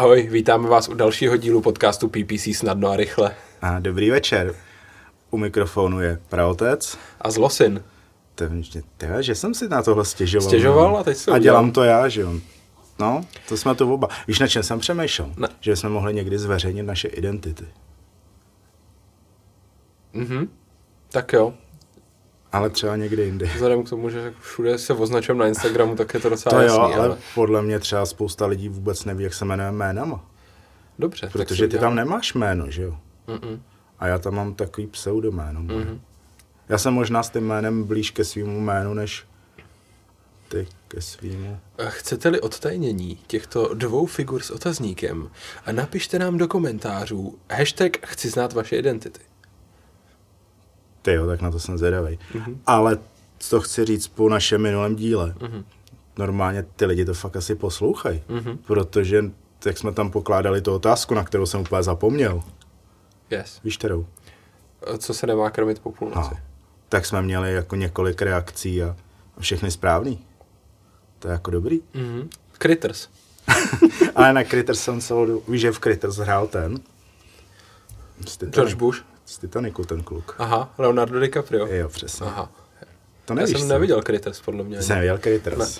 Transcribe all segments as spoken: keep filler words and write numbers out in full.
Ahoj, vítáme vás u dalšího dílu podcastu P P C snadno a rychle. A dobrý večer. U mikrofonu je Praotec. A Zlosin. Tyhle, že jsem si na tohle stěžoval. Stěžoval a teď se A dělám to já, že jo. No, to jsme to oba. Víš, na čem jsem přemýšlel? Ne. Že jsme mohli někdy zveřejnit naše identity. Mhm, tak jo. Ale třeba někdy jindy. Vzhledem k tomu, že všude se označujeme na Instagramu, tak je to docela To jasný, jo, ale, ale podle mě třeba spousta lidí vůbec neví, jak se jmenuje jménama. dobře. Protože ty tam nemáš jméno, že jo. Mm-mm. A já tam mám takový pseudoméno. Mm-hmm. Já jsem možná s tím jménem blíž ke svýmu jménu, než ty ke svýmu. Chcete-li odtajnění těchto dvou figur s otazníkem, napište nám do komentářů hashtag chci znát vaše identity. Ty jo, tak na to jsem zvědavej. Mm-hmm. Ale co chci říct po našem minulém díle, Mm-hmm. normálně ty lidi to fakt asi poslouchají, Mm-hmm. protože jak jsme tam pokládali tu otázku, na kterou jsem úplně zapomněl, Yes. víš kterou? Co se nemá krmit po půlnoci? No. Tak jsme měli jako několik reakcí a, a všechny správný. To je jako dobrý. Mm-hmm. Critters. Ale na Critters jsem celou dobu, víš, že v Critters hrál ten? Z Titanic, George Bush. Z Titanicu ten kluk. Aha, Leonardo DiCaprio. Jo, přesně. Aha. To Já nevíš, jsem co? neviděl Critters, podle mě. Jsi neviděl Critters? Ne.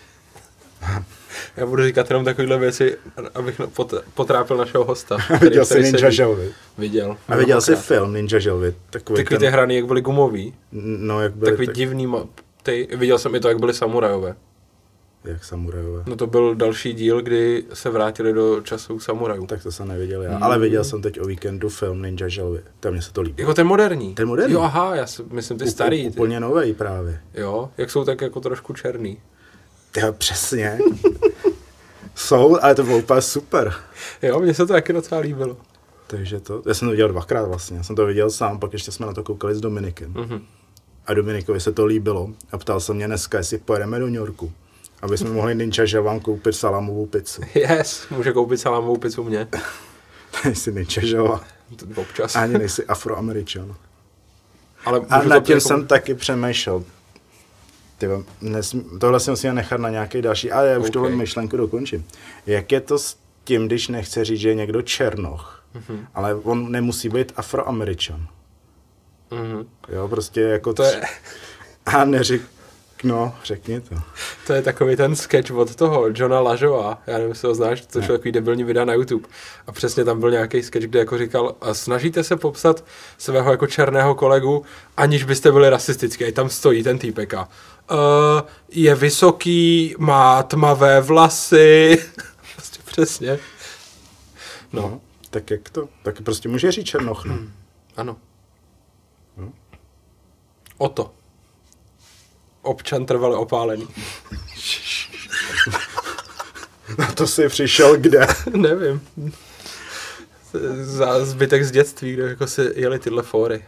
Já budu říkat jenom takovýhle věci, abych pot, potrápil našeho hosta. Viděl jsi Ninja Želvy? Viděl. A viděl jsi film Ninja Želvy? Takový, Takový ten, ty hraný, jak byly gumový. No, jak byly Takový tak, divný, ma- ty, viděl jsem i to, jak byly samurajové. jak samurajové. No to byl další díl, kdy se vrátili do časů samurajů. Tak to jsem neviděl já. Mm. Ale viděl jsem teď o víkendu film Ninja Želvy. Tam mně se to líbí. Jako ten moderní. Ten moderní? Jo, aha, já si, myslím ty starý. U, Ty. úplně novej právě. Jo, jak jsou tak jako trošku černý. Jo, přesně. Jsou, ale to bylo úplně super. Jo, mně se to taky docela líbilo. Takže to, já jsem to viděl dvakrát vlastně. Já jsem to viděl sám, pak ještě jsme na to koukali s Dominikem. Mhm. A Dominikovi se to líbilo a ptal se mě dneska, jestli pojedeme do New Yorku, aby jsme mohli Ninja Želvám koupit salámovou pizzu. Yes, může koupit salámovou pizzu mě. Nejsi Ninja Želva. Občas. Ani nejsi Afroameričan. Ale A můžu nad to tím jako- jsem taky přemýšlel. Tyba, nesmí, tohle si musím nechat na nějaký další, ale já už Okay. tohle myšlenku dokončím. Jak je to s tím, když nechce říct, že je někdo černoch, Mhm. ale on nemusí být Afroameričan. Mhm. Jo, prostě jako... To je, A neřek... No, řekni to. to je takový ten sketch od toho Johna Lajoa, já nevím, jestli ho znáš, to šlo takový debilní videa na YouTube. A přesně tam byl nějaký sketch, kde jako říkal, a snažíte se popsat svého jako černého kolegu, aniž byste byli rasistický. A tam stojí ten týpek a uh, je vysoký, má tmavé vlasy. Prostě přesně. No, No, tak jak to? Tak prostě může říct černoch, no. ano. No. Oto. Občan trvale opálený. Na to jsi přišel kde? Nevím. Za zbytek z dětství, kde jako se jeli tyhle fóry.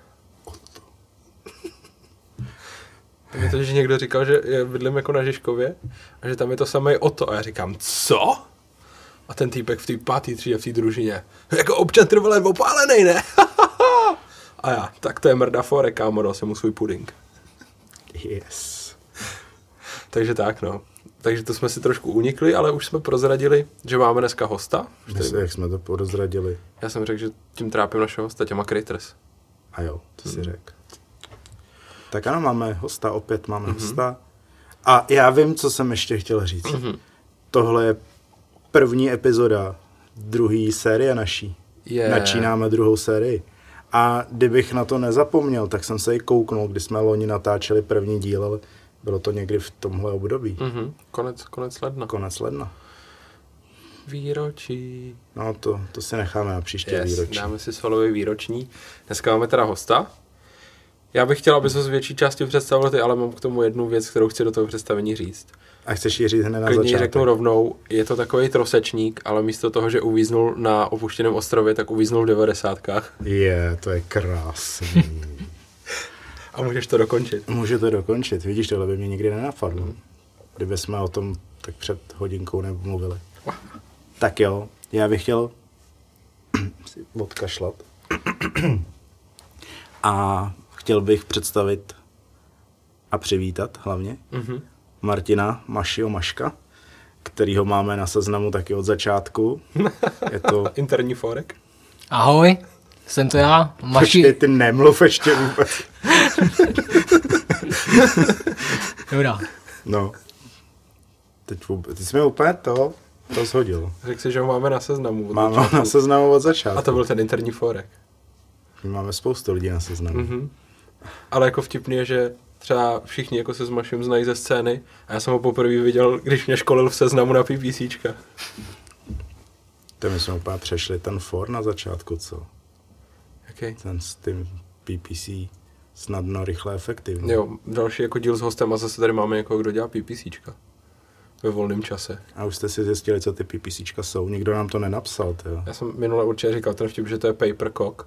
Tak je to, že někdo říkal, že je bydlím jako na Žižkově a že tam je to samé Oto. A já říkám, co? A ten týpek v té pátý třídě, v té družině. Jako občan trvalé opálenej, ne? A já, tak to je mrda fóre, kámo, dal jsem mu svůj puding. Yes. Takže tak, no. Takže to jsme si trošku unikli, ale už jsme prozradili, že máme dneska hosta. Už tady- Myslím, jak jsme to porozradili. Já jsem řekl, že tím trápím našeho hosta, těma Critters. A jo, to si Hmm. řekl. Tak ano, máme hosta, opět máme Mhm. hosta. A já vím, co jsem ještě chtěl říct. Mhm. Tohle je první epizoda druhé série naší. Je. Načínáme druhou sérii. A kdybych na to nezapomněl, tak jsem se i kouknul, když jsme loni natáčeli první díl, ale bylo to někdy v tomhle období. Mhm. Konec, konec ledna. Konec ledna. Výročí. No to, to si necháme na příště Yes, výročí. dáme si solový výroční. Dneska máme teda hosta. Já bych chtěl, aby se z větší části představil ty, ale mám k tomu jednu věc, kterou chci do toho představení říct. A chceš ji říct hned na Klidně ji začátek? řeknu rovnou, je to takový trosečník, ale místo toho, že uvíznul na opuštěném ostrově, tak uvíznul v devadesátkách. Je, to je krásný. A můžeš to dokončit. Můžu to dokončit. Vidíš, tohle by mě nikdy nenapadlo. Kdyby jsme o tom tak před hodinkou nemluvili. Tak jo, já bych chtěl si odkašlat. A chtěl bych představit a přivítat hlavně Mhm. Martina Mašio Maška, kterýho máme na seznamu taky od začátku. Je to... Interní forek. Ahoj, jsem to já, Maši. Počkej, ty nemluv ještě vůbec. Dobrá. No. Teď, vůbec, teď jsi mi úplně to rozhodil. Řekl si, že ho máme na seznamu. Máme ho na seznamu od začátku. A to byl ten interní forek. My máme spoustu lidí na seznamu. Mm-hmm. Ale jako vtipný je, že třeba všichni jako se s Maším znají ze scény a já jsem ho poprvé viděl, když mě školil v seznamu na PPCčka. To my jsme úplně přešli ten for na začátku, co? Okay. Ten s tím P P C snadno, rychle, efektivně. Jo, další jako díl s hostem a zase tady máme někoho, kdo dělá PPCčka. Ve volném čase. A už jste si zjistili, co ty PPCčka jsou. Nikdo nám to nenapsal, tyjo. Já jsem minule určitě říkal ten vtip, že to je papercock.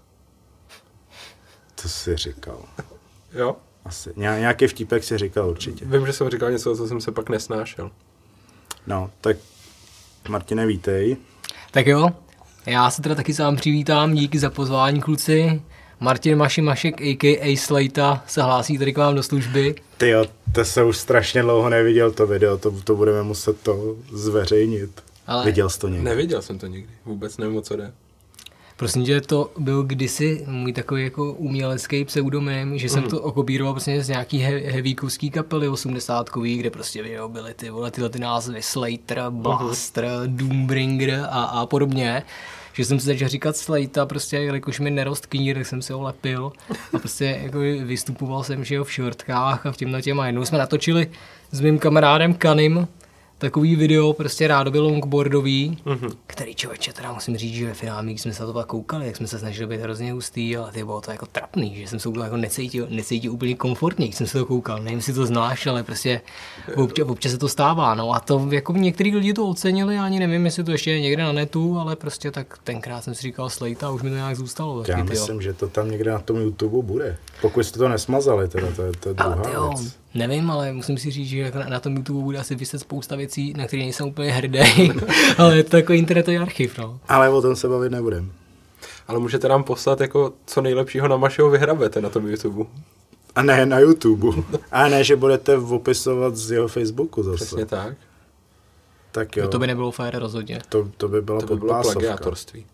To jsi říkal. Jo? Asi. Ně- nějaký vtípek si říkal určitě. Vím, že jsem říkal něco, co jsem se pak nesnášel. No, tak Martine, vítej. Tak jo, já se teda taky sám přivítám, díky za pozvání, kluci. Martin Maši Mašek, a k a. Slejta, se hlásí tady k vám do služby. Tyjo, to se už strašně dlouho neviděl to video, to, to budeme muset to zveřejnit. Ale viděl jsi to někdy? Neviděl jsem to nikdy, vůbec nevím, o co jde. Prosím tě, to byl kdysi můj takový jako umělecký pseudonym, že jsem Mhm. to okopíroval prostě z nějaký he- heavykovský kapely osmdesátkový, kde prostě jo, byly ty vole tyhle ty názvy Slater, Blaster, Doombringer a, a podobně. Že jsem si začal říkat Slejta, prostě jelikož mi nerost knír, tak jsem si ho lepil a prostě jako vystupoval jsem, že jo, v šortkách a v těmhle těma. Jednou jsme natočili s mým kamarádem Kanim takový video, prostě rádoby longboardový, mm-hmm. který člověče, teda musím říct, že ve finále, když jsme se na to pak koukali, jak jsme se snažili být hrozně hustý, ale ty bylo to jako trapný, že jsem se jako necítil, necítil úplně komfortně, když jsem se to koukal, nevím, jestli to znáš, ale prostě občas, občas se to stává, no a to jako některý lidi to ocenili, ani nevím, jestli to ještě je někde na netu, ale prostě tak tenkrát jsem si říkal Slejta a už mi to nějak zůstalo. Já taky, myslím, že to tam někde na tom YouTube bude. Pokud jste to nesmazali, teda to je, to je druhá tyjo, věc. nevím, ale musím si říct, že jako na, na tom YouTube bude asi vyset spousta věcí, na které nejsem úplně hrdý, ale je to jako internetový archiv, no. Ale o tom se bavit nebudem. Ale můžete nám poslat jako co nejlepšího na Mašeho vyhrabete na tom YouTube. A ne na YouTube. A ne, že budete opisovat z jeho Facebooku zase. Přesně tak. Tak jo. No to by nebylo fér rozhodně. To, to by byla To by bylo podpásovka. plagiátorství.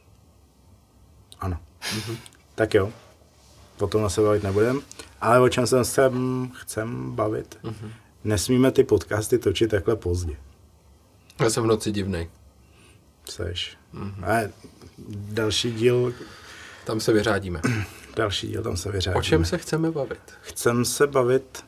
Ano. Mm-hmm. Tak jo. O tom se bavit nebudem. Ale o čem se chcem, chcem bavit? Mm-hmm. Nesmíme ty podcasty točit takhle pozdě. Já jsem v noci divnej. Seš. Mm-hmm. A další díl... Tam se vyřádíme. Další díl, tam se vyřádíme. O čem se chceme bavit? Chcem se bavit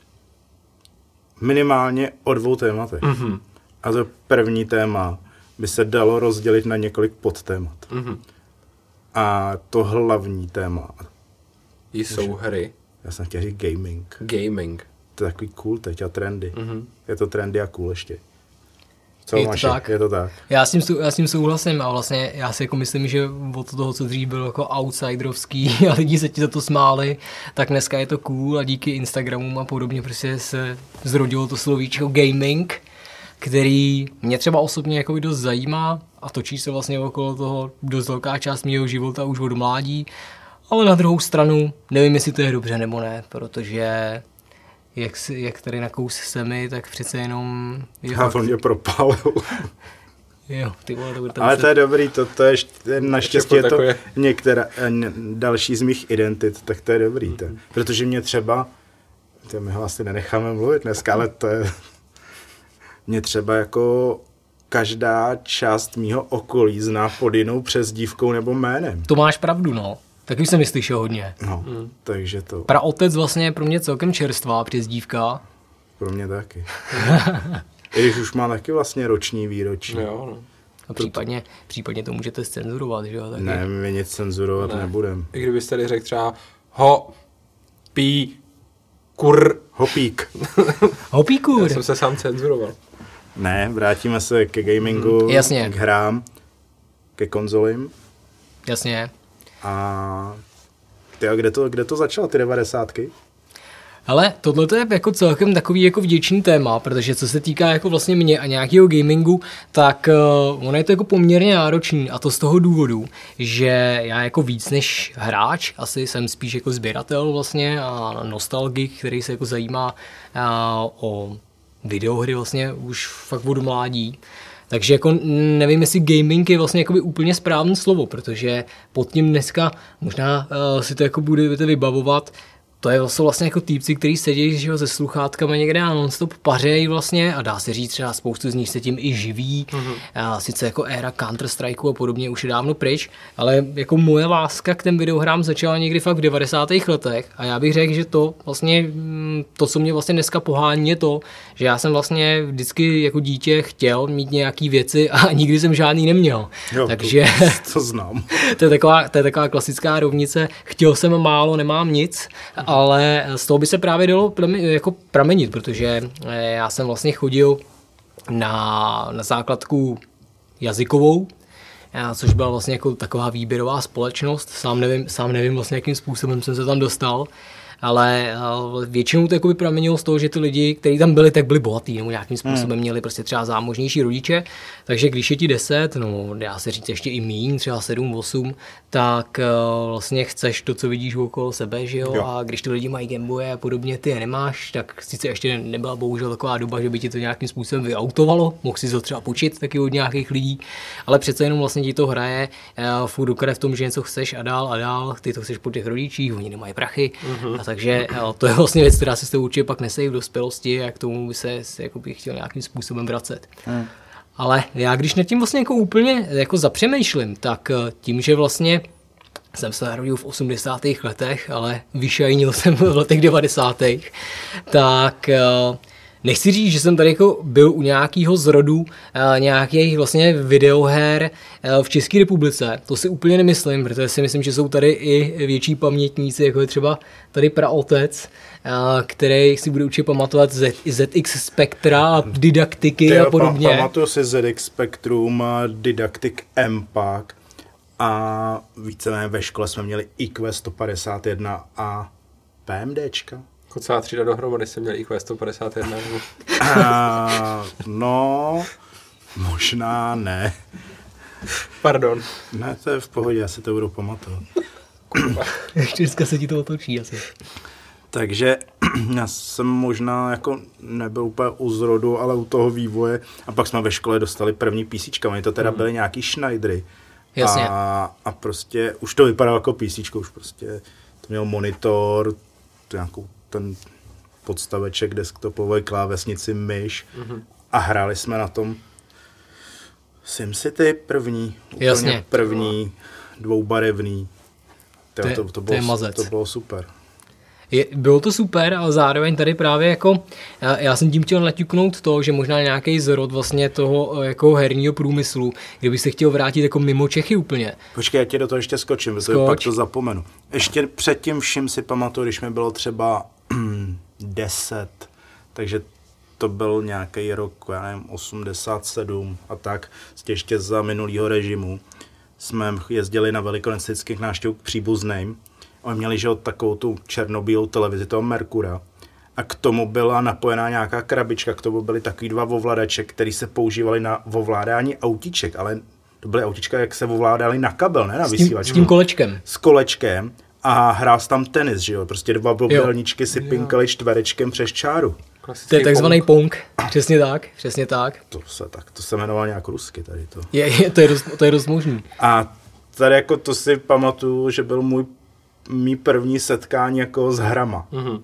minimálně o dvou tématech. Mm-hmm. A to první téma by se dalo rozdělit na několik podtémat. Mm-hmm. A to hlavní téma, Jsou hry. já jsem chtěl říct gaming. Gaming. To je takový cool teď a trendy. Mm-hmm. Je to trendy a cool ještě. Co Je to Maši? tak. Je to tak. Já s, tím, sou- já s tím souhlasím a vlastně já si jako myslím, že od toho, co dřív bylo jako outsiderovský a lidi se ti za to smáli, tak dneska je to cool a díky Instagramům a podobně prostě se zrodilo to slovíčko gaming, který mě třeba osobně jako dost zajímá a točí se vlastně okolo toho dost velká část mého života už od mládí, ale na druhou stranu nevím, jestli to je dobře nebo ne, protože jak, si, jak tady nakous se mi, tak přece jenom je Já on mě propálil. jo, ty vole, to bude tam Ale se- to je dobrý, to, to je št- naštěstí je to takové- některá, eh, n- další z mých identit, tak to je dobrý. To. Protože mě třeba, to my ho asi nenecháme mluvit dneska, ale to je, mě třeba jako každá část mýho okolí zná pod jinou přezdívkou nebo jménem. To máš pravdu, no. Taky jsem ji slyšel hodně. No, hmm. takže to Praotec vlastně je pro mě celkem čerstvá přezdívka. pro mě taky. I když už má taky vlastně roční výročí. Jo, no. A případně, případně to můžete scenzurovat, že jo? Taky. Ne, my nic cenzurovat Ne. nebudem. I kdybyste tady řekl třeba ho, pí, kur. Hopík. Hopíkur. Já jsem se sám cenzuroval. Ne, vrátíme se ke gamingu, Mm, jasně. k hrám, ke konzolím. Jasně. A tyjo, kde to, kde to začalo, ty devadesátky? Ale tohle je jako celkem takový jako vděčný téma, protože co se týká jako vlastně mě a nějakého gamingu, tak uh, ono je to jako poměrně náročný a to z toho důvodu, že já jako víc než hráč, asi jsem spíš jako sběratel vlastně a nostalgik, který se jako zajímá uh, o videohry vlastně už fakt od mládí. Takže jako nevím, jestli gaming je vlastně jakoby úplně správné slovo, protože pod tím dneska možná uh, si to jako budete vybavovat. To je vlastně jako týpci, kteří sedí že jo, se sluchátkama někde a non-stop pařejí vlastně a dá se říct třeba spoustu z nich se tím i živí. Mm-hmm. A sice jako éra Counter-Strike a podobně už je dávno pryč, ale jako moje láska k těm videohrám začala někdy fakt v devadesátých letech a já bych řekl, že to vlastně, to, co mě vlastně dneska pohání je to, že já jsem vlastně vždycky jako dítě chtěl mít nějaký věci a nikdy jsem žádný neměl. Jo, takže to, to znám. to, je taková, to je taková klasická rovnice, chtěl jsem málo, nemám nic. Ale z toho by se právě dalo jako pramenit, protože já jsem vlastně chodil na, na základku jazykovou, což byla vlastně jako taková výběrová společnost. Sám nevím, sám nevím vlastně, jakým způsobem jsem se tam dostal, ale většinou to jako by pramenilo z toho, že ty lidi, kteří tam byli, tak byli bohatí, nebo nějakým způsobem měli prostě třeba zámožnější rodiče, takže když je ti deset, no dá se říct ještě i míň, třeba sedm, osm, tak vlastně chceš to, co vidíš okolo sebe, že jo? jo. A když ty lidi mají Gameboye a podobně, ty je nemáš, tak sice ještě nebyla bohužel taková doba, že by ti to nějakým způsobem vyautovalo, mohl si to třeba počít taky od nějakých lidí, ale přece jenom vlastně ti to hraje furt do krev v tom, že něco chceš a dál a dál, ty to chceš po těch rodičích, oni nemají prachy. Mm-hmm. Takže to je vlastně věc, která se s tou určitě pak nese v dospělosti a k tomu by se, se jako bych chtěl nějakým způsobem vracet. Hmm. Ale já když nad tím vlastně jako úplně jako zapřemýšlím, tak tím, že vlastně jsem se narodil v osmdesátých letech, ale vyšajnil jsem v letech devadesátých, tak nechci říct, že jsem tady jako byl u nějakého zrodu nějakých vlastně videoher v České republice. To si úplně nemyslím, protože si myslím, že jsou tady i větší pamětníci, jako je třeba tady praotec, který si bude určitě pamatovat Z, ZX Spectra, didaktiky Ty, a podobně. Pamatuju si Z X Spectrum, Didaktik M-Pak a víceméně ve škole jsme měli I Q sto padesát jedna a PMDčka. Jako celá třída dohromady jsem měl I Q sto padesát jedna. uh, no, možná ne. Pardon. Ne, to je v pohodě, já si to budu pamatovat. Ještě dneska se ti to otočí asi. Takže já jsem možná jako nebyl úplně u zrodu, ale u toho vývoje. A pak jsme ve škole dostali první písíčka. Oni to teda byly nějaký Schneidery. Jasně. A, a prostě už to vypadalo jako písíčko. Už prostě to měl monitor, nějakou ten podstaveček, desktopový klávesnici, myš. Mm-hmm. A hráli jsme na tom SimCity první. Úplně Jasně. první, dvoubarevný. To, to, je, to, to, to, bylo, je to bylo super. Je, bylo to super, ale zároveň tady právě jako, já, já jsem tím chtěl naťuknout to, že možná nějaký zrod vlastně toho jako herního průmyslu, kdyby se chtěl vrátit jako mimo Čechy úplně. Počkej, já tě do toho ještě skočím, protože pak to zapomenu. Ještě předtím vším si pamatuju, když mi bylo třeba deset, takže to byl nějaký rok, já nevím, osmdesát sedm a tak, ještě za minulýho režimu jsme jezdili na velikonočních návštěv k příbuzným. Oni měli, že takovou tu černobílou televizi, toho Merkura. A k tomu byla napojená nějaká krabička, k tomu byly takový dva ovladače, které se používaly na ovládání autíček, ale to byly autíčka, jak se ovládaly na kabel, ne na vysílačku. S tím kolečkem. S kolečkem a hrál tam tenis, že jo, prostě dva obdélníčky si pinkaly čtverečkem přes čáru. To je takzvaný pong. Přesně tak, přesně tak. To se, tak, to se jmenovalo nějak rusky tady to. Je, je, to, je dost, to je dost možný. A tady jako to si pamatuju, že byl můj mý první setkání jako s hrama. Mm-hmm.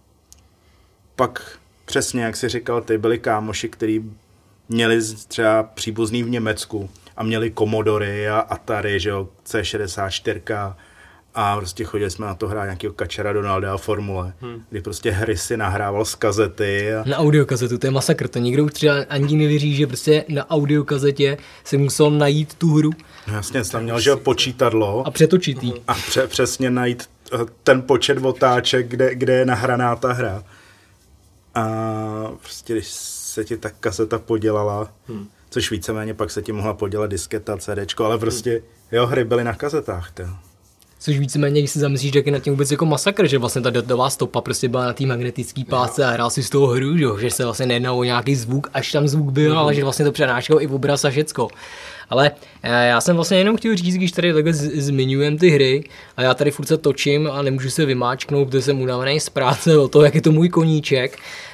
Pak přesně, jak jsi říkal, ty byli kámoši, kteří měli třeba příbuzný v Německu a měli Commodory a Atari, že jo, C šedesát čtyři a prostě chodili jsme na to hrát nějakého Kačera Donalda a Formule, hmm. kdy prostě hry si nahrával z kazety. A... Na audiokazetu, to je masakr, to nikdo už třeba ani nevěří, že prostě na audiokazetě si musel najít tu hru. No jasně, tam měl, že počítadlo. A přetočit jí. A pře- přesně najít ten počet otáček, kde, kde je nahraná ta hra. A prostě když se ti ta kaseta podělala, hmm. což víceméně pak se ti mohla podělat disketa, CDčko, ale prostě hmm. jo, hry byly na kazetách. To. Což víceméně, když si zamyslíš, tak je na tím vůbec jako masakr, že vlastně ta datová stopa prostě byla na té magnetické pásce a hrál si z toho hru, že, že se vlastně nejednalo o nějaký zvuk, až tam zvuk byl, mm. ale že vlastně to přenášelo i v obraz a všecko. Ale já jsem vlastně jenom chtěl říct, když tady takhle zmiňujem ty hry a já tady furt se točím a nemůžu se vymáčknout, protože jsem unavený z práce o to, jak je to můj koníček,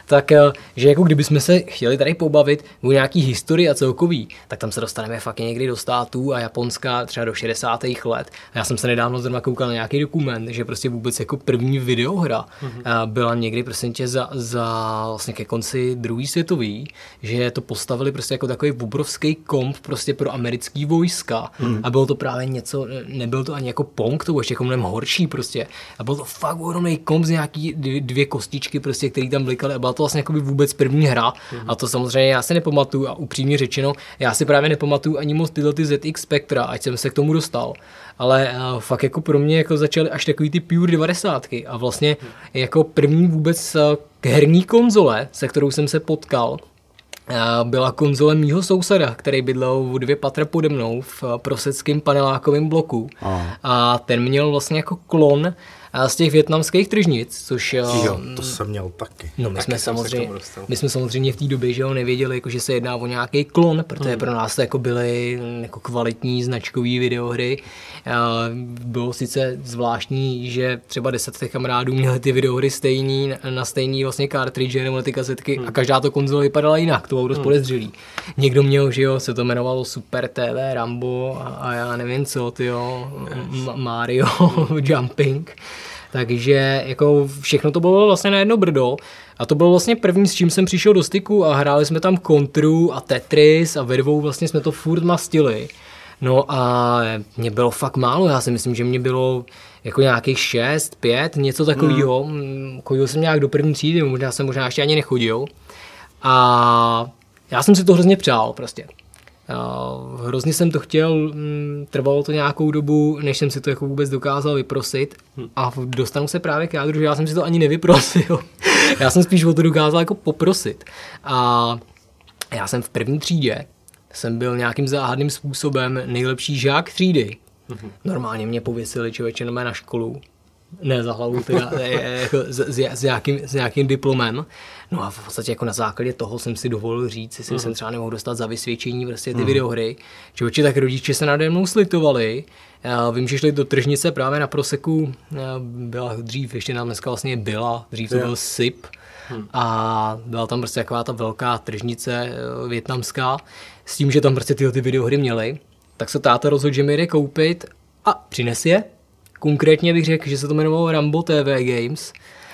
tak že jako kdybychom se chtěli tady pobavit o nějaký historii a celkový, tak tam se dostaneme fakt někdy do států a Japonska třeba do šedesátých let. A já jsem se nedávno zrovna koukal na nějaký dokument, že prostě vůbec jako první videohra mm-hmm. byla někdy prostě tě za, za vlastně ke konci druhé světové, že to postavili prostě jako takový obrovský komp prostě pro americký vojska mm. a bylo to právě něco, nebyl to ani jako Pong, to bylo ještě jako mnohem horší prostě a byl to fakt ohromný komp z nějaký dvě kostičky prostě, který tam blikaly a byla to vlastně jako by vůbec první hra mm. a to samozřejmě já si nepamatuju a upřímně řečeno, já si právě nepamatuju ani moc tyhle ty Z X Spectra, ať jsem se k tomu dostal. Ale uh, fakt jako pro mě jako začaly až takový ty pure devadesátky a vlastně jako první vůbec uh, herní konzole, se kterou jsem se potkal, uh, byla konzole mýho souseda, který bydlel o dvě patra pode mnou v uh, proseckém panelákovém bloku. Aha. A ten měl vlastně jako klon z těch vietnamských tržnic, což... Jo, to jsem měl taky. No my taky jsme samozřejmě, my jsme samozřejmě v té době, že ho nevěděli, jako, že se jedná o nějaký klon, protože hmm. pro nás to jako byly jako kvalitní značkový videohry. Bylo sice zvláštní, že třeba deset těch kamarádů měli ty videohry stejný, na stejný vlastně cartridge nebo ty kazetky hmm. a každá to konzole vypadala jinak, to bylo dost hmm. podezřelý. Někdo měl, že jo, se to jmenovalo Super T V, Rambo a, a já nevím co, tyjo, yes. Mario, Jumping. Takže jako všechno to bylo vlastně na jedno brdo a to bylo vlastně první, s čím jsem přišel do styku a hráli jsme tam Kontru a Tetris a ve dvou vlastně jsme to furt mastili. No a mě bylo fakt málo, já si myslím, že mě bylo jako nějakých šest, pět, něco takového. Mm. Chodil jsem nějak do první třídy, možná jsem možná ještě ani nechodil. A já jsem si to hrozně přál prostě. Uh, hrozně jsem to chtěl, m, trvalo to nějakou dobu, než jsem si to jako vůbec dokázal vyprosit hmm. a dostanu se právě k jádru, že já jsem si to ani nevyprosil. Já jsem spíš o to dokázal jako poprosit. A já jsem v první třídě, jsem byl nějakým záhadným způsobem nejlepší žák třídy. Hmm. Normálně mě pověsili člověče na školu. Ne za hlavu, teda, jako s, s, s, nějakým, s nějakým diplomem. No a v podstatě jako na základě toho jsem si dovolil říct, jestli mm. jsem třeba nemohl dostat za vysvědčení prostě ty mm. videohry. Člověče, tak rodiče se nade mnou slitovali. Já vím, že šli do tržnice právě na Proseku. Byla dřív, ještě nám dneska vlastně byla, dřív to byl S I P. Hmm. A byla tam prostě taková ta velká tržnice vietnamská s tím, že tam prostě tyhle ty videohry měly. Tak se táta rozhodl, že mi jde koupit a přines je. Konkrétně bych řekl, že se to jmenovalo Rambo T V Games,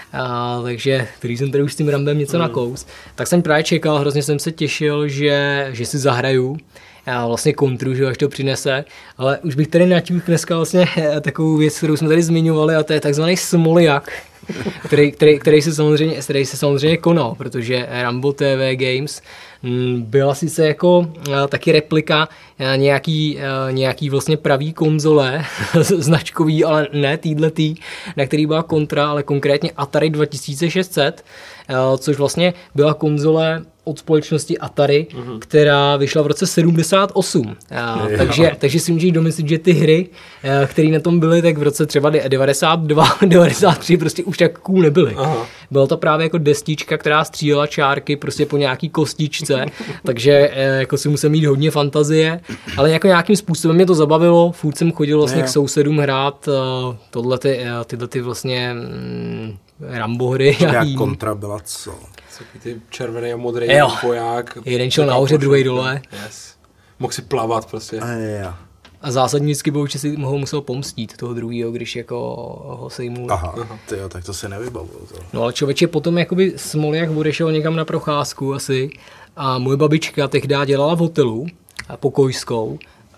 a, takže který jsem tady už s tím Rambem něco mm. nakous. Tak jsem právě čekal, hrozně jsem se těšil, že, že si zahraju a vlastně kontru, že až to přinese, ale už bych tady natíhl dneska vlastně takovou věc, kterou jsme tady zmiňovali, a to je takzvaný Smoljak, který, který, který, se samozřejmě, který se samozřejmě konal, protože Rambo T V Games byla sice jako taky replika nějaký, nějaký vlastně pravý konzole značkový, ale ne týhletý, na který byla kontra, ale konkrétně Atari dva tisíce šest set, což vlastně byla konzole od společnosti Atari, mm-hmm. která vyšla v roce sedmdesát osm. A, takže, takže si můžeš domyslet, že ty hry, které na tom byly, tak v roce třeba devadesát dva, devadesát tři prostě už tak cool nebyly. Aha. Byla to právě jako destička, která střílela čárky prostě po nějaký kostičce, takže jako si musel mít hodně fantazie, ale jako nějakým způsobem mě to zabavilo, furt jsem chodil vlastně ne. k sousedům hrát tohle ty, tyhle ty vlastně mm, Rambo hry. Jak kontra byla co? Ty červený a modrý voják. Jeden šel nahoře, druhý dole. Yes. Mohl si plavat prostě. A, je, a zásadní vždycky bylo, že si ho musel pomstít toho druhýho, když jako ho sejmul. Aha, Aha. Tyjo, tak to se nevybavuju. To. No ale člověče potom jakoby Smoljak odešel někam na procházku asi a moje babička tehdy dělala v hotelu pokojskou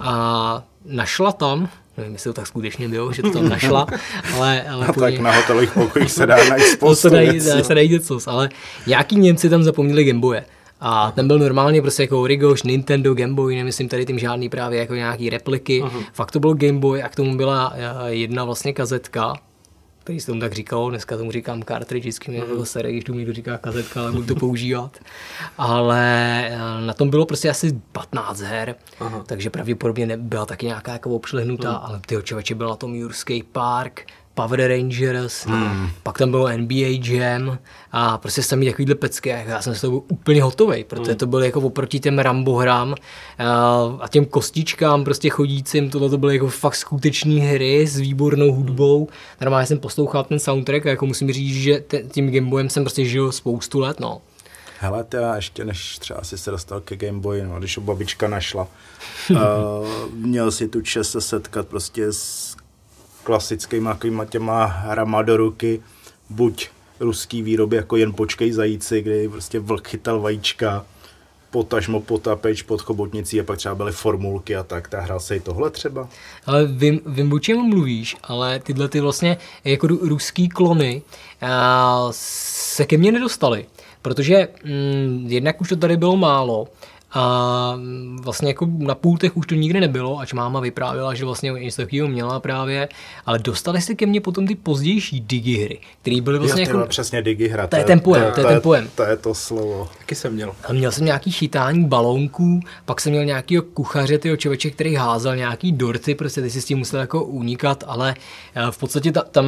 a našla tam, nevím, jestli to tak skutečně bylo, že to tam našla, ale... ale a tak na hotelových pokojích se dá najít spoustu to věcí. Dá se najít něco, ale nějaký Němci tam zapomněli Gameboye. A ten byl normálně prostě jako Origoš, Nintendo, Gameboy, nemyslím tady tím žádný právě jako nějaký repliky. Uh-huh. Fakt to byl Gameboy a k tomu byla jedna vlastně kazetka, který se tomu tak říkalo, dneska tomu říkám cartridge, vždycky mě bylo sere, když tu někdo říká kazetka, ale budu to používat. Ale na tom bylo prostě asi patnáct her, aha. takže pravděpodobně byla taky nějaká jako obšlehnutá, hmm. ale tyho člověče byl na tom Jurský park, Power Rangers, mm. pak tam bylo N B A Jam a prostě jsem mít takovýhle pecky a já jsem z toho byl úplně hotovej, protože mm. to bylo jako oproti těm Rambo hrám a těm kostičkám prostě chodícím, tohle to byly jako fakt skutečný hry s výbornou hudbou. Normálně jsem poslouchal ten soundtrack a jako musím říct, že tím Gameboyem jsem prostě žil spoustu let, no. Hele, já ještě než třeba si se dostal ke Gameboyi, no, když ho babička našla, uh, měl si tu čest se setkat prostě s klasickýma těma hrama do ruky, buď ruský výroby jako Jen počkej zajíci, kdy prostě vlk chytal vajíčka, potažmo potapeč pod chobotnicí a pak třeba byly formulky a tak. Ta hrál se i tohle třeba? Ale vím, vím, o čem mluvíš, ale tyhle ty vlastně jako ruský klony a, se ke mně nedostaly, protože mm, jednak už to tady bylo málo a vlastně jako na pultech už to nikdy nebylo, ač máma vyprávěla, že vlastně něco takového měla právě, ale dostali se ke mně potom ty pozdější digihry, které byly vlastně jo, jako... přesně digihra. To je ten pojem, to je ten pojem. To je to slovo. Taky jsem měl. A měl jsem nějaký chytání balónků, pak jsem měl nějakýho kuchaře, tyho člověče, který házel nějaký dorty, prostě ty si s tím musel jako unikat, ale v podstatě ta, tam...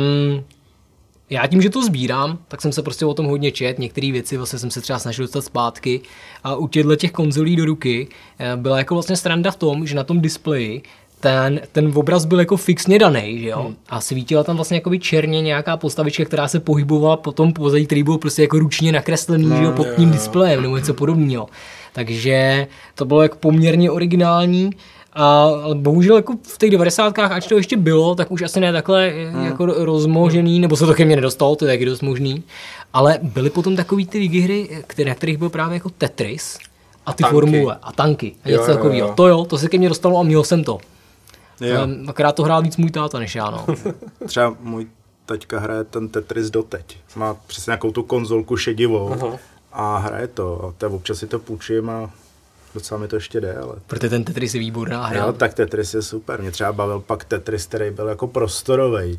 Já tím, že to sbírám, tak jsem se prostě o tom hodně čet, některé věci vlastně jsem se třeba snažil dostat zpátky a u těchto těch konzolí do ruky byla jako vlastně sranda v tom, že na tom displeji ten, ten obraz byl jako fixně daný, že jo? Hmm. A svítila tam vlastně jakoby černě nějaká postavička, která se pohybovala po tom pozadí, který byl prostě jako ručně nakreslený, no, že jo, pod tím displejem nebo něco podobného. Takže to bylo jako poměrně originální. A, ale bohužel jako v těch devadesátkách, ač to ještě bylo, tak už asi ne takhle hmm. jako rozmožený, nebo se to ke mně nedostalo, to je taky dost možný. Ale byly potom takový ty hry, které, na kterých byl právě jako Tetris a ty tanky. Formule a tanky a něco takového. To jo, to se ke mně dostalo a měl jsem to. Um, akorát to hrál víc můj táta než já, no. Třeba můj teďka hraje ten Tetris doteď. Má přesně nějakou tu konzolku šedivou. Aha. A hraje to. A to občas si to půjčím a docela mi to ještě jde, ale... Protože ten Tetris je výborná hra. Jo, tak Tetris je super. Mě třeba bavil pak Tetris, který byl jako prostorovej.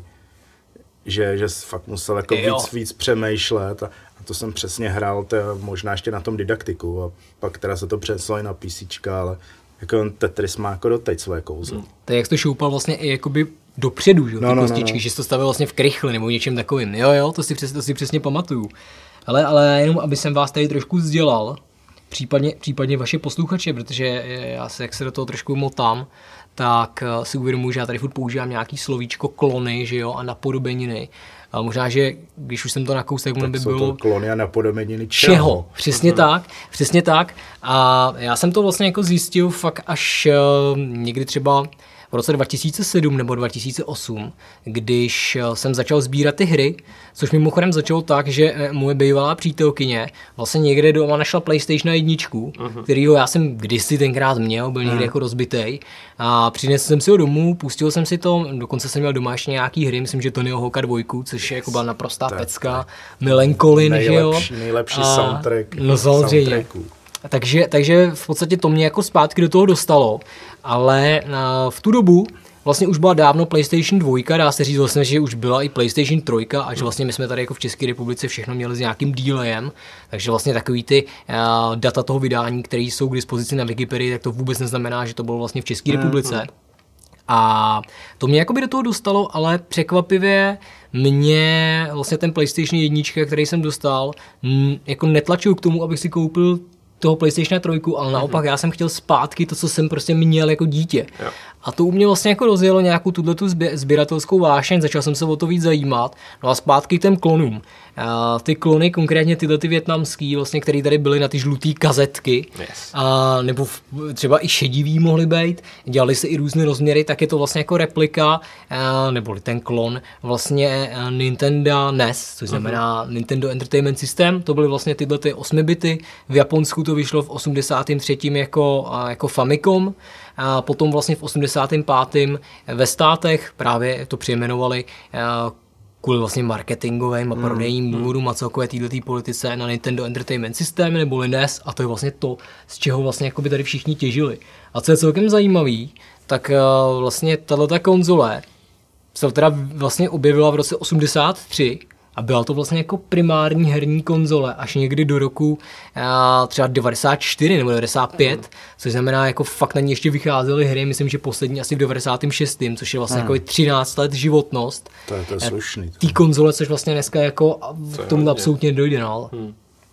Že, že fakt musel jako víc, víc přemýšlet a, a to jsem přesně hrál to možná ještě na tom didaktiku a pak teda se to přeneslo i na PCčka, ale jako Tetris má jako doteď své kouzlo. Hmm. To je, jak to šoupal vlastně i jakoby dopředu, že? No, ty no, kostičky, no, no. Že jsi to stavil vlastně v krychle nebo něčem takovým. Jo, jo, to si, přes, to si přesně pamatuju. Ale, ale jenom, aby jsem vás tady trošku vzdělal, Případně, případně vaše posluchače, protože já se, jak se do toho trošku motám, tak si uvědomuji, že já tady furt používám nějaký slovíčko klony, že jo, a napodobeniny. A možná, že když už jsem to nakous, tak by bylo... to klony a napodobeniny čeho? Čeho, přesně uh-huh. tak, přesně tak. A já jsem to vlastně jako zjistil fakt až uh, někdy třeba v roce dva tisíce sedm nebo dva tisíce osm, když jsem začal sbírat ty hry, což mimochodem začalo tak, že moje bývalá přítelkyně vlastně někde doma našla PlayStation jedničku, uh-huh. kterýho já jsem kdysi tenkrát měl, byl někde uh-huh. jako rozbitej a přinesl jsem si ho domů, pustil jsem si to, dokonce jsem měl doma ještě nějaký hry, myslím, že Tonyho Hawka dva, což je jako byla naprostá tak, pecka, Melancholy, že jo. Nejlepší a, soundtrack. No samozřejmě. Takže, takže v podstatě to mě jako zpátky do toho dostalo, ale v tu dobu vlastně už byla dávno PlayStation dva, dá se říct vlastně, že už byla i PlayStation tři, až vlastně my jsme tady jako v České republice všechno měli s nějakým delayem, takže vlastně takový ty uh, data toho vydání, které jsou k dispozici na Wikipedii, tak to vůbec neznamená, že to bylo vlastně v České republice. A to mě jakoby do toho dostalo, ale překvapivě mě vlastně ten PlayStation jedna, který jsem dostal, m, jako netlačil k tomu, abych si koupil toho PlayStation tři, ale naopak já jsem chtěl zpátky to, co jsem prostě měl jako dítě. Jo. A to u mě vlastně jako rozjelo nějakou tuhletu sběratelskou vášeň, začal jsem se o to víc zajímat, no a zpátky k těm klonům. A ty klony, konkrétně tyhle ty vietnamský, vlastně, které tady byly na ty žlutý kazetky, yes. a, nebo v, třeba i šedivý mohly být, dělali se i různé rozměry, tak je to vlastně jako replika, a, nebo ten klon, vlastně Nintendo N E S, což znamená uh-huh. Nintendo Entertainment System, to byly vlastně tyhle ty osmi bity, v Japonsku to vyšlo v osmdesátém třetím jako, jako Famicom, a potom vlastně v osmdesátém pátém ve státech právě to přejmenovali kvůli vlastně marketingovým a prodejním důvodům mm. a celkové této politice na Nintendo Entertainment System nebo N E S a to je vlastně to, z čeho vlastně jakoby tady všichni těžili. A co je celkem zajímavý, tak vlastně tato konzole se teda vlastně objevila v roce osmdesát tři A byla to vlastně jako primární herní konzole až někdy do roku a, třeba devadesát čtyři nebo devadesát pět, mm. což znamená, jako fakt na ní ještě vycházely hry, myslím, že poslední asi v devadesátém šestém, což je vlastně mm. jako třináct let životnost. To je, to je slušný. Tý konzole, což vlastně dneska jako k tomu absolutně dojde, no. Mm.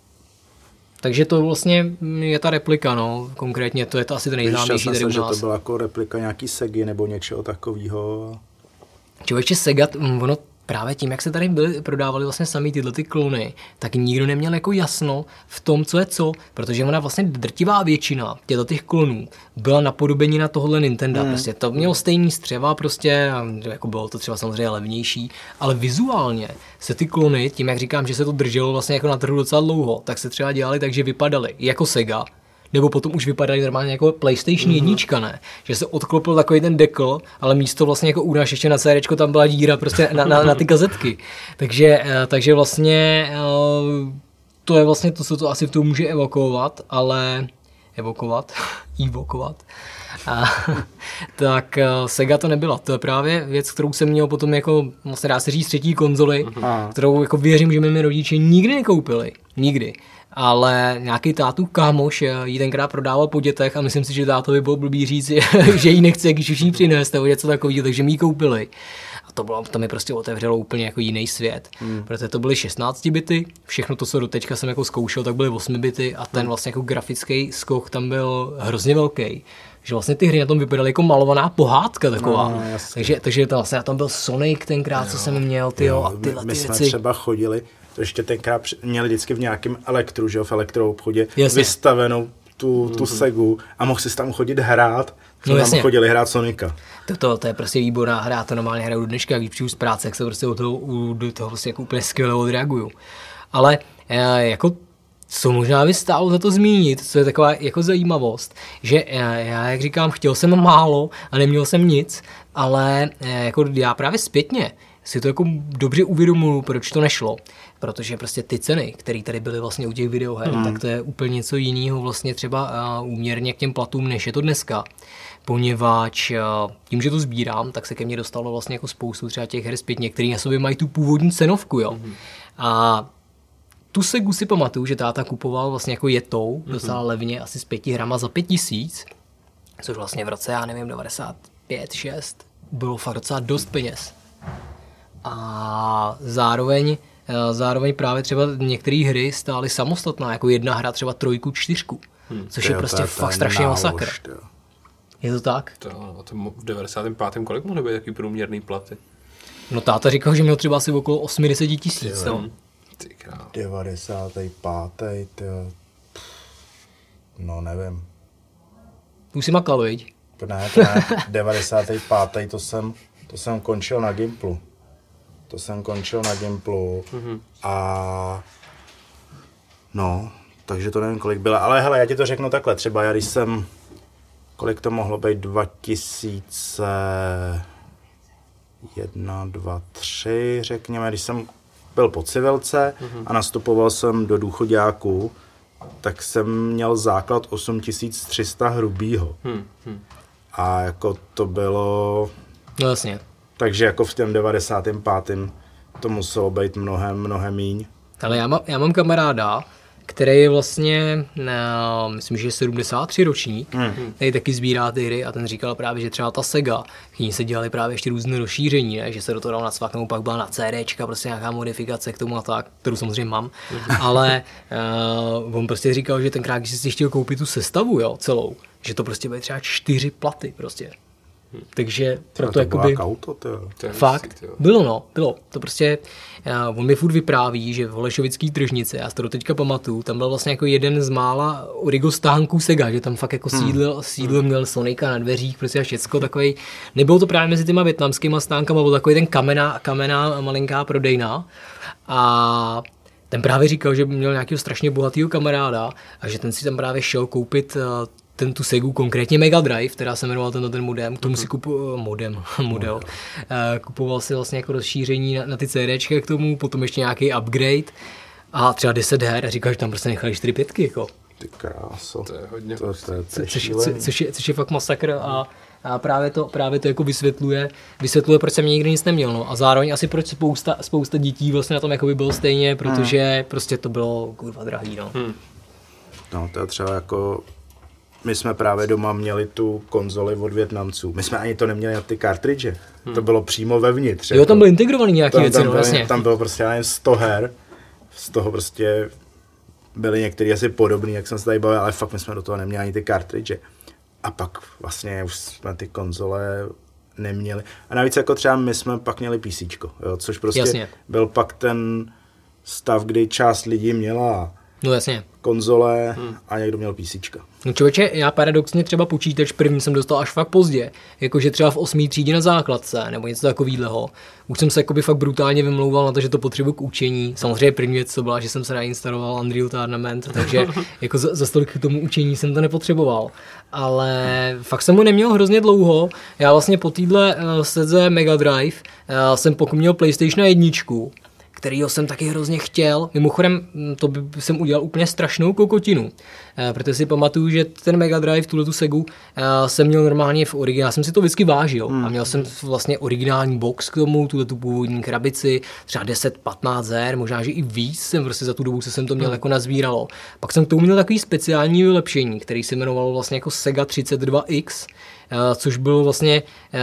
Takže to vlastně je ta replika, no, konkrétně to je to asi ten nejznámější tady u nás. Že to byla jako replika nějaký Segy nebo něčeho takového. Člověče, Sega, ono právě tím, jak se tady byly, prodávali vlastně sami tyhle ty klony, tak nikdo neměl jako jasno v tom, co je co, protože ona vlastně drtivá většina těchto těch klonů byla napodobení na tohle Nintendo. Hmm. Prostě to mělo stejný střeva, prostě, jako bylo to třeba samozřejmě levnější, ale vizuálně se ty klony, tím jak říkám, že se to drželo vlastně jako na trhu docela dlouho, tak se třeba dělali tak, že vypadaly jako Sega, nebo potom už vypadaly normálně jako PlayStation mm-hmm. jednička, ne? Že se odklopil takový ten dekl, ale místo vlastně jako u nás ještě na CDčko tam byla díra prostě na, na, na ty kazetky. Takže, takže vlastně to je vlastně to, co to asi v tom může evokovat, ale evokovat, evokovat. A, tak Sega to nebyla. To je právě věc, kterou jsem měl potom jako, vlastně dá se říct, třetí konzoli, mm-hmm. kterou jako věřím, že mi rodiče nikdy nekoupili. Nikdy. Ale nějaký tátu kámoš ji tenkrát prodával po dětech a myslím si, že táto by bylo blbý říct, že ji nechce, když už jí přinést nebo něco takového, takže mi ji koupili. A to, bylo, to mi prostě otevřelo úplně jako jiný svět, hmm. protože to byly šestnáct bity, všechno to, co do teďka jsem jako zkoušel, tak byly osm bity a ten hmm. vlastně jako grafický skok tam byl hrozně velký. Že vlastně ty hry na tom vypadaly jako malovaná pohádka taková. No, takže, takže to vlastně na tom byl Sonic tenkrát, jo, co jsem měl, tyjo, a tyhle my, my ty jsme věci. třeba chodili, to ještě tenkrát měli vždycky v nějakém elektru, že jo, v elektroobchodě, vystavenou tu, tu mm-hmm. Segu a mohl si tam chodit hrát, no, tam chodili hrát Sonika. To, to, to je prostě výborná hra, to normálně hraju do dneška, když přijdu z práce, jak se prostě od toho, do toho prostě jako úplně skvěle odreaguju. Ale e, jako co možná by stálo za to zmínit, co je taková jako zajímavost, že já, jak říkám, chtěl jsem málo a neměl jsem nic, ale jako já právě zpětně si to jako dobře uvědomuji, proč to nešlo. Protože prostě ty ceny, které tady byly vlastně u těch videoher, mm. tak to je úplně něco jiného vlastně třeba uh, úměrně k těm platům, než je to dneska. Poněvadž uh, tím, že to sbírám, tak se ke mně dostalo vlastně jako spoustu třeba těch her zpětně, které na sobě mají tu původní cenovku, jo. Mm. A tu Segu si pamatuju, že táta kupoval vlastně jako jetou, mm-hmm. docela levně, asi z pěti hrama za pět tisíc, což vlastně v roce, já nevím, devadesát pět šest bylo fakt docela dost peněz. A zároveň, zároveň právě třeba některé hry stály samostatná, jako jedna hra třeba trojku, čtyřku, hmm. což je, je prostě fakt strašně masakr. Je to tak? To, a to v devadesátém pátém kolik mohly být jaký průměrný platy? No táta říkal, že měl třeba asi okolo osmdesát tisíc. No. devadesátý pátý tyjo. No nevím. Už si makal, viď? Ne, to ne. devadesátý pátý to jsem, to jsem končil na Gimplu. To jsem končil na Gimplu mm-hmm. a no, takže to nevím, kolik bylo. Ale hele, já ti to řeknu takhle, třeba já když jsem, kolik to mohlo být, dva tisíce jedna, dva, tři, řekněme, když jsem byl po civilce mm-hmm. a nastupoval jsem do důchoďáků, tak jsem měl základ osm tisíc tři sta hrubýho. Mm-hmm. A jako to bylo... No jasně. Takže jako v těm devadesátém pátém to muselo být mnohem, mnohem míň. Ale já, má, já mám kamaráda, který je vlastně, no, myslím, že je sedmdesát tři ročník, mm. který taky sbírá ty hry a ten říkal právě, že třeba ta Sega, k ní se dělali právě ještě různé rozšíření, ne? Že se do toho dal nacvaknout, pak byla na CDčka, prostě nějaká modifikace k tomu a tak, kterou samozřejmě mám, ale uh, on prostě říkal, že tenkrát, když si chtěl koupit tu sestavu, jo, celou, že to prostě byly třeba čtyři platy prostě. Takže proto jakoby... Auto, tyjo. Fakt, tyjo. Bylo no, bylo. To prostě, uh, on mi furt vypráví, že v Holešovický tržnici, já si to teďka pamatuju, tam byl vlastně jako jeden z mála origo stánků Sega, že tam fakt jako sídlil, hmm. sídlil měl Sonika na dveřích, prostě a všecko takovej. Nebylo to právě mezi těma vietnamskýma stánkama, byl takový ten kamená, kamená malinká prodejna a ten právě říkal, že měl nějakého strašně bohatého kamaráda a že ten si tam právě šel koupit uh, ten tu Segu, konkrétně Mega Drive, která se jmenoval ten, ten modem, k tomu si kupoval modem, model, kupoval si vlastně jako rozšíření na, na ty CDčka k tomu, potom ještě nějaký upgrade a třeba deset her a říkal, že tam prostě nechali čtyři pětky, jako. Ty kráso. To je hodně. To, to, je, to je což, co, což, je, což je fakt masakr a, a právě to, právě to jako vysvětluje, vysvětluje, proč jsem nikdy nic neměl. No. A zároveň asi proč spousta, spousta dětí vlastně na tom jakoby bylo stejně, protože hmm. prostě to bylo kurva drahý. No. Hmm. No to je třeba jako, my jsme právě doma měli tu konzoli od Vietnamců. My jsme ani to neměli na ty kartridže. Hmm. To bylo přímo vevnitř. Jo, tam byly integrovaný nějaký věci, tam, no, byly, vlastně. tam bylo prostě jen sto her, z toho prostě byly některý asi podobný, jak jsem se tady bavil, ale fakt my jsme do toho neměli ani ty kartridže. A pak vlastně už jsme ty konzole neměli. A navíc jako třeba my jsme pak měli PCčko, jo, což prostě jasně. Byl pak ten stav, kdy část lidí měla no, jasně. konzole hmm. a někdo měl PCčka. No člověče, já paradoxně třeba počítač první jsem dostal až fakt pozdě, jakože třeba v osmý třídě na základce nebo něco takového. Už jsem se jakoby fakt brutálně vymlouval na to, že to potřebuji k učení. Samozřejmě první věc to byla, že jsem se nainstaloval Unreal Tournament, takže jako za, za stolik k tomu učení jsem to nepotřeboval. Ale fakt jsem ho neměl hrozně dlouho. Já vlastně po téhle uh, sedze Mega Drive uh, jsem pokud měl PlayStation jedničku, kterýho jsem taky hrozně chtěl. Mimochodem, to by jsem udělal úplně strašnou kokotinu, protože si pamatuju, že ten Mega Drive, tuhletu Segu, jsem měl normálně v originálu. Já jsem si to vždycky vážil a měl jsem vlastně originální box k tomu, tuhletu původní krabici, třeba deset patnáct her, možná, že i víc jsem prostě za tu dobu, co jsem to měl jako nazbíralo. Pak jsem k tomu měl takový speciální vylepšení, který se jmenovalo vlastně jako Sega třicet dva X, což byl vlastně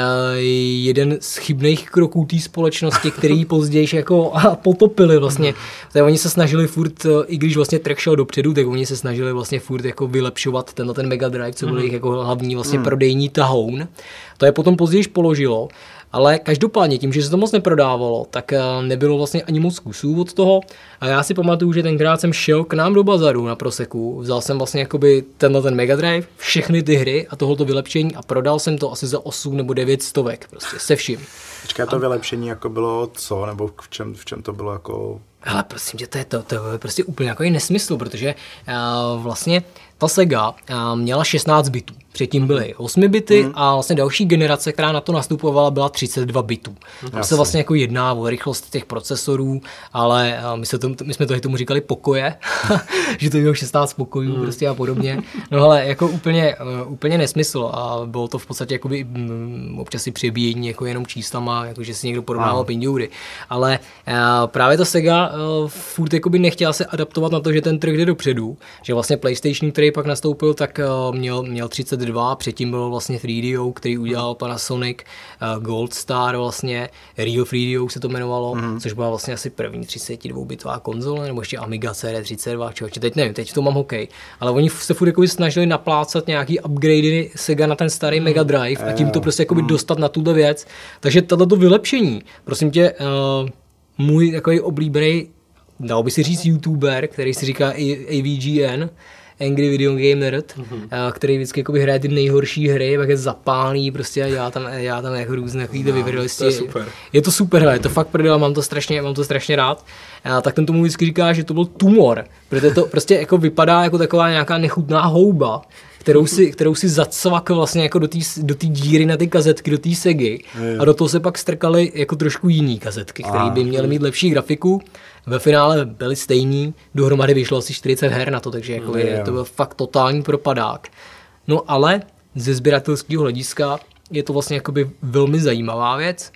jeden z chybných kroků té společnosti, který později jako potopili vlastně. Tak oni se snažili furt, i když vlastně trh šel dopředu, tak oni se snažili vlastně furt jako vylepšovat tenhle ten Mega Drive, co byl jejich jako hlavní vlastně prodejní tahoun. To je potom později položilo. Ale každopádně tím, že se to moc neprodávalo, tak nebylo vlastně ani moc kusů od toho. A já si pamatuju, že tenkrát jsem šel k nám do bazaru na Proseku, vzal jsem vlastně jakoby tenhle ten Mega Drive, všechny ty hry a tohoto vylepšení a prodal jsem to asi za osm nebo devět stovek, prostě se vším. Počkej, to a... vylepšení jako bylo co, nebo v čem, v čem to bylo jako... Ale prosím tě, to je, to, to je prostě úplně jako nesmysl, protože uh, vlastně ta Sega uh, měla šestnáct bitů. Předtím byly osm bity mm. a vlastně další generace, která na to nastupovala, byla třicet dva bitů. Tam se vlastně jako jedná o rychlost těch procesorů, ale uh, my, se tom, my jsme to tomu říkali pokoje, že to bylo šestnáct pokojů mm. prostě a podobně. No ale jako úplně, uh, úplně nesmysl a bylo to v podstatě jakoby um, občas si přebíjení jako jenom číslama, jako že si někdo porovnával pinďoury. Ale uh, právě ta Sega uh, furt jakoby nechtěla se adaptovat na to, že ten trh jde dopředu, že vlastně PlayStation, který pak nastoupil, tak uh, měl, měl třicet dva, předtím bylo vlastně tři D O, který udělal Panasonic, uh, Gold Star vlastně, Real tři D O se to jmenovalo, mm. což byla vlastně asi první třicet dva bitová konzole, nebo ještě Amiga C D třicet dva, člověče, teď nevím, teď to mám hokej, ale oni se furt jakoby snažili naplácat nějaký upgradey Sega na ten starý mm. Mega Drive a tím to prostě jakoby mm. dostat na tuto věc, takže tato vylepšení, prosím tě, uh, můj takový oblíbený, dalo by si říct YouTuber, který si říká A V G N, Angry Video Game Nerd, mm-hmm. který vždycky jakoby hraje ty nejhorší hry, pak je zapálí prostě a já tam, já tam jako různé takový no, vyvrlisti. To je super. Je to super, je to fakt prdel, mám to strašně, mám to strašně rád. A tak ten tomu vždycky říká, že to byl tumor, protože to prostě jako vypadá jako taková nějaká nechutná houba, kterou si, kterou si zacvakl vlastně jako do té do té díry na ty kazetky, do té Segy a do toho se pak strkaly jako trošku jiný kazetky, které by měly mít lepší grafiku. Ve finále byly stejný, dohromady vyšlo asi čtyřicet her na to, takže jako je, to byl fakt totální propadák. No ale ze sběratelského hlediska je to vlastně jakoby velmi zajímavá věc.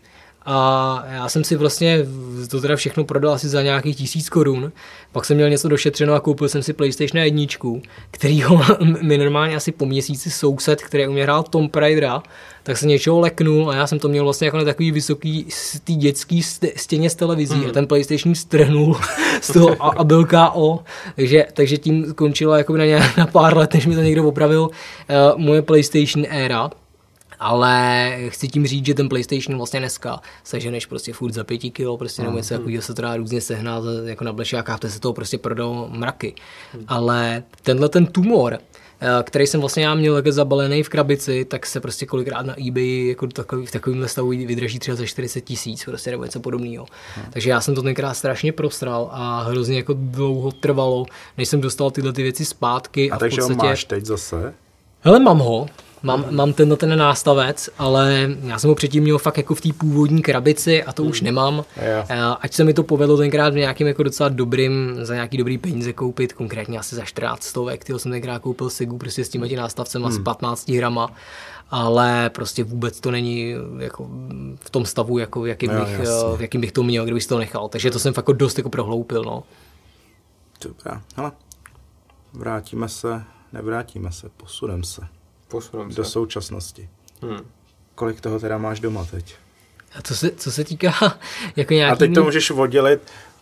A já jsem si vlastně to teda všechno prodal asi za nějakých tisíc korun. Pak jsem měl něco došetřeno a koupil jsem si PlayStation jedničku, kterýho mi normálně asi po měsíci soused, který u mě hrál Tomb Raidera, tak se něčeho leknul a já jsem to měl vlastně jako na takový vysoký tý dětský stěně z televizí mm. a ten PlayStation strhnul z toho a, a byl K O. Takže, takže tím končila jako na, nějak, na pár let, než mi to někdo opravil uh, moje PlayStation éra. Ale chci tím říct, že ten PlayStation vlastně dneska seženeš prostě furt za pěti kilo, prostě nebo něco takového se to dá různě sehnat jako na blešákách, to se toho prostě prodalo mraky. Ale tenhle ten tumor, který jsem vlastně já měl jako zabalený v krabici, tak se prostě kolikrát na eBay jako takový, v takovémhle stavu vydrží třeba za čtyřicet tisíc prostě nebo něco podobného. Hmm. Takže já jsem to tenkrát strašně prosral a hrozně jako dlouho trvalo, než jsem dostal tyhle ty věci zpátky. A, a v takže podstatě... ho máš teď zase? Hele, mám ho. mám, mám tenhle ten nástavec, ale já jsem ho předtím měl fakt jako v té původní krabici a to mm. už nemám. Yeah. Ať se mi to povedlo tenkrát v nějakým jako docela dobrým, za nějaký dobrý peníze koupit, konkrétně asi za čtrnáct stovek, tyho jsem tenkrát koupil Segu prostě s těma nástavcema mm. s patnácti hrama. Ale prostě vůbec to není jako v tom stavu, jako v, jakým no, bych, v jakým bych to měl, kdybych si to nechal. Takže to jsem fakt jako dost jako prohloupil. No. Dobrá, hele, vrátíme se, nevrátíme se, posuneme se. Posuneme se. Do současnosti. Hmm. Kolik toho teda máš doma teď? A co se, co se týká jako nějaký... A teď to můžeš oddělit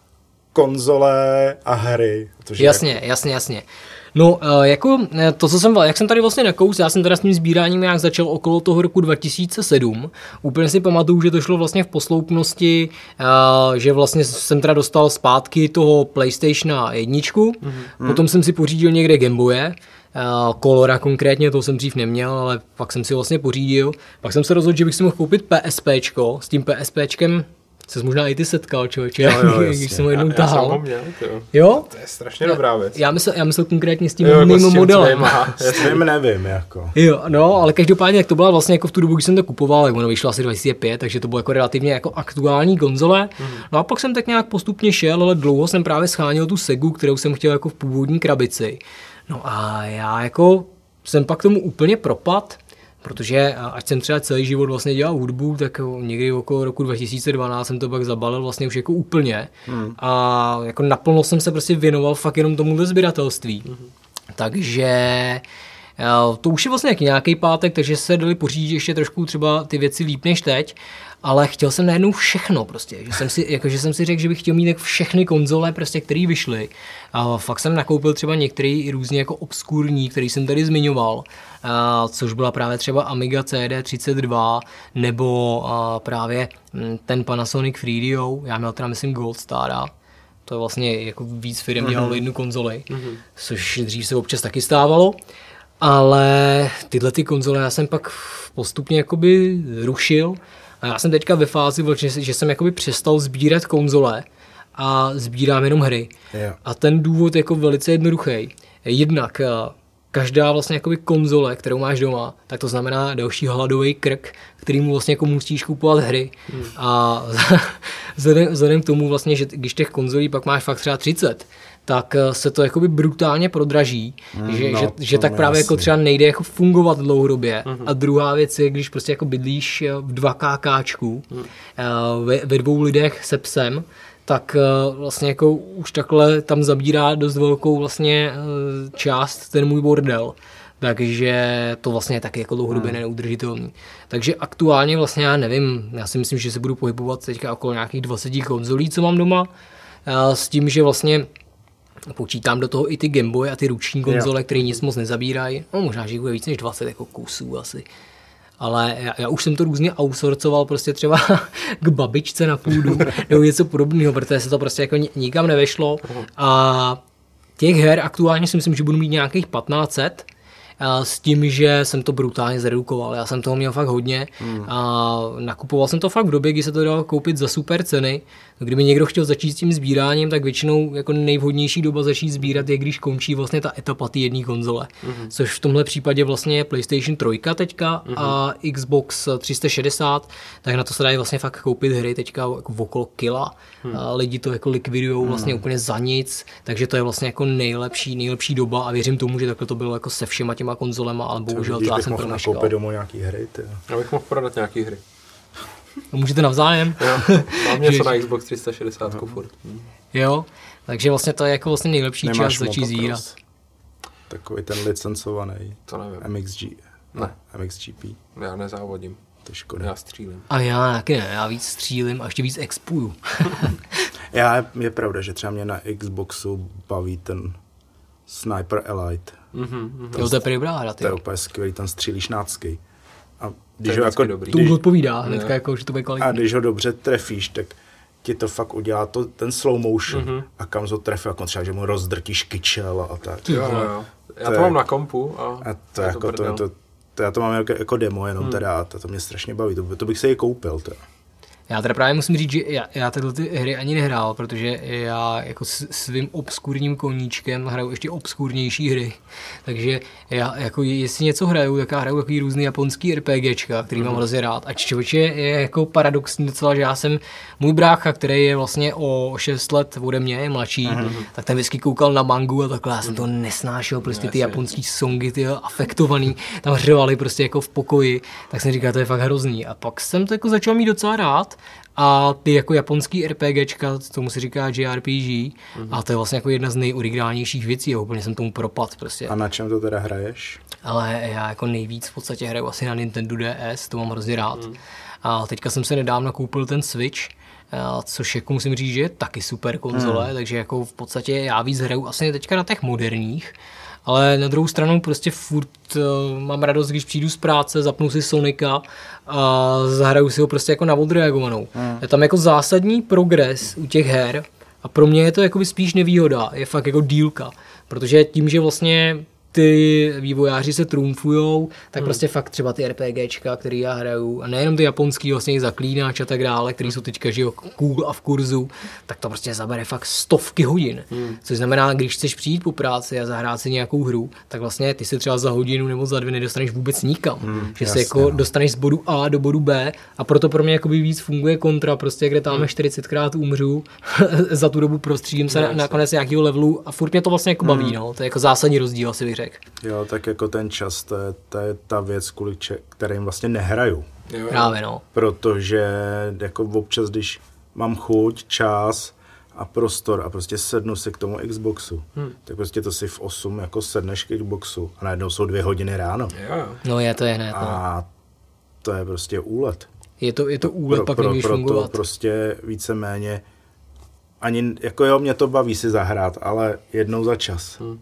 konzole a hry. Jasně, jako... jasně, jasně. No, jako to, co jsem, jak jsem tady vlastně nakous, já jsem teda s tím sbíráním nějak začal okolo toho roku dva tisíce sedm. Úplně si pamatuju, že to šlo vlastně v posloupnosti, že vlastně jsem teda dostal zpátky toho PlayStationa jedničku, mm-hmm. potom jsem si pořídil někde Gameboye, Colora konkrétně, to jsem dřív neměl, ale pak jsem si vlastně pořídil. Pak jsem se rozhodl, že bych si mohl koupit PSPčko, s tím PSPčkem se možná i ty setkal, člověče, jo, jo, když jsem ho jednou já, tahal. Já jsem ho měl, jo. Jo? To je strašně dobrá věc. Já myslel, já myslel konkrétně s tím jo, mým jako modelem. S tím nevím, jako. Jo, no, ale každopádně, jak to byla vlastně jako v tu dobu, když jsem to kupoval, jak ono vyšlo asi dva tisíce pět, takže to bylo jako relativně jako aktuální konzole. Mm. No a pak jsem tak nějak postupně šel, ale dlouho jsem právě scháněl tu Segu, kterou jsem chtěl jako v původní krabici. No a já jako jsem pak tomu úplně propad, protože ať jsem třeba celý život vlastně dělal hudbu, tak někdy okolo roku dva tisíce dvanáct jsem to pak zabalil vlastně už jako úplně. Hmm. A jako naplno jsem se prostě věnoval fakt jenom tomuhle sběratelství. Hmm. Takže to už je vlastně nějaký pátek, takže se dali pořídit ještě trošku třeba ty věci líp než teď. Ale chtěl jsem najednou všechno prostě, že jsem si, jako, že jsem si řekl, že bych chtěl mít všechny konzole, prostě, které vyšly. A fakt jsem nakoupil třeba některé i různě jako obskurní, který jsem tady zmiňoval, a, což byla právě třeba Amiga C D třicet dva, nebo a, právě ten Panasonic Freedio, já měl teda myslím Gold Stara. To je vlastně jako víc firm dělalo mm-hmm. jednu konzoli, mm-hmm. což dřív se občas taky stávalo. Ale tyhle ty konzole já jsem pak postupně jakoby rušil. A já jsem teďka ve fázi, že jsem jakoby přestal sbírat konzole a sbírám jenom hry. Yeah. A ten důvod je jako velice jednoduchý. Jednak každá vlastně jakoby konzole, kterou máš doma, tak to znamená další hladový krk, kterýmu vlastně jako musíš kupovat hry. Hmm. A vzhledem, vzhledem k tomu vlastně, že když těch konzolí pak máš fakt třeba třicet, tak se to jakoby brutálně prodraží, mm, že, no, že, že tak právě jako třeba nejde jako fungovat dlouhodobě. Mm-hmm. A druhá věc je, když prostě jako bydlíš v dva ká káčku mm. ve, ve dvou lidech se psem, tak vlastně jako už takhle tam zabírá dost velkou vlastně část ten můj bordel. Takže to vlastně je taky jako dlouhodobě hmm. neudržitelný. Takže aktuálně vlastně já nevím, já si myslím, že se budu pohybovat teďka okolo nějakých dvacet konzolí, co mám doma, s tím, že vlastně počítám do toho i ty Gameboy a ty ruční konzole, které nic moc nezabírají. No možná, že bude víc než dvacet jako kusů asi. Ale já, já už jsem to různě outsourcoval prostě třeba k babičce na půdu nebo něco podobného, protože se to prostě jako nikam nevešlo. A těch her aktuálně si myslím, že budu mít nějakých patnáct set, s tím, že jsem to brutálně zredukoval. Já jsem toho měl fakt hodně hmm. a nakupoval jsem to fakt v době, kdy se to dalo koupit za super ceny. Kdyby někdo chtěl začít s tím sbíráním, tak většinou jako nejvhodnější doba začít sbírat je, když končí vlastně ta etapa ty jedné konzole. Hmm. Což v tomhle případě vlastně je PlayStation tři teďka hmm. a Xbox tři sta šedesát, tak na to se dají vlastně fakt koupit hry teďka jako okolo kila. Hmm. A lidi to jako likvidujou vlastně hmm. úplně za nic, takže to je vlastně jako nejlepší, nejlepší doba a věřím tomu, že takhle to bylo jako se všema těma konzolema, ale bohužel to já jsem promeškal. Nakoupit domů nějaký hry, ty. Já bych mohl prodat nějaký hry. Můžete navzájem. Jo, mám něco na Xbox tři sta šedesát no. furt. Jo, takže vlastně to je jako vlastně nejlepší Nemáš čas začít zírat. Takový ten licencovaný. To nevím. M X G. Ne. M X G P. Já nezávodím. To je škoda. Já střílím. A já taky ne, já víc střílím a ještě víc expuju. já, je pravda, že třeba mě na Xboxu baví ten Sniper Elite. Mm-hmm, mm-hmm. Jo, to je prý dobrá hra, to je úplně skvělý, tam střílíš nácky. A když ho jako, dobrý. To už odpovídá hnedka, jako, že to bude kvalitní. A když ho dobře trefíš, tak ti to fakt udělá to, ten slow motion mm-hmm. a kam to trefí, jako třeba, že mu rozdrtíš kyčel a tak. Jo, jo, jo. Já to, to mám je, na kompu. A, a to, je jako, to, to, to, já to mám jako, jako demo jenom mm. teda a to, to mě strašně baví, to, to bych se ji koupil. Teda. Já teda právě musím říct, že já, já tyhle ty hry ani nehrál, protože já jako s svým obskurním koníčkem hraju ještě obskurnější hry. Takže já jako jestli něco hraju, tak já hraju takový různý japonský RPGčka, který mm. mám hrozně rád. A člověče je jako paradoxní docela, že já jsem, můj brácha, který je vlastně o šest let ode mě, je mladší, mm. tak ten vždycky koukal na mangu a takhle, já jsem to nesnášel, prostě ty japonský songy, ty afektovaný, tam hřevali prostě jako v pokoji, tak jsem říkal, to je fakt hrozný. A pak jsem to jako začal mít docela rád. A ty jako japonský RPGčka, tomu se říká J R P G, mm-hmm. a to je vlastně jako jedna z nejoriginálnějších věcí a úplně jsem tomu propad prostě. A na čem to teda hraješ? Ale já jako nejvíc v podstatě hraju asi na Nintendo D S, to mám hrozně rád. Mm. A teďka jsem se nedávno koupil ten Switch, což jako musím říct, že je taky super konzole, mm. takže jako v podstatě já víc hraju asi teďka na těch moderních. Ale na druhou stranu prostě furt uh, mám radost, když přijdu z práce, zapnu si Sonika a zahraju si ho prostě jako na odreagovanou. Hmm. Je tam jako zásadní progres u těch her a pro mě je to jako spíš nevýhoda, je fakt jako dílka, protože tím, že vlastně ty vývojáři se trumfujou, tak hmm. prostě fakt třeba ty RPGčka, který já hraju, a nejenom ty japonský, vlastně i Zaklínač a tak dále, který jsou teďka že jo, cool a v kurzu, tak to prostě zabere fakt stovky hodin. Hmm. Což znamená, když chceš přijít po práci a zahrát si nějakou hru, tak vlastně ty se třeba za hodinu nebo za dvě nedostaneš vůbec nikam. Hmm, že se jako no. dostaneš z bodu A do bodu B a proto pro mě jakoby víc funguje kontra, prostě kde tam hmm. čtyřicetkrát umřu, za tu dobu prostřídím se no, na, nakonec nějakého levelu a furt mě to vlastně jako baví, hmm. no. To je jako zásadní rozdíl, asi bych řekl. Jo, tak jako ten čas, to je, to je ta věc, kvůli kterým vlastně nehraju. Jo, právě no. Protože jako občas, když mám chuť, čas a prostor a prostě sednu si k tomu Xboxu, hmm. tak prostě to si v osm jako sedneš k Xboxu a najednou jsou dvě hodiny ráno. Jo. No je to je hned. A no. to je prostě úlet. Je to, je to úlet, pro, pak pro, nemůžeš fungovat. Proto prostě víceméně ani, jako jo, mě to baví si zahrát, ale jednou za čas. Hmm.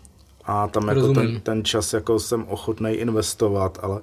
A tam jako ten, ten čas jako jsem ochotnej investovat, ale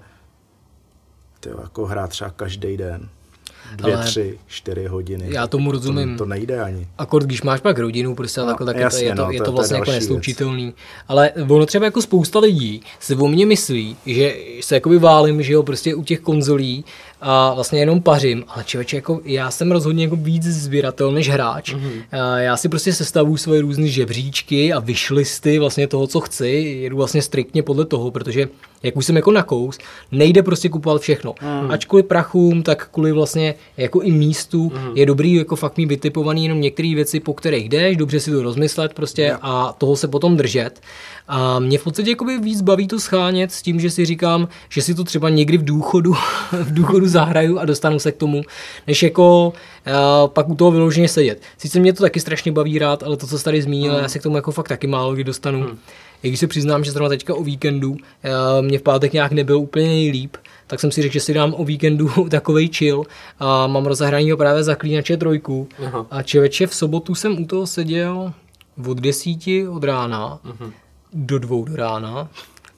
tyjo, jako hrát třeba každý den. Dvě, ale tři, čtyři hodiny. Já tomu rozumím. To, to nejde ani. Akord, když máš pak rodinu, prostě no, tak, tak jasně, je to, no, je to, to vlastně jako neslučitelný. Věc. Ale ono třeba jako spousta lidí se o mě myslí, že se jakoby válím, že jo, prostě u těch konzolí a vlastně jenom pařím, ale člověče, jako já jsem rozhodně jako víc sběratel než hráč. Mm-hmm. Já si prostě sestavuju svoje různé žebříčky a wishlisty vlastně toho, co chci, jedu vlastně striktně podle toho, protože jak už jsem jako nakous, nejde prostě kupovat všechno. Mm. Ač kvůli prachům, tak kvůli vlastně jako i místu mm. je dobrý jako fakt mít vytipovaný jenom některé věci, po kterých jdeš, dobře si to rozmyslet prostě yeah. a toho se potom držet. A mě v podstatě jakoby víc baví to schánět s tím, že si říkám, že si to třeba někdy v důchodu, v důchodu zahraju a dostanu se k tomu, než jako uh, pak u toho vyloženě sedět. Sice mě to taky strašně baví rád, ale to, co jsi tady zmínil, mm. já se k tomu jako fakt taky málo kdy dostanu. Mm. I když se přiznám, že zrovna teďka o víkendu uh, mě v pátek nějak nebyl úplně nejlíp, tak jsem si řekl, že si dám o víkendu takovej chill a mám rozehranýho právě Zaklínače trojku. Aha. A člověče v sobotu jsem u toho seděl od desíti od rána uh-huh. do dvou do rána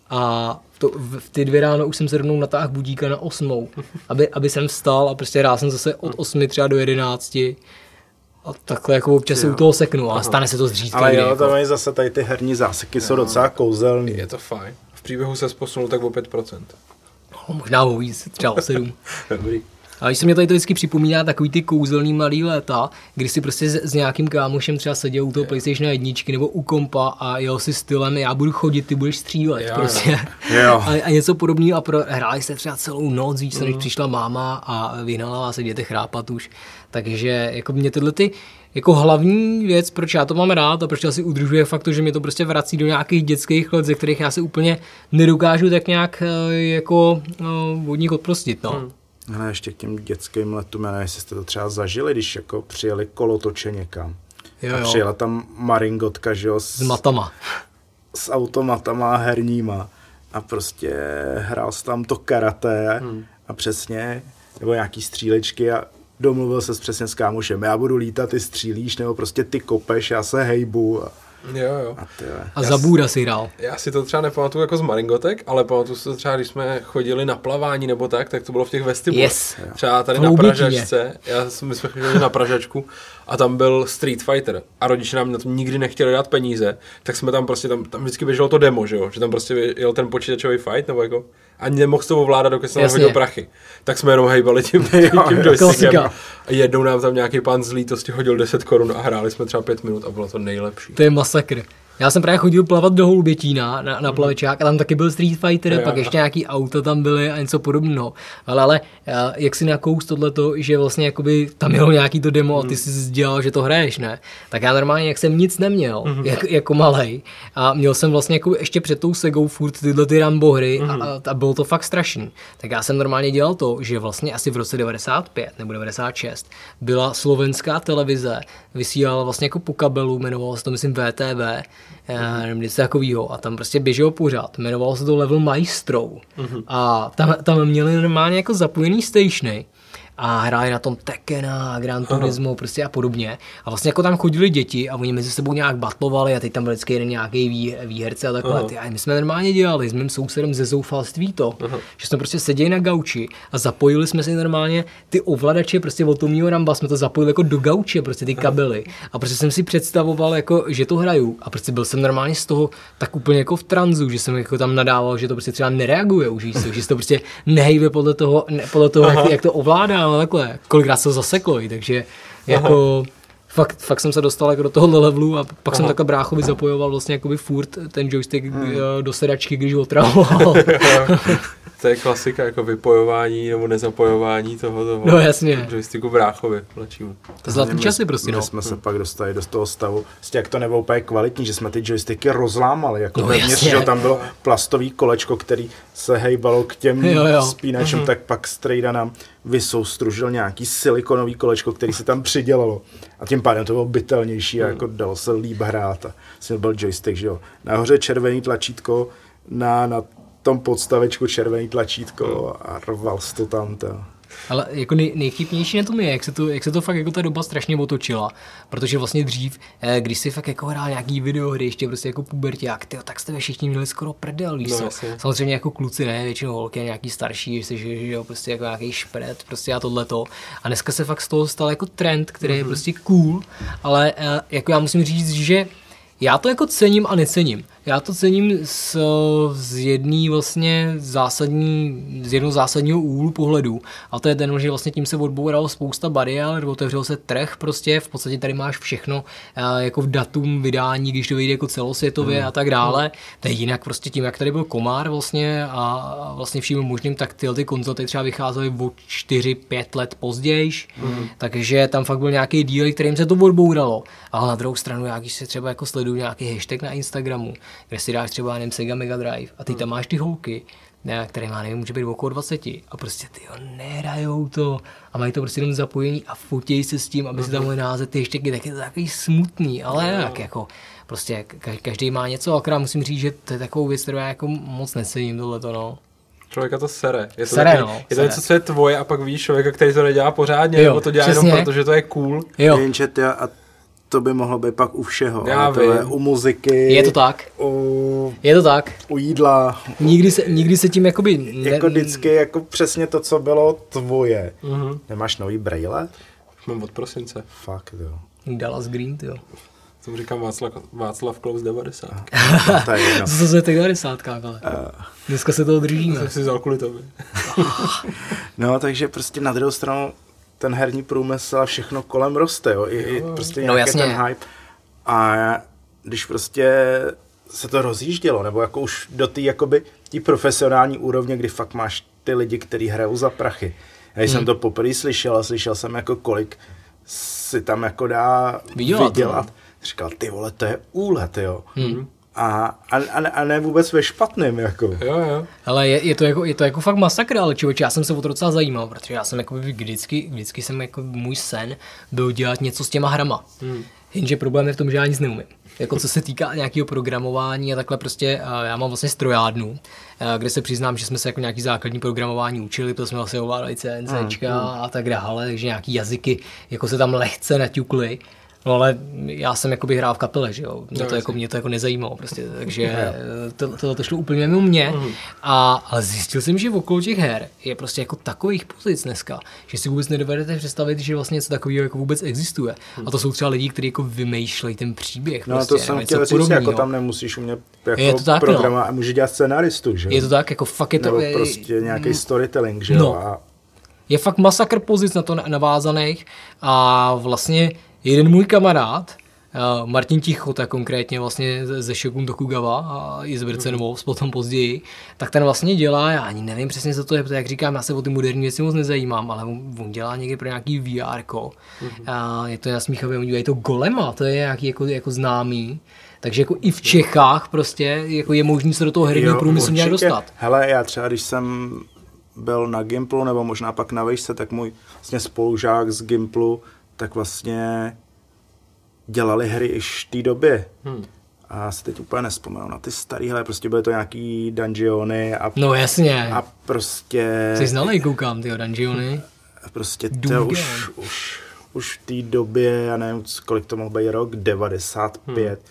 a to, v ty dvě ráno už jsem se rovnou natáhl budíka na osmou, aby, aby jsem vstal a prostě hrál jsem zase od osmi třeba do jedenácti. A takhle jako občas se u toho seknu, ale stane se to zřídka. Ale jo, jako. Tam mají zase tady ty herní záseky, jo. Jsou docela kouzelný. Je to fajn. V příběhu se posunul tak o pět procent. No, možná o víc, třeba o sedm. Dobrý. A když se mě tady to vždycky připomíná takový ty kouzelný mladý léta, kdy si prostě s, s nějakým kámošem třeba seděl u toho PlayStation jedničky nebo u kompa a jel si stylem, já budu chodit, ty budeš střílet. Jo, prostě. Jo. A, a něco podobného a pro, hráli jste třeba celou noc, víc, mm. než přišla máma a vyhnala vás, jděte chrápat už. Takže jako mě tyhle ty jako hlavní věc, proč já to mám rád a proč já si udržuje fakt to, že mě to prostě vrací do nějakých dětských let, ze kterých já si úplně nedokážu tak nějak jako no, od nich odprostit, no. Hmm. Ale ještě k těm dětským letům, já nevím, jestli jste to třeba zažili, když jako přijeli kolotoče někam. Jo, jo. A přijela tam maringotka, že jo, s, s matama. S automatama herníma a prostě hrál se tam to karate hmm. a přesně, nebo nějaký střílečky a domluvil se přesně s kámošem, já budu lítat, ty střílíš, nebo prostě ty kopeš, já se hejbu. A, jo, jo. A, a za bůra si hrál. Já si to třeba nepamatuju jako z maringotek, ale pamatuju si to třeba, když jsme chodili na plavání nebo tak, tak to bylo v těch vestibulech. Yes. Třeba tady na Pražačce, já, my jsme chodili na Pražačku a tam byl Street Fighter a rodiče nám na to nikdy nechtěli dát peníze, tak jsme tam prostě, tam, tam vždycky běželo to demo, že jo, že tam prostě jel ten počítačový fight, nebo jako, ani nemohl to ovládat, dokud jsem hodil prachy. Tak jsme jenom hejbali tím, tím, tím joystickem. A jednou nám tam nějaký pán z lítosti hodil deset korun a hráli jsme třeba pět minut a bylo to nejlepší. To je masakr. Já jsem právě chodil plavat do Holubětína na, na plavečák a tam taky byl Street Fighter, no, pak ještě nějaký auto tam byly a něco podobného. Ale, ale jak si nakous tohleto, že vlastně jakoby tam jelo nějaký to demo a ty si dělal, že to hraješ, ne? Tak já normálně, jak jsem nic neměl, mm-hmm. jak, jako malej, a měl jsem vlastně jako ještě před tou Segou furt tyhle ty Rambo hry mm-hmm. a, a bylo to fakt strašný. Tak já jsem normálně dělal to, že vlastně asi v roce devadesát pět nebo devadesát šest byla slovenská televize, vysílala vlastně jako po kabelu, jmenovalo se to myslím V T V, nevím, něco takovýho. A tam prostě běžel pořád. Jmenovalo se to Level Maestro. Mm-hmm. A tam, tam měli normálně jako zapojený stationy. A hráli na tom Tekkena, Gran Turismo prostě a podobně. A vlastně jako tam chodili děti a oni mezi sebou nějak batlovali a teď tam byl vždycky jeden nějaký vý, výherce a takhle. Ty, a my jsme normálně dělali s mým sousedem ze zoufalství to, Aha. že jsme prostě seděli na gauči a zapojili jsme si normálně ty ovladače prostě od toho Ramba, jsme to zapojili jako do gauče, prostě ty kabely. A prostě jsem si představoval, jako, že to hraju. A prostě byl jsem normálně z toho tak úplně jako v tranzu, že jsem jako tam nadával, že to prostě třeba nereaguje už, že to prostě nehejbe podle toho, ne, podle toho jak, jak to ovládá. No takhle, kolikrát se to zaseklo, takže jako fakt, fakt jsem se dostal jako do toho levelu a pak Aha. jsem takhle bráchovi zapojoval vlastně jakoby furt ten joystick hmm. do sedačky, když otravoval. To je klasika, jako vypojování nebo nezapojování toho, toho no, jasně. joysticku bráchovi mladšímu. To zlatý my, časy prostě, my no. jsme se hmm. pak dostali do toho stavu, prostě jak to nebylo úplně kvalitní, že jsme ty joysticky rozlámali, jako no, vevnitř, že tam bylo plastový kolečko, který se hejbalo k těm jo, jo. spínačům, mm-hmm. tak pak strejda nám vysoustružil nějaký silikonový kolečko, který se tam přidělalo. A tím pádem to bylo bytelnější a jako dalo se líp hrát. A vlastně byl joystick, že jo. Nahoře červený tlačítko, na, na tom podstavečku červený tlačítko a rval jsi to tam. To. Ale jako nej, nejchybnější na tom je, jak se to, jak se to fakt jako ta doba strašně otočila. Protože vlastně dřív, když si fakt jako hrál nějaký videohry, ještě prostě jako puberťák, tyjo, tak jste všichni měli skoro prdel, víš co? No, samozřejmě jako kluci ne, většinou holky, nějaký starší, že, že jo, prostě jako nějaký špret, prostě a tohleto. A dneska se fakt z toho stal jako trend, který mm-hmm. je prostě cool, ale jako já musím říct, že já to jako cením a necením. Já to cením z, z jedný vlastně zásadní, z jednoho zásadního úhlu pohledu. A to je ten, že vlastně tím se odbouralo spousta bariér, otevřel se trh prostě, v podstatě tady máš všechno jako v datum vydání, když to vyjde jako celosvětově mm. a tak dále. To je jinak prostě tím, jak tady byl komár vlastně a vlastně vším možným, tak tyhle ty konzole třeba vycházely o čtyři pět let později, mm. takže tam fakt byl nějaký díl, kterým se to odbouralo. Ale na druhou stranu, já když se třeba jako sleduju nějaký hashtag na Instagramu, kde si dáš třeba, nevím, Sega Mega Drive a ty tam máš ty holky, ne, které má, nevím, může být okolo dvacet a prostě tyjo, nehrajou to a mají to prostě jenom zapojení a fotějí se s tím, aby si tam mohli naházet ty hashtagy, tak je to takový smutný, ale no. tak jako prostě každý má něco, akorát musím říct, že to je takovou věc, kterou já jako moc necením tohleto, no. Člověka to sere. Je to, sere, taky, no, je to něco, co je tvoje a pak víš člověka, který to nedělá pořádně, jo, nebo to dělá přesně. jenom proto, že to je cool. Jo. Jenže ty a to by mohlo být pak u všeho. Já to je u muziky. Je to tak. U, je to tak. U jídla. Nikdy se, nikdy se tím jakoby... Ne... Jako vždycky jako přesně to, co bylo tvoje. Uh-huh. Nemáš nový brejle? Mám od prosince. Fakt, jo. Dallas Green, jo. Tomu říkám Václav, Václav Klaus devadesát. To je jedno. Co se těch devadesátkách, ale. Uh. Dneska se toho držíme. Jsem si vzal kvůli tobě. No, takže prostě na druhou stranu ten herní průmysl a všechno kolem roste, jo. I, i prostě no, nějaký ten hype. A když prostě se to rozjíždělo, nebo jako už do té jakoby tí profesionální úrovně, kdy fakt máš ty lidi, kteří hrajou za prachy. Já jsem hmm. to poprvé slyšel a slyšel jsem jako kolik si tam jako dá vydělat. vydělat. Říkal, ty vole, to je úlet, jo. Hmm. A, a, a ne vůbec ve špatném, jako. Jo, jo. Ale je, je, to jako, je to jako fakt masakr, ale člověče, já jsem se o to docela zajímal, protože já jsem jako vždycky, vždycky jsem jako můj sen byl dělat něco s těma hrama. Hmm. Jenže problém je v tom, že já nic neumím. Jako co se týká nějakého programování a takhle prostě, já mám vlastně strojárnu, kde se přiznám, že jsme se jako nějaký základní programování učili, to jsme vlastně ovládali CNCčka hmm. a tak dále, takže nějaký jazyky jako se tam lehce naťukly. No ale já jsem jakoby hrál v kapele, že jo, mě no, to, jako, mě to jako nezajímalo prostě, takže to, to, to šlo úplně mimo mě, mm. a, ale zjistil jsem, že okolo těch her je prostě jako takových pozic dneska, že si vůbec nedovedete představit, že vlastně něco takového jako vůbec existuje. Mm. A to jsou třeba lidi, kteří jako vymýšlejí ten příběh. No prostě, to jsem chtěl říct, jako tam nemusíš umět jako tak, programa, no. Může dělat scenaristu, že jo. Je to tak, jako fakt je to... Nebo prostě nějaký storytelling, že jo. No. A... Je fakt masakr pozic na to navázaných a vlastně jeden můj kamarád, Martin Tichota konkrétně vlastně ze Shogun Tokugawa a i z Berce Novos potom později, tak ten vlastně dělá, já ani nevím přesně, co to je, protože jak říkám, já se o ty moderní věci moc nezajímám, ale on, on dělá někdy pro nějaký V R ko. Mm-hmm. A je to nasmíchavé, on dělají to Golema, to je nějaký jako, jako známý. Takže jako i v Čechách prostě jako je možný se do toho herního průmyslu nějak dostat. Hele, já třeba, když jsem byl na Gimplu, nebo možná pak na vejšce, tak můj vlastně spolužák z Gimplu, tak vlastně dělali hry iž v té době. Hmm. A já si teď úplně nespomenu na ty starý hry, prostě byly to nějaký dungeony a... No jasně. A prostě... Jsi znalej, koukám, tyho dungeony. Prostě to už, už, už v té době, já nevím, kolik to mohl být rok, devadesát pět.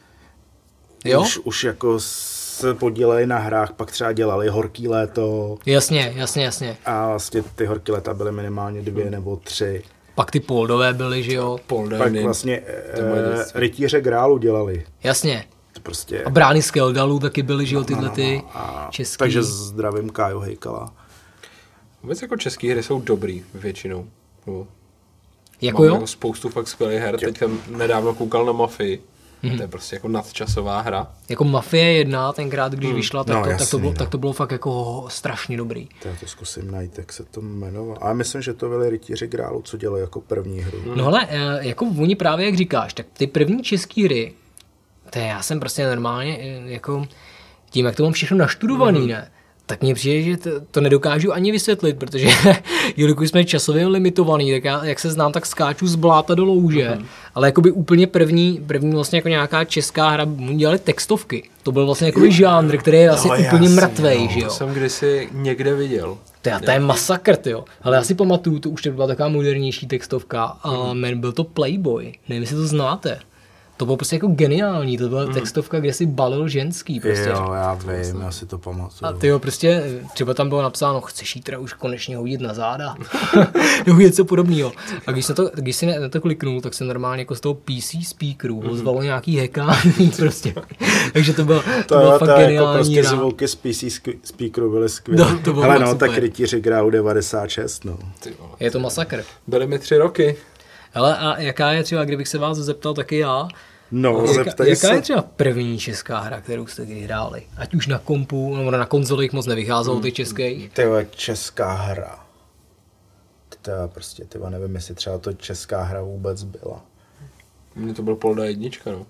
Hmm. Už, už jako se podíleli na hrách, pak třeba dělali Horký léto. Jasně, jasně, jasně. A vlastně ty Horký léta byly minimálně dvě hmm. nebo tři. Pak ty Poldové byly, že jo? Poldové. Pak vlastně e, Rytíře Grálu dělali. Jasně. To prostě... A Brány Skeldalu taky byly, že jo, tyhle ty no, no, no. český. Takže zdravím Káju Hejkala. Vůbec jako český hry jsou dobrý většinou. No. Jako jo? Jako spoustu fakt skvělých her. Teď jsem nedávno koukal na Mafii. Mm-hmm. To je prostě jako nadčasová hra. Jako Mafie jedna, tenkrát, když mm. vyšla, tak, no, to, jasný, tak, to bylo, no. tak to bylo fakt jako strašně dobrý. To já to zkusím najít, jak se to jmenovalo. Ale myslím, že to byli Rytíři Grálu, co dělají jako první hru. Mm. No hele, jako oni právě, jak říkáš, tak ty první české hry, to je, já jsem prostě normálně, jako tím, jak to mám všechno naštudovaný, mm. ne? Tak mně přijde, že to, to nedokážu ani vysvětlit, protože jelikož jsme časově limitovaný, tak já, jak se znám, tak skáču z bláta do louže, mm-hmm. ale jakoby úplně první, první vlastně jako nějaká česká hra, dělali textovky. To byl vlastně jako žánr, který je asi no, úplně jasný, mrtvej, no, že jo. To jsem kdysi někde viděl. To je, to je masakr, tyjo. Ale já si pamatuju, to už to byla taková modernější textovka a mm. byl to Playboy, nevím, jestli to znáte. To bylo prostě jako geniální, to byla textovka, kde si balil ženský prostě. Jo, já vím, já si to pamatuju. A tyjo, prostě třeba tam bylo napsáno, chceš jí teda už konečně hodit na záda, nebo něco podobného. A když, to, když si na to kliknul, tak se normálně jako z toho P C speakeru ozvalo nějaký hekání prostě. Takže to bylo, to, to bylo fakt geniální. Jako prostě zvuky z P C speakeru byly skvělé. No, to bylo ale no, super. tak Rytíři Grálu devadesát šest, no. Je to masakr. Byly mi tři roky. Hele, a jaká je třeba, kdybych se vás zeptal taky já, No, Jaká, jaká se. je třeba první česká hra, kterou jste kdy hráli? Ať už na kompu, nebo na konzolích moc nevycházelo hmm. ty českých. Tyhle česká hra. Tyhle prostě, tyhle nevím, jestli třeba to česká hra vůbec byla. Mně to byl Polda jednička, no.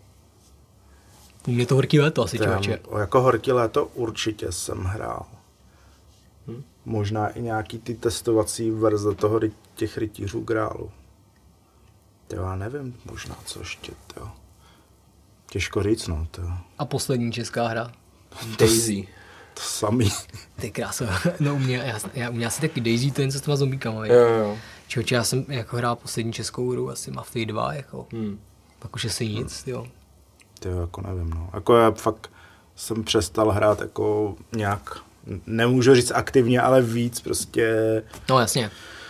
U mě to Horký léto asi, člověče. Jako Horký léto určitě jsem hrál. Hmm. Možná i nějaký ty testovací verze toho těch Rytířů Grálu. Tyhle já nevím, možná co ještě, tyhle. Těžko říct, no. To... A poslední česká hra? Daisy. To samý. Ty krása. No u mě, já, já, u mě asi taky Daisy, to je něco s těma zombíkama. Jo, jo. Čoče, já jsem jako hrál poslední českou hru, asi Mafii dva, jako. Hmm. Pak už asi nic, hmm. jo. Ty jako nevím, no. Jako já fakt jsem přestal hrát jako nějak, nemůžu říct aktivně, ale víc prostě. No jasně.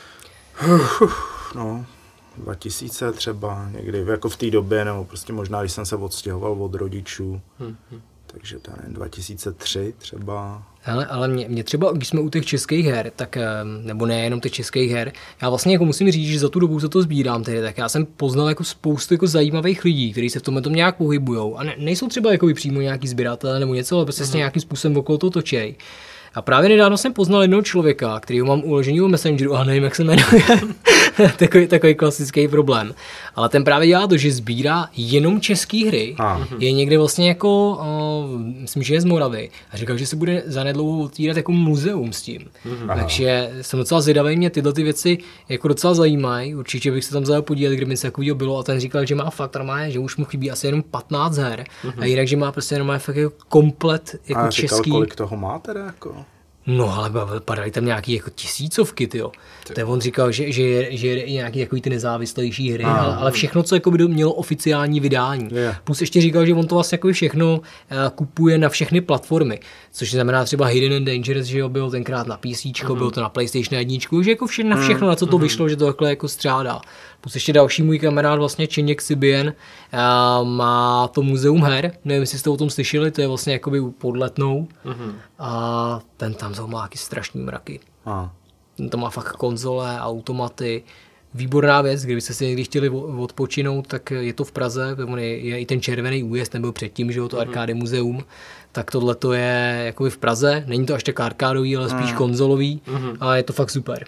No. dva tisíce třeba někdy, jako v té době, nebo prostě možná, když jsem se odstěhoval od rodičů, hmm. takže to nevím, dva tisíce tři třeba. Hele, ale mě, mě třeba, když jsme u těch českých her, tak, nebo nejenom těch českých her, já vlastně jako musím říct, že za tu dobu, co to sbírám tedy, tak já jsem poznal jako spoustu jako zajímavých lidí, kteří se v tomhle tom nějak pohybujou a ne, nejsou třeba jako přímo nějaký sběratelé nebo něco, ale prostě hmm. nějakým způsobem okolo toho točej. A právě nedávno jsem poznal jednoho člověka, kterýho mám uložený v Messengeru a nevím, jak se jmenuje. takový, takový klasický problém. Ale ten právě dělá to, že sbírá jenom české hry. Ah. Je někde vlastně jako, uh, myslím, že je z Moravy. A říkal, že se bude zanedlouho otvírat jako muzeum s tím. Aha. Takže jsem docela zvědavý, mě tyhle ty věci jako docela zajímají. Určitě bych se tam vzal podívat, kdyby se takovýho bylo. A ten říkal, že má fakt normálně, že už mu chybí asi jenom patnáct her. Uh-huh. A jinak, že má prostě normálně fakt jako komplet jako a říkal, český. Kolik toho má teda jako? No, ale padaly tam nějaký jako tisícovky, tyjo. Tak on říkal, že, že, je, že je i nějaký takový ty nezávislejší hry, ah. ale, ale všechno, co jako by mělo oficiální vydání. Yeah. Plus ještě říkal, že on to vlastně jako všechno uh, kupuje na všechny platformy, což znamená třeba Hidden and Dangerous, že jo, bylo tenkrát na PCčko, mm-hmm. bylo to na PlayStation jedna, že jako vše, na všechno, na co to mm-hmm. vyšlo, že to takhle jako střádá. Plus ještě další můj kamarád, vlastně Čeněk Sibien, uh, má to muzeum her, nevím, jestli jste o tom slyšeli, to je vlastně jakoby pod Letnou mm-hmm. a ten tam má nějaký strašný mraky. Ah. Ten tam má fakt konzole, automaty, výborná věc, kdybyste si někdy chtěli odpočinout, tak je to v Praze, je, je i ten červený újezd, ten byl předtím, že jo, to mm-hmm. Arkády muzeum, tak tohle to je jakoby v Praze, není to až tak arkádový, ale spíš mm. konzolový mm-hmm. a je to fakt super.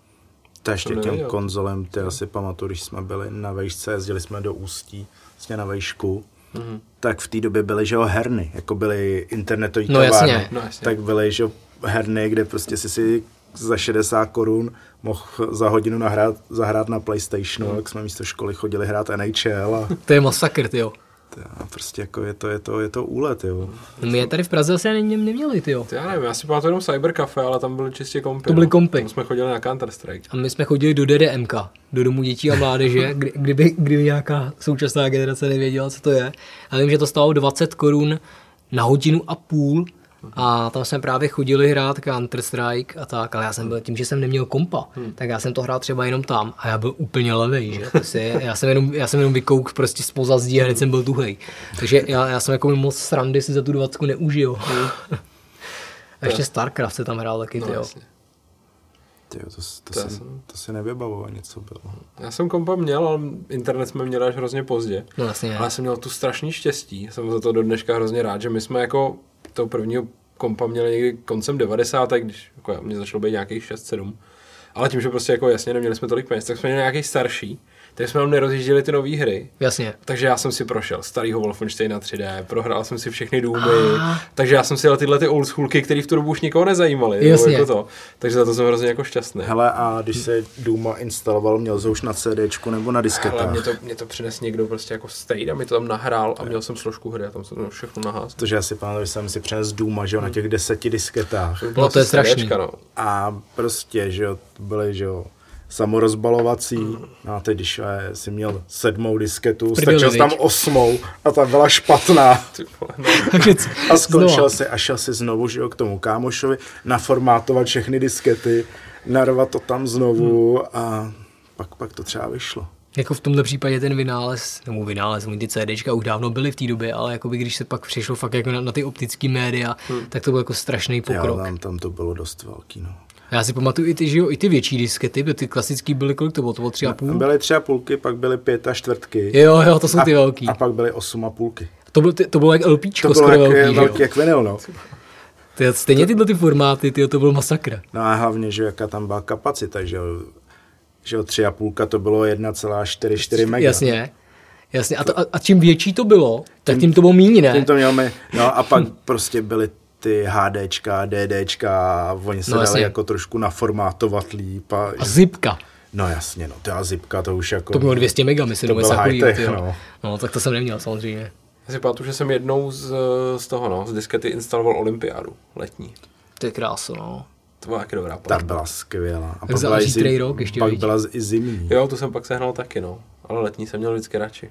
To ještě těm nevěděl. Konzolem, ty asi pamatuju, když jsme byli na vejšce, jezdili jsme do Ústí, vlastně na vejšku, mm-hmm. tak v té době byly, že jo, herny, jako byly internetový no, továrny, no, tak byly, že jo, herny, kde prostě si si za šedesát korun mohl za hodinu nahrát, zahrát na PlayStationu, jak jsme místo školy chodili hrát N H L. A... To je masakr, tyjo. To prostě jako je to, je to, je to úlet, jo. My je tady v Praze asi ne, neměli, tyjo. Já nevím, já si pamatuju jenom Cybercafe, ale tam byly čistě kompy. To byly kompy. Tam jsme chodili na Counter-Strike. A my jsme chodili do D D M K, do Domu dětí a mládeže, kdy, kdyby, kdyby nějaká současná generace nevěděla, co to je. A vím, že to stálo dvacet korun na hodinu a půl. A tam jsme právě chodili hrát Counter-Strike a tak, ale já jsem byl tím, že jsem neměl kompa, hmm. tak já jsem to hrál třeba jenom tam a já byl úplně levej, že? Prostě já jsem jenom, já jsem jenom vykouk prostě z pozazdí a hned jsem byl tuhej. Takže já, já jsem jako moc srandy si za tu dvacku neužil. Hmm. A ještě Starcraft se tam hrál taky, no, tyjo. Tyjo, to, to, to, si, to si nevybavoval, něco bylo. Já jsem kompa měl, ale internet jsme měli až hrozně pozdě. No, vlastně, ale já jsem měl tu strašný štěstí, jsem za to do dneška hrozně rád, že my jsme jako toho prvního kompa měli někdy koncem devadesátek, když jako mě začalo být nějakých šest sedm. Ale tím, že prostě jako jasně neměli jsme tolik peněz, tak jsme měli nějaký starší, takže jsme nám nerozjížděli ty nové hry. Jasně. Takže já jsem si prošel starýho Wolfensteina tři dé, prohrál jsem si všechny Doomy, ah. takže já jsem si jel tyhle ty old schoolky, které v tu dobu už nikoho nezajímaly. Jasně. Jako to. Takže za to jsem hrozně jako šťastný. Hele, a když se Dooma instaloval, měl jsi už na CDčku nebo na disketách? Ale mě to, mě to přines někdo prostě jako straight a mi to tam nahrál a měl jsem složku hry a tam jsem to všechno nahás. Protože já si pamatuju, že jsem si přinesl Dooma, že jo, na těch deseti disketách. No to je strašný. No. A prostě, že jo, byly, že jo, samorozbalovací, mm. a teď když si měl sedmou disketu, stačil tam osmou a ta byla špatná. A skončil si a šel si znovu, že jo, k tomu kámošovi, naformátovat všechny diskety, narvat to tam znovu mm. a pak, pak to třeba vyšlo. Jako v tomhle případě ten vynález, nebo vynález, oni ty CDčka už dávno byly v té době, ale jako by když se pak přišlo fakt jako na, na ty optické média, hmm. tak to byl jako strašný pokrok. Já, tam, tam to bylo dost velký, no. Já si pamatuju i ty, že jo, i ty větší diskety, ty klasický byly, kolik to bylo, to bylo tři a půl? Byly tři a půlky, pak byly pět a čtvrtky. Jo, jo, to jsou ty velký. A pak byly osm a půlky. To bylo, to bylo jak LPčko, to skoro bylo velký, jak, velký jak vinyl, no. Ty, stejně tyhle ty formáty, tyjo, to byl masakr. No a hlavně, že jaká tam byla kapacita, že jo, že jo, tři a půlka to bylo jedna celá čtyřicet čtyři mega. Jasně. Jasně, a, to, a, a čím větší to bylo, tak tím, tím to bylo míň, ne? Tím to měl no a pak prostě byly ty HDčka, DDčka a oni se no, dali jako trošku naformátovat líp. A, a zipka. No jasně, no, ta zipka to už jako... To bylo dvě stě mega, myslím, to byl high-tech, no. No, tak to jsem neměl samozřejmě. Já si pamatuju, že jsem jednou z, z toho, no, z diskety instaloval olympiádu letní. To je krása, no. To byla taky dobrá Ta byla skvělá. A pak byla, i zim, rok, ještě pak byla i zimní. Jo, tu jsem pak sehnal taky, no. Ale letní jsem měl vždycky radši.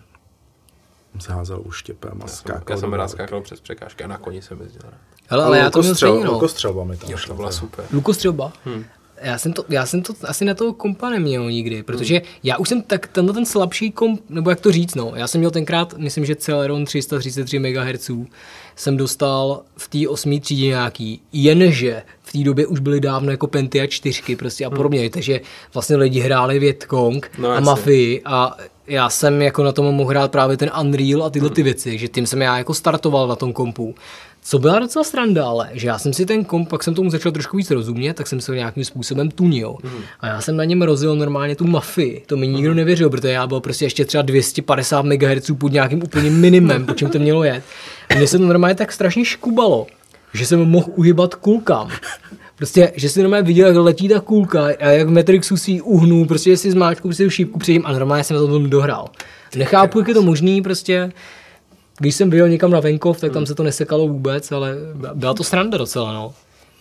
Zházel uštěpem a skákal. Já jsem rád skákal přes překážky a na koni jsem jezdil rád. Hele, ale já to měl stejně, no. Lukostřelba mi tam jo, to byla super. Lukostřelba? Hmm. Já jsem, to, já jsem to asi na toho kompa neměl nikdy, protože hmm. já už jsem tak tenhle ten slabší komp, nebo jak to říct, no, já jsem měl tenkrát, myslím, že Celeron tři sta třicet tři megahertzů jsem dostal v té osmé třídě nějaký, jenže v té době už byly dávno jako Pentium čtyřky prostě a podobně, hmm. takže vlastně lidi hráli Vietkong no, a Mafii a já jsem jako na tom mohl hrát právě ten Unreal a tyhle ty věci, že tím jsem já jako startoval na tom kompu. Co byla docela sranda, ale že já jsem si ten komp, pak jsem tomu začal trošku víc rozumět, tak jsem se nějakým způsobem tunil. Mm. A já jsem na něm rozjel normálně tu Mafii. To mi nikdo nevěřil, protože já byl prostě ještě třeba dvě stě padesát megahertzů pod nějakým úplným minimem, po čem to mělo jet. A mně se to normálně tak strašně škubalo, že jsem mohl uhybat kulkám. Prostě, že si normálně viděl, jak letí ta kulka a jak v Matrixu si ji uhnul, prostě že si zmáčku prostě šípku předtím a normálně jsem na to dohrál. Nechápu, jak je to možný, prostě. Když jsem byl někam na venkov, tak tam se to nesekalo vůbec, ale byla to sranda docela, no.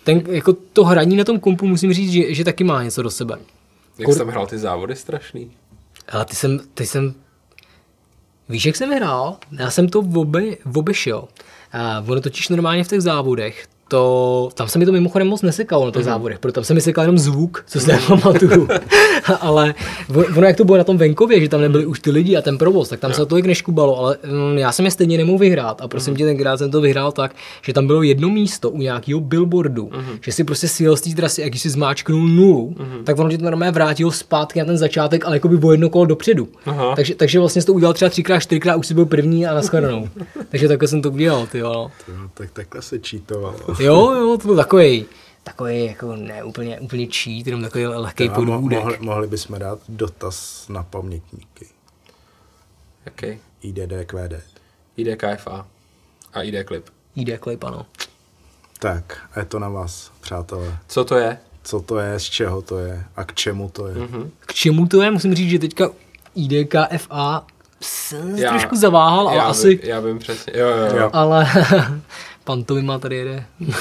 ten, jako to hraní na tom kompu musím říct, že, že taky má něco do sebe. Jak jsi tam hrál ty závody strašný? Ale ty jsem, ty jsem, víš, jak jsem hrál? Já jsem to obe, obešel. A ono totiž normálně v těch závodech, to, tam se mi to mimochodem moc nesekalo na těch mm. závodech, protože tam se mi sekal jenom zvuk, co si nepamatuju. Ale ono, jak to bylo na tom venkově, že tam nebyli už ty lidi a ten provoz, tak tam se to tolik neškubalo, ale mm, já jsem je stejně nemohl vyhrát a prosím mm. tě, tenkrát jsem to vyhrál tak, že tam bylo jedno místo u nějakého billboardu, mm. že si prostě sjel z té trasy, jak když si zmáčknul nulu, mm. tak ono tě to normálně vrátilo zpátky na ten začátek, ale jako by o jedno kolo dopředu. Takže, takže vlastně jsi to udělal třeba třikrát, čtyřikrát, už jsi byl první a nashledanou. Takže takhle jsem to udělal, ty jo. Tak takhle se cheatovalo. Jo, jo, to byl takový, takový jako ne úplně, úplně cheat, jenom takový lehký podvůdek. Mohli, mohli bychom dát dotaz na pamětníky. Jaký? I D D Q D. I D K F A a I D Clip. I D Clip, ano. Tak, a je to na vás, přátelé. Co to je? Co to je, z čeho to je a k čemu to je. Mm-hmm. K čemu to je? Musím říct, že teďka I D K F A jsem já, trošku zaváhal, ale já asi... Vím, já vím přesně, jo, jo, jo. Ale pantomima tady jede.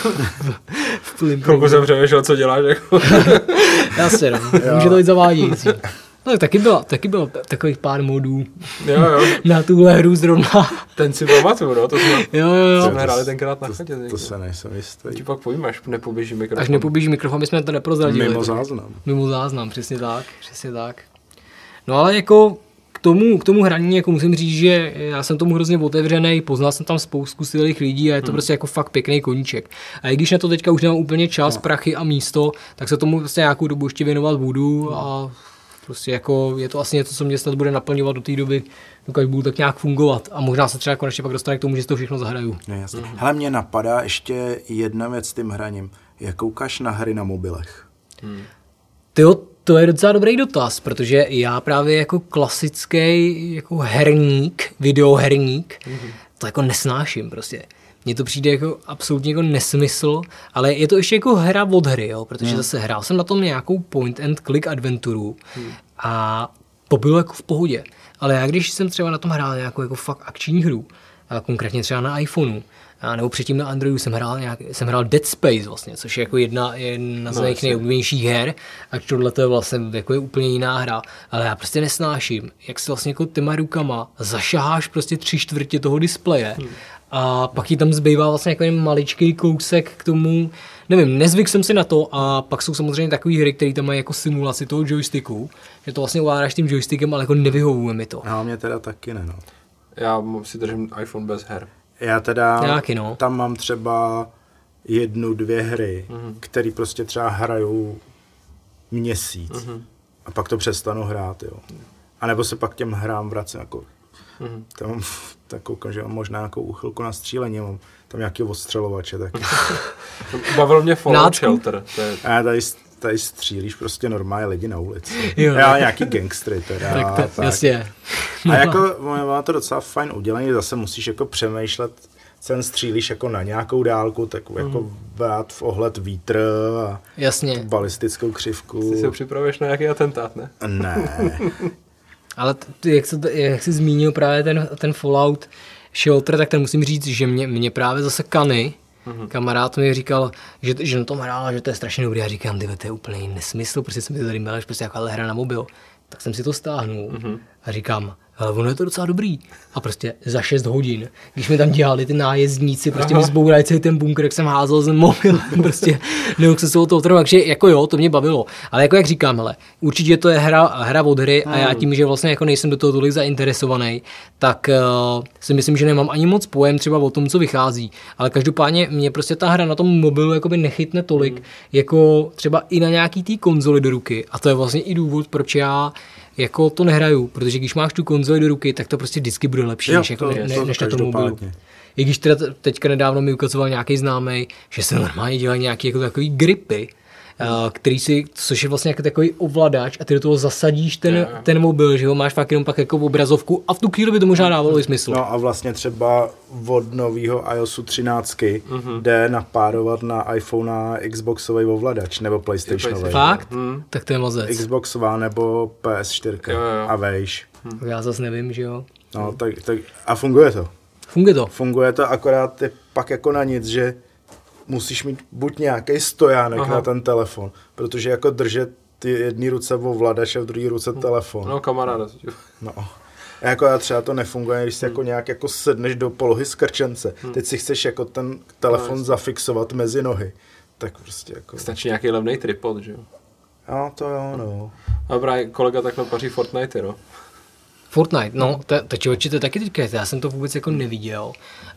V plným Chvilku jsem přemýšlel, co děláš. Jako. Jasně, no. Může to být zavádějící. No tak taky bylo, taky bylo takových pár modů jo, jo. na tuhle hru zrovna. Ten si pamatuju, no, to jsme, jo, jo, jo. jsme hráli tenkrát na chodě. To, to se nejsem jistý. Ti pak povím, až nepoběží mikrofon. Až nepoběží mikrofon, my jsme to neprozradili. Mimo záznam. Mimo záznam, přesně tak, přesně tak. No ale jako k tomu, k tomu hraní jako musím říct, že já jsem tomu hrozně otevřený, poznal jsem tam spoustu skvělých lidí a je to hmm. prostě jako fakt pěkný koníček. A i když na to teďka už nemám úplně čas, no. prachy a místo, tak se tomu prostě nějakou dobu ještě věnovat budu a prostě jako je to asi něco, co mě snad bude naplňovat do té doby, dokud budu tak nějak fungovat a možná se třeba konečně pak dostane k tomu, že si to všechno zahraju. No, jasně. Hmm. Hele, mě napadá ještě jedna věc s tím hraním. Jak koukáš na hry na mobilech? Hmm. Tyjo, to je docela dobrý dotaz, protože já právě jako klasický jako herník, videoherník, mm-hmm. to jako nesnáším prostě. Mně to přijde jako absolutně jako nesmysl, ale je to ještě jako hra od hry, jo, protože mm. zase hrál jsem na tom nějakou point and click adventuru mm. a to bylo jako v pohodě. Ale já když jsem třeba na tom hrál nějakou jako fakt akční hru, a konkrétně třeba na iPhoneu, a nebo předtím na Androidu jsem hrál, nějak, jsem hrál Dead Space vlastně, což je jako jedna, jedna z no, mých nejoblíbenějších her, a tohle to je vlastně jako je úplně jiná hra, ale já prostě nesnáším, jak si vlastně jako těma rukama zašaháš prostě tři čtvrtě toho displeje hmm. a pak ti tam zbývá vlastně jako jen maličký kousek k tomu, nevím, nezvyk jsem si na to a pak jsou samozřejmě takové hry, které tam mají jako simulaci toho joysticku, že to vlastně ovládáš tím joystickem, ale jako nevyhovuje mi to. No, mě teda taky ne, no. Já si držím iPhone bez her. Já teda Nějaký, no. tam mám třeba jednu, dvě hry, mm-hmm. které prostě třeba hrajou měsíc mm-hmm. a pak to přestanu hrát, jo. A nebo se pak těm hrám vracím, jako mm-hmm. tam mám takovou, že mám možná nějakou úchylku na střílení, mám tam nějaký odstřelovače taky. Bavil mě Fallout Shelter. To je... A tady, tady střílíš prostě normálně lidi na ulici. Jo. Já nějaký gangstry teda. tak, to, tak. Jasně. A jako má to docela fajn udělení, zase musíš jako přemýšlet, sen střílíš jako na nějakou dálku, tak mm. jako brát v ohled vítr a jasně. balistickou křivku. Ty se připravuješ na nějaký atentát, ne? Ne. Ale ty, jak, jsi, jak jsi zmínil právě ten, ten Fallout Shelter, tak ten musím říct, že mě, mě právě zase Kany, mm-hmm. kamarád mi říkal, že, že na tom hrál, že to je strašně dobrý. Já říkám, ty, to je úplně nesmysl, protože jsem si tady měl, prostě jaká hra na mobil. Tak jsem si to stáhnul mm-hmm. a říkám, ale ono je to docela dobrý. A prostě za šest hodin, když mi tam dělali ty nájezdníci, prostě Aha. mi zbourali celý ten bunkr, jak jsem házel ten mobil, prostě nemohl se toho otrvat, takže jako jo, to mě bavilo. Ale jako jak říkám, hele, určitě to je hra, hra od hry a já tím, že vlastně jako nejsem do toho tolik zainteresovaný, tak uh, si myslím, že nemám ani moc pojem třeba o tom, co vychází. Ale každopádně mě prostě ta hra na tom mobilu jakoby nechytne tolik, hmm. jako třeba i na nějaký té konzoli do ruky. A to je vlastně i důvod, proč já jako to nehraju, protože když máš tu konzoli do ruky, tak to prostě vždycky bude lepší, jo, než, jako, to, ne, to než na tom mobilu. I když teda teďka nedávno mi ukazoval nějaký známej, že se normálně dělají nějaký jako takový gripy, hmm. který si, což je vlastně jako takový ovladač a ty do toho zasadíš ten, yeah. ten mobil, že ho máš fakt jenom pak jako obrazovku a v tu chvíli by to možná dávalo i smysl. No a vlastně třeba od nového iOSu třináct mm-hmm. jde napárovat na iPhone a Xboxový ovladač nebo PlayStationový. Fakt? Hmm. Tak to je mazec. Xboxová nebo P S čtyři jo, jo. a vejš. Hmm. Já zase nevím, že jo. No tak, tak a funguje to. Funguje to. Funguje to, akorát je pak jako na nic, že musíš mít buď nějaký stojánek Aha. na ten telefon, protože jako držet ty jedné ruce ovladač a v druhé ruce telefon. No, kamaráda. No. A jako já třeba to nefunguje, když si hmm. jako nějak jako sedneš do polohy skrčence. Hmm. Teď si chceš jako ten telefon no, zafixovat mezi nohy. Tak prostě jako... Stačí nějaký levný tripod, že jo? No, to jo, no. A právě kolega takhle paří Fortnite, no. Fortnite, no, to člověče to taky teďka, já jsem to vůbec jako neviděl.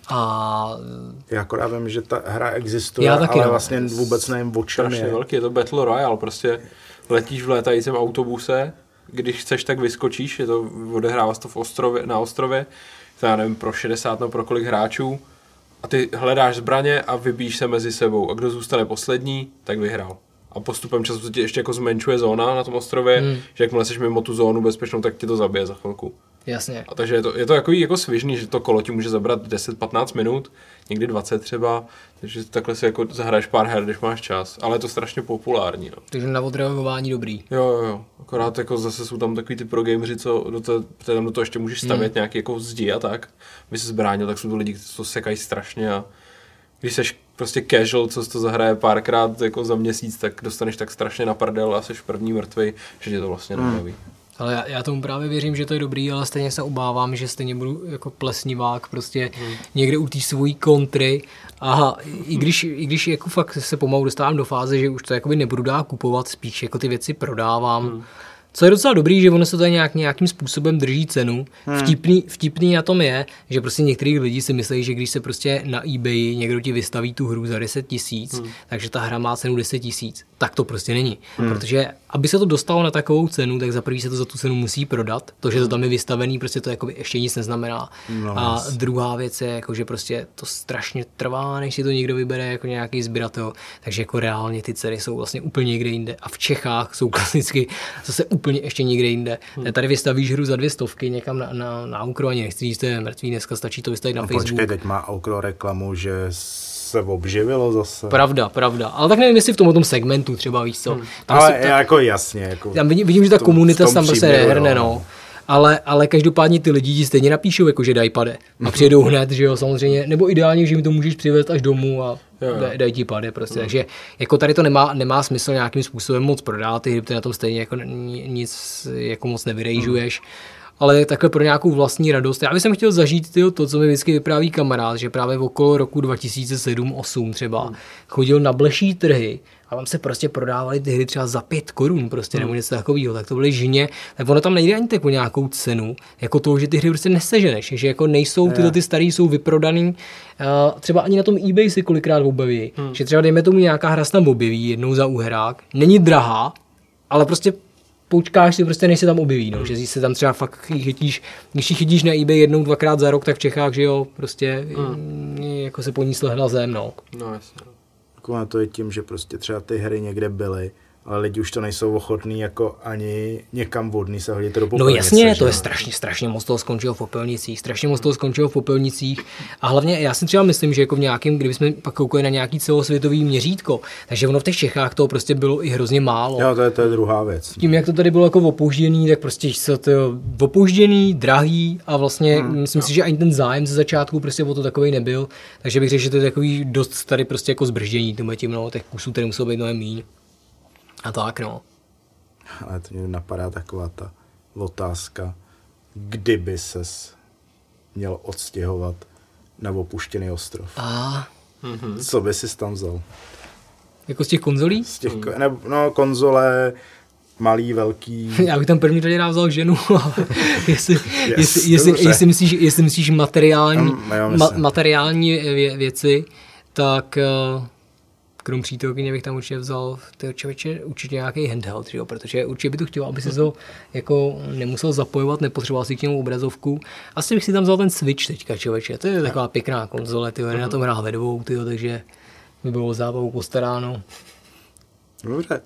A... Já akorát vím, že ta hra existuje, ale no. vlastně vůbec nevím, o čem je. Strašně velký, je to Battle Royale, prostě letíš v létajícím autobuse, když chceš, tak vyskočíš, je to, odehrává se to v ostrově, na ostrově, to já nevím, pro šedesát nebo pro kolik hráčů, a ty hledáš zbraně a vybíjíš se mezi sebou, a kdo zůstane poslední, tak vyhrál. A postupem času se ti ještě jako zmenšuje zóna na tom ostrově, hmm. že jakmile jsi mimo tu zónu bezpečnou, tak tě to zabije za chvilku. Jasně. A takže je to, je to jako, jako svižný, že to kolo ti může zabrat deset patnáct minut, někdy dvacet třeba, takže takhle si jako zahraješ pár her, když máš čas, ale je to strašně populární. No. Takže na odreagování dobrý. Jo, jo, jo, akorát jako zase jsou tam takový ty pro gameři, co do toho, tam do toho ještě můžeš stavět hmm. nějaký jako zdi a tak, aby se zbránil, tak jsou to lidi, kteří to sekají strašně a když seš prostě casual, co to zahraje párkrát jako za měsíc, tak dostaneš tak strašně na prdel a seš první mrtvej, že tě to vlastně hmm. nebaví. Ale já, já tomu právě věřím, že to je dobrý, ale stejně se obávám, že stejně budu jako plesnivák prostě hmm. někde u té svojí kontry. Aha, i když, i když jako fakt se pomalu dostávám do fáze, že už to jakoby nebudu dál kupovat, spíš jako ty věci prodávám. Hmm. Co je docela dobrý, že ono se to nějak, nějakým způsobem drží cenu. Hmm. Vtipný, vtipný na tom je, že prostě některý lidi si myslí, že když se prostě na eBay někdo ti vystaví tu hru za deset tisíc, hmm. takže ta hra má cenu deset tisíc. Tak to prostě není. Hmm. Protože aby se to dostalo na takovou cenu, tak za první se to za tu cenu musí prodat. To, že to tam je vystavený, prostě to jakoby ještě nic neznamená. No, a yes. druhá věc je, jako, že prostě to strašně trvá, než si to někdo vybere jako nějaký sběratel. Takže jako reálně ty ceny jsou vlastně úplně někde jinde. A v Čechách jsou klasicky zase úplně ještě někde jinde. Hmm. Tady vystavíš hru za dvě stovky někam na, na, na Aukro, ani nechci říct, že je mrtvý, dneska stačí to vystavit na no, Facebook. Počkej, teď má Aukro reklamu, že se obživilo zase. Pravda, pravda. Ale tak nevím, jestli v tom, tom segmentu třeba, víš co. Hmm. Ale ta, jako jasně. Jako tam vidím, vidím, že ta tom, komunita tam prostě nehrne, no. Ale, ale každopádně ty lidi ti stejně napíšou, jako že daj pade. A přijedou hned, že jo, samozřejmě. Nebo ideálně, že mi to můžeš přivést až domů a daj, daj ti pade prostě. Mm. Takže jako tady to nemá, nemá smysl nějakým způsobem moc prodávat, ty hry, ty na tom stejně jako nic jako moc nevyrejžuješ. Mm. Ale takhle pro nějakou vlastní radost. Já bych jsem chtěl zažít tyjo, to, co mi vždycky vypráví kamarád, že právě okolo roku dva tisíce sedm osm třeba hmm. chodil na bleší trhy a tam se prostě prodávaly ty hry třeba za pět korun prostě, hmm. nebo něco takového, tak to byly žně. Tak ono tam nejde ani tak o nějakou cenu, jako to, že ty hry prostě neseženeš, že jako nejsou, tyhle ty starý jsou vyprodaný, uh, třeba ani na tom eBay si kolikrát objeví, hmm. že třeba dejme tomu nějaká hra se tam objeví jednou za úherák, není drahá, ale prostě počkáš si prostě, než se tam objeví, no, že se tam třeba fakt chytíš, když ji chytíš na eBay jednou, dvakrát za rok, tak v Čechách, že jo, prostě mm. jako se po ní slehla zem, no. No jasně. Jako to je tím, že prostě třeba ty hry někde byly, ale lidi už to nejsou ochotní jako ani někam vodný se hodit do popelnice. No jasně, to je strašně, strašně moc toho skončilo v popelnicích, strašně moc toho skončilo v popelnicích a hlavně já si třeba myslím, že jako v nějakém, kdybychom pak koukali na nějaký celosvětový měřítko, takže ono v těch Čechách toho prostě bylo i hrozně málo. Jo, to je, to je druhá věc. Tím, jak to tady bylo jako opožděný, tak prostě se to opožděný, drahý a vlastně hmm, myslím jo. si, že ani ten zájem ze začátku prostě o to takovej nebyl, takže bych řekl, že to je takový dost tady prostě jako zbrždění tím, no, těch kusů tady muselo být mnohem míň. A tak, no. Ale to mě napadá taková ta otázka, kdyby ses měl odstěhovat na opuštěný ostrov. A. Mm-hmm. Co by jsi tam vzal? Jako z těch konzolí? Z těch, mm. ne, no, konzole, malý, velký. Já bych tam první tady vzal ženu, ale jestli, yes, jestli, jestli, jestli, myslíš, jestli myslíš materiální, um, ma, materiální vě, věci, tak... Uh, krom přítelkyně bych tam určitě vzal člověče, určitě nějaký handheld, jo? Protože určitě by to chtěl, aby si to jako nemusel zapojovat, nepotřeboval si k němu obrazovku. Asi bych si tam vzal ten Switch teďka, člověče, to je taková pěkná konzole, tyjo, na tom hrál ve dvou, tyjo, takže by bylo zábavu postaráno. Dobře.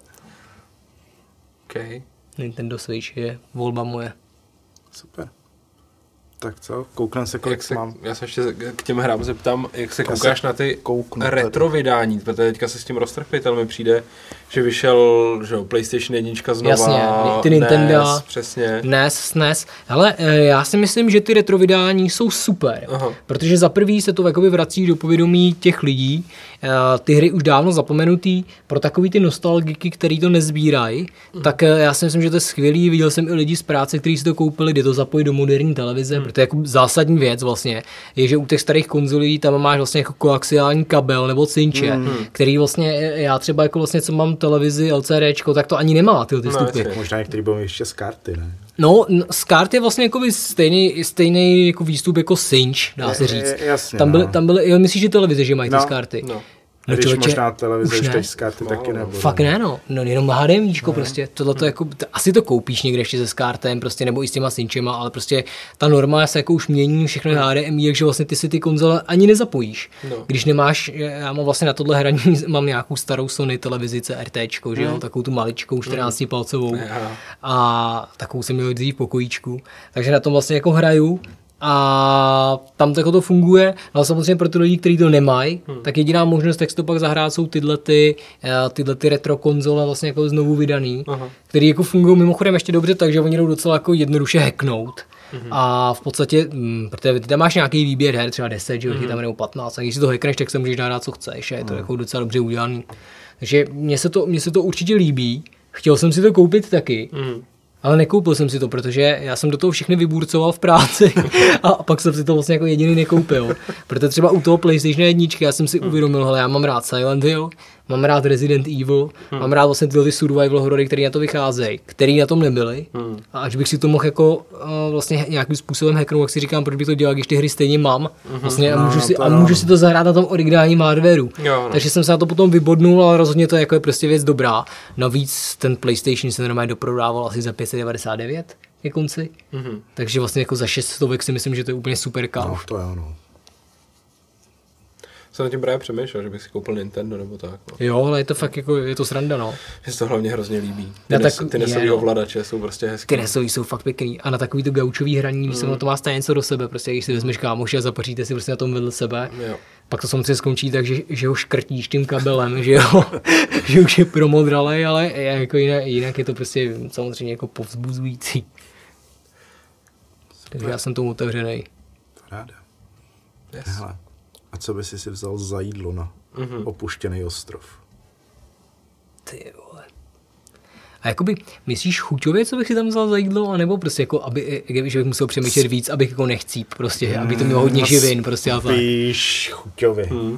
Okay. Nintendo Switch je volba moje. Super. Tak co? Kouknem se, kolik se, mám. Já se ještě k těm hrám zeptám, jak se já koukáš se na ty kouknu retro tady. Vydání, protože teďka se s tím roztrpětel mi přijde, Že vyšel, že jo, PlayStation jedna znova, Jasně, ty Nintendo, N E S, přesně. N E S, S N E S. Hele, já si myslím, že ty retro vydání jsou super, Aha. protože za prvý se to jakoby vrací do povědomí těch lidí, ty hry už dávno zapomenutý, pro takový ty nostalgiky, který to nezbírají, mm. tak já si myslím, že to je skvělý, viděl jsem i lidi z práce, kteří si to koupili, kdy to zapojit do moderní televize, mm. protože jako zásadní věc vlastně je, že u těch starých konzolí tam máš vlastně jako koaxiální kabel nebo cinče, mm. který vlastně, já třeba jako vlastně, co mám televizi LCDčko, tak to ani nemá ty, ty no, vstupy. Možná některý budou ještě z karty, ne? No, z kart je vlastně jako stejný, stejný jako výstup jako cinch, dá se říct. Je, jasně, tam byly, no. tam byly, jo, myslíš, že televize, že mají no, ty z karty? No. No, když člověče, možná televize už ne? teď z karty no, taky nebude. Fakt ne, no. No jenom HDMIčko no. prostě. Tohle to jako, t- asi to koupíš někde ještě se s kartem, prostě, nebo i s těma cinčema, ale prostě ta norma se jako už mění všechno H D M I, takže vlastně ty si ty konzole ani nezapojíš. No. Když nemáš, já mám vlastně na tohle hraní, mám nějakou starou Sony televizi C R T, že jo, mm. takovou tu maličkou čtrnáctipalcovou a takovou jsem měl dřív v pokojíčku. Takže na tom vlastně jako hraju. A tam jako to funguje, ale samozřejmě pro ty lidi, kteří to nemají, hmm. tak jediná možnost, jak si to pak zahrát, jsou tyhle, ty, tyhle ty retro konzole vlastně jako znovu vydaný, Aha. který jako fungují mimochodem ještě dobře, takže oni jdou docela jako jednoduše hacknout. Hmm. A v podstatě, hm, protože ty tam máš nějaký výběr her, třeba deset, že hmm. tam nebo patnáct, a když si to hackneš, tak se můžeš nahrát, co chceš, a je to hmm. jako docela dobře udělaný. Takže mně se to, mně se to určitě líbí, chtěl jsem si to koupit taky, hmm. ale nekoupil jsem si to, protože já jsem do toho všechny vyburcoval v práci a pak jsem si to vlastně jako jediný nekoupil. Protože třeba u toho PlayStation jedna já jsem si uvědomil, hele, já mám rád Silent Hill, mám rád Resident Evil, hmm. mám rád vlastně tyhle ty survival horory, které na to vycházejí, které na tom nebyly. Hmm. A až bych si to mohl jako uh, vlastně nějakým způsobem hacknout, jak si říkám, proč bych to dělal, když ty hry stejně mám. Vlastně, a, můžu si, a můžu si to zahrát na tom originálním hardwareu. Jo, no. Takže jsem se na to potom vybodnul, ale rozhodně to jako je prostě věc dobrá. Navíc ten PlayStation se normálně doprodával asi za pět set devadesát devět ke konci. Mm-hmm. Takže vlastně jako za šest stovek si myslím, že to je úplně super káv. No, to je ono. Jsem na tím právě přemýšlel, že bych si koupil Nintendo nebo tak. No. Jo, ale je to fakt jako, je to sranda, no. Mně se to hlavně hrozně líbí. Ty, ja, nes, tak, ty nesový je, ovladače jsou prostě hezký. Ty nesový jsou fakt pěkný. A na takový to gaučový hraní, když mm. se na to má stát něco do sebe, prostě když si vezmeš kámoši a zapaříte si prostě na tom vedle sebe, jo. Pak to samozřejmě skončí tak, že, že ho škrtíš tím kabelem, že jo, že už je promodralej, ale jako jinak, jinak je to prostě samozřejmě jako povzbuzující. Takže já jsem tomu otevřenej. Ráda. Yes. Hele. A co by si si vzal za jídlo na mm-hmm. opuštěný ostrov? Ty vole. A jakoby, myslíš chuťově, co bych si tam vzal za jídlo, anebo prostě jako, aby, že bych musel přemýšlet víc, abych jako nechcíp, prostě, mm, aby to mělo hodně živin, prostě a tak. Spíš chuťově. Hmm.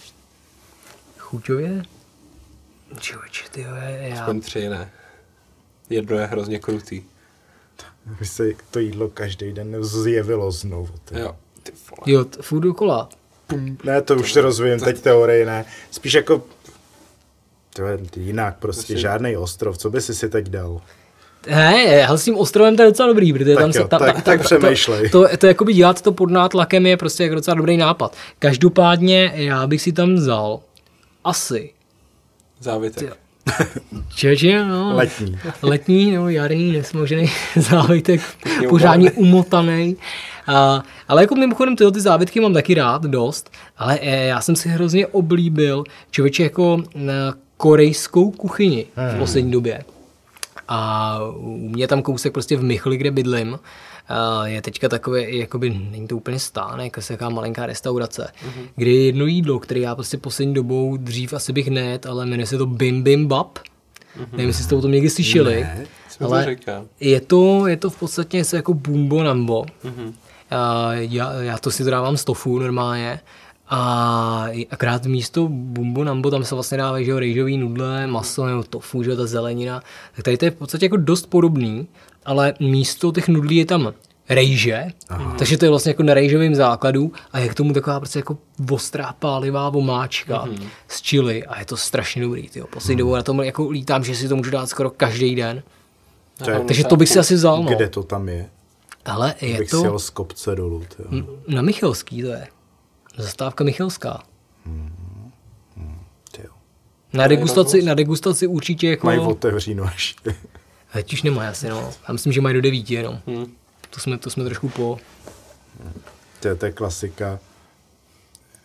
Chuťově? Člověče, ty já... Aspoň tři, ne. Jedno je hrozně krutý. By se to jídlo každý den zjevilo znovu. Ty. Jo, ty vole. Jo, t- furt dokola. Ne, to, to už to rozvíjím, teď teorii ne. Spíš jako to je jinak, prostě žádný ostrov. Co by si si teď dal? Hej, s tím ostrovem to je docela dobrý, protože tak tam jo, se... Ta, tak, ta, tak ta, přemýšlej. To, to, to jakoby dělat to pod nátlakem je prostě jako docela dobrý nápad. Každopádně já bych si tam vzal asi... Závitek. Čeče, no. Letní. Letní, no, jarní, nesmožený závitek, pořádně umotaný. A, ale jako mimochodem tyhle ty závitky mám taky rád, dost, ale já jsem si hrozně oblíbil člověče jako korejskou kuchyni v poslední době. A u mě tam kousek prostě v Michli, kde bydlím, je teďka takové, jakoby, není to úplně stánek, je taková malinká restaurace, mm-hmm. kde je jedno jídlo, které já prostě poslední dobou dřív asi bych nejet, ale jmenuje se to Bim Bim Bap. Mm-hmm. Nevím, jestli jste o tom někdy slyšeli, ne, ale to je to, je to v podstatě něco jako bumbo nambo. Mm-hmm. Já, já to si to dávám z tofu normálně. A akorát místo bumbo nambo tam se vlastně dávají, že jo, rejžový nudle, maso nebo tofu, že jo, ta zelenina. Tak tady to je v podstatě jako dost podobný, ale místo těch nudlí je tam rejže, aha. takže to je vlastně jako na rejžovém základu a je k tomu taková prostě jako ostrá pálivá vomáčka mm-hmm. z chili a je to strašně dobrý, tyjo. Poslední dobou na tom jako lítám, že si to můžu dát skoro každý den. To je, takže to bych si asi vzal, no. Kde to tam je? Ale je bych to... si jel z kopce dolů, tyjo. Na Michalský to je. Zastávka Michalská. Hmm, hmm, na, degustaci, na degustaci určitě jako... Mají otevříno až. Teď už nemají asi, no. Já myslím, že mají do devíti jenom. Hmm. To, jsme, to jsme trošku po... To je, to je klasika.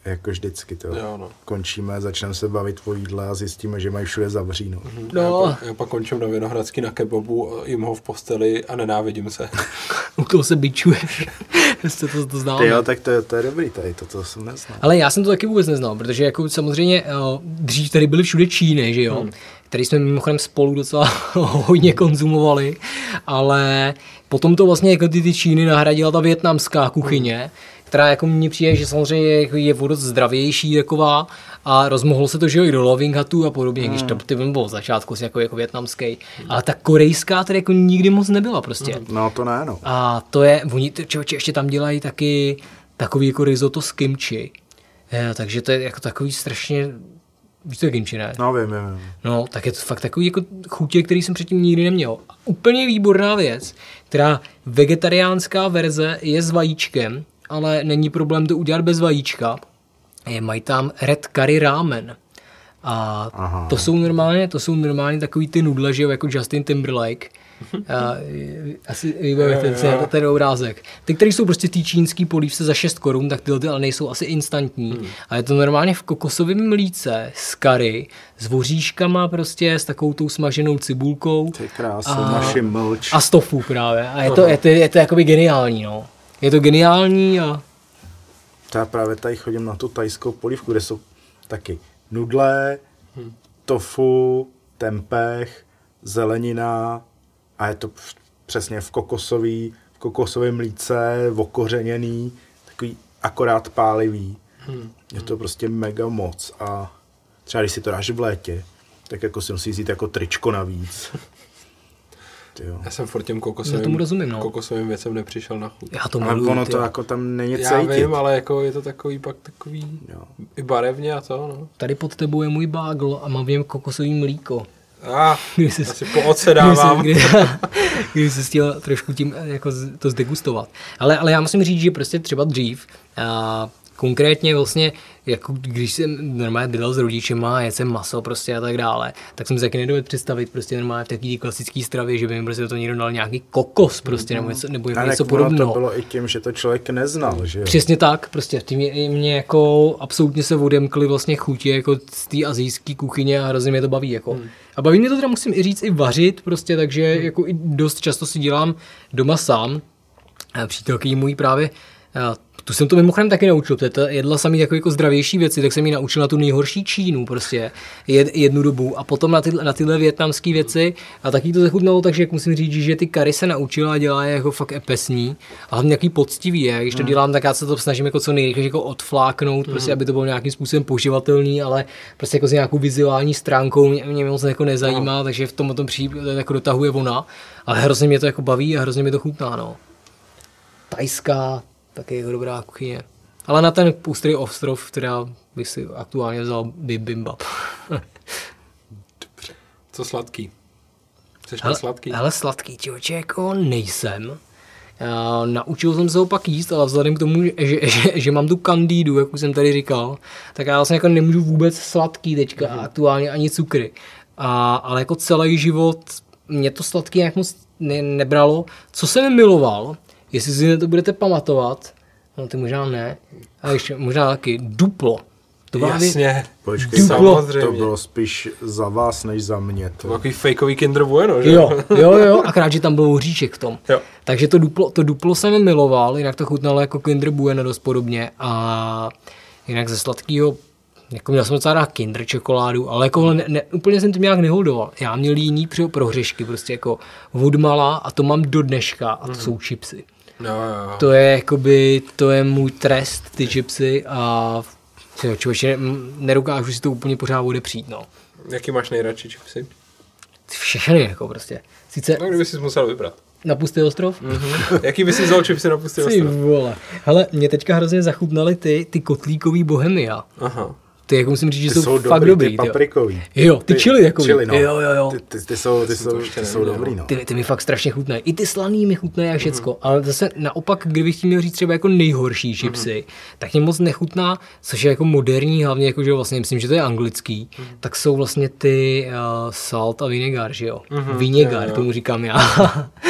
jako vždycky to. Jo, no. Končíme, začneme se bavit o jídle a zjistíme, že mají všude zavříno. No. Já, pak, já pak končím na Vinohradský na kebabu, jim ho v posteli a nenávidím se. U toho se bičuješ. to, to, to známe. Jo, tak to, to je dobrý tady, to, to jsem neznal. Ale já jsem to taky vůbec neznal, protože jako samozřejmě dřív tady byly všude Číny, že jo? Hmm. Který jsme mimochodem spolu docela hodně konzumovali, ale potom to vlastně jako ty, ty Číny nahradila ta vietnamská kuchyně, hmm. která jako mně přijde, že samozřejmě je o dost zdravější taková a rozmohlo se to, že jo, i do Loving Hutu a podobně, hmm. když to ty byl v začátku jako, jako vietnamský, hmm. ale ta korejská tady jako nikdy moc nebyla prostě. Hmm. No to ne, no. A to je, oni člověče ještě tam dělají taky takový jako risotto s kimchi, je, takže to je jako takový strašně. Víš to kimchi, ne? No, vím, vím. No, tak je to fakt takový jako chutě, který jsem předtím nikdy neměl. A úplně výborná věc, která vegetariánská verze je s vajíčkem, ale není problém to udělat bez vajíčka. Je, mají tam red curry ramen. A Aha. to jsou normálně, to jsou normálně takový ty nudle, že jo, jako Justin Timberlake. A, asi vybavíte si ten, ten obrázek. Ty, které jsou prostě v té čínský polívce za šest korun, tak tyhle ty ale nejsou asi instantní. Hmm. A je to normálně v kokosovém mlíce s curry, s voříškama prostě, s takovou tou smaženou cibulkou. To je krásný, naši mlč. A s tofu právě. A je to, je to, je to jakoby geniální, no. Je to geniální a... Já právě tady chodím na tu thajskou polívku, kde jsou taky nudle, hmm. tofu, tempeh, zelenina, a je to přesně v kokosový, v kokosovém mlíce, okořeněný, takový akorát pálivý. Hmm. Je to prostě mega moc a třeba když si to dáš v létě, tak jako si musíš jít jako tričko navíc. Tyjo. Já jsem furt těm kokosovým, tomu rozumím, no. kokosovým věcem nepřišel na chuť. Já to ale ono to jako tam není cítit. Já vím, ale jako je to takový pak takový jo. i barevně a to, no. Tady pod tebou je můj bagel a mám v něm kokosový mlíko. Ah, když jsi, asi poodsedávám. Když jsi chtěl trošku tím jako to zdegustovat. Ale, ale já musím říct, že prostě třeba dřív, a konkrétně vlastně, jako když jsem normálně bydlel s rodičema a jedl jsem maso prostě a tak dále, tak jsem si taky nedovedl představit prostě normálně v takové klasické stravě, že by mi prostě do toho někdo dal nějaký kokos prostě nebo něco, nebo něco podobného. To bylo i tím, že to člověk neznal, že jo? Přesně tak, prostě tím mě, mě jako absolutně se odemkly vlastně chutě jako z té asijské kuchyně a hrozně mě to baví jako. Hmm. A baví mě to teda, musím i říct, i vařit prostě, takže hmm. jako i dost často si dělám doma sám. Přítelkyní můj právě tu jsem to mimochodem taky naučil, protože jedla samý jako, jako zdravější věci, tak jsem ji naučil na tu nejhorší Čínu prostě jed, jednu dobu a potom na, ty, na tyhle vietnamské věci a taky to zachutnalo, takže jak musím říct, že ty curry se naučila a dělá je jako fakt epesní a hlavně nějaký poctivý je, když to hmm. dělám, tak já se to snažím jako co nejrychleji jako odfláknout, hmm. prostě aby to bylo nějakým způsobem poživatelný, ale prostě jako s nějakou vizuální stránkou mě, mě moc jako nezajímá, hmm. takže v tom tom případě jako dotahuje ona, ale hrozně mě to jako baví a hrozně mě to chutná, no. Tajská taky je dobrá kuchyně. Ale na ten pustrý ostrov, která bych si aktuálně vzal bibimbap. Dobře. Co sladký? Chceš hele, sladký? Hele, sladký, člověče, jako nejsem. Já naučil jsem se ho pak jíst, ale vzhledem k tomu, že, že, že, že mám tu kandídu, jak už jsem tady říkal, tak já vlastně jako nemůžu vůbec sladký teďka, mm-hmm. aktuálně ani cukry. A, ale jako celý život mě to sladký nějak moc ne, nebralo. Co jsem miloval, jestli si to budete pamatovat, no ty možná ne, a ještě možná taky Duplo. To jasně, počkej, samozřejmě. To bylo spíš za vás, než za mě. To byl takový fejkový Kinder Bueno, že? Jo, jo, jo, akorát, že tam byl hoříček v tom. Jo. Takže to Duplo, to Duplo jsem miloval, jinak to chutnalo jako Kinder Bueno dost podobně a jinak ze sladkýho, jako měl jsem docela rád Kinder čokoládu, ale jako ne, ne, úplně jsem tím nějak neholdoval. Já měl jiný prohřešky, prostě jako vodmala a to mám do dneška a to mm. jsou chipsy. No, jo, jo. To je jakoby, to je můj trest, ty chipsy a člověče, nedokážu si to úplně pořád odepřít, no. Jaký máš nejradši chipsy? Všechny, jako prostě. Sice... No, kdyby jsi musel vybrat. Na Pustý ostrov? Mm-hmm. Jaký bys si vzal chipsy na Pustý ostrov? Vole. Hele, mě teďka hrozně zachutnaly ty, ty kotlíkový bohemia. Aha. Ty, jako musím říct, že ty jsou, jsou dobrý, fakt dobrý. Ty paprikový. Jo, ty, ty chili jako. Chili, no. Jo, jo, jo. Ty, ty, ty jsou, ty jsou, ty jsou dobrý, no. Ty, ty mi fakt strašně chutnají. I ty slaný mi chutnají a všecko. Mm-hmm. Ale zase naopak, kdybych tím měl říct třeba jako nejhorší chipsy, mm-hmm. tak mě moc nechutná, což je jako moderní, hlavně jako, že vlastně myslím, že to je anglický, mm-hmm. tak jsou vlastně ty uh, salt a vinegar, že jo. Mm-hmm. Vinegar, tomu říkám já.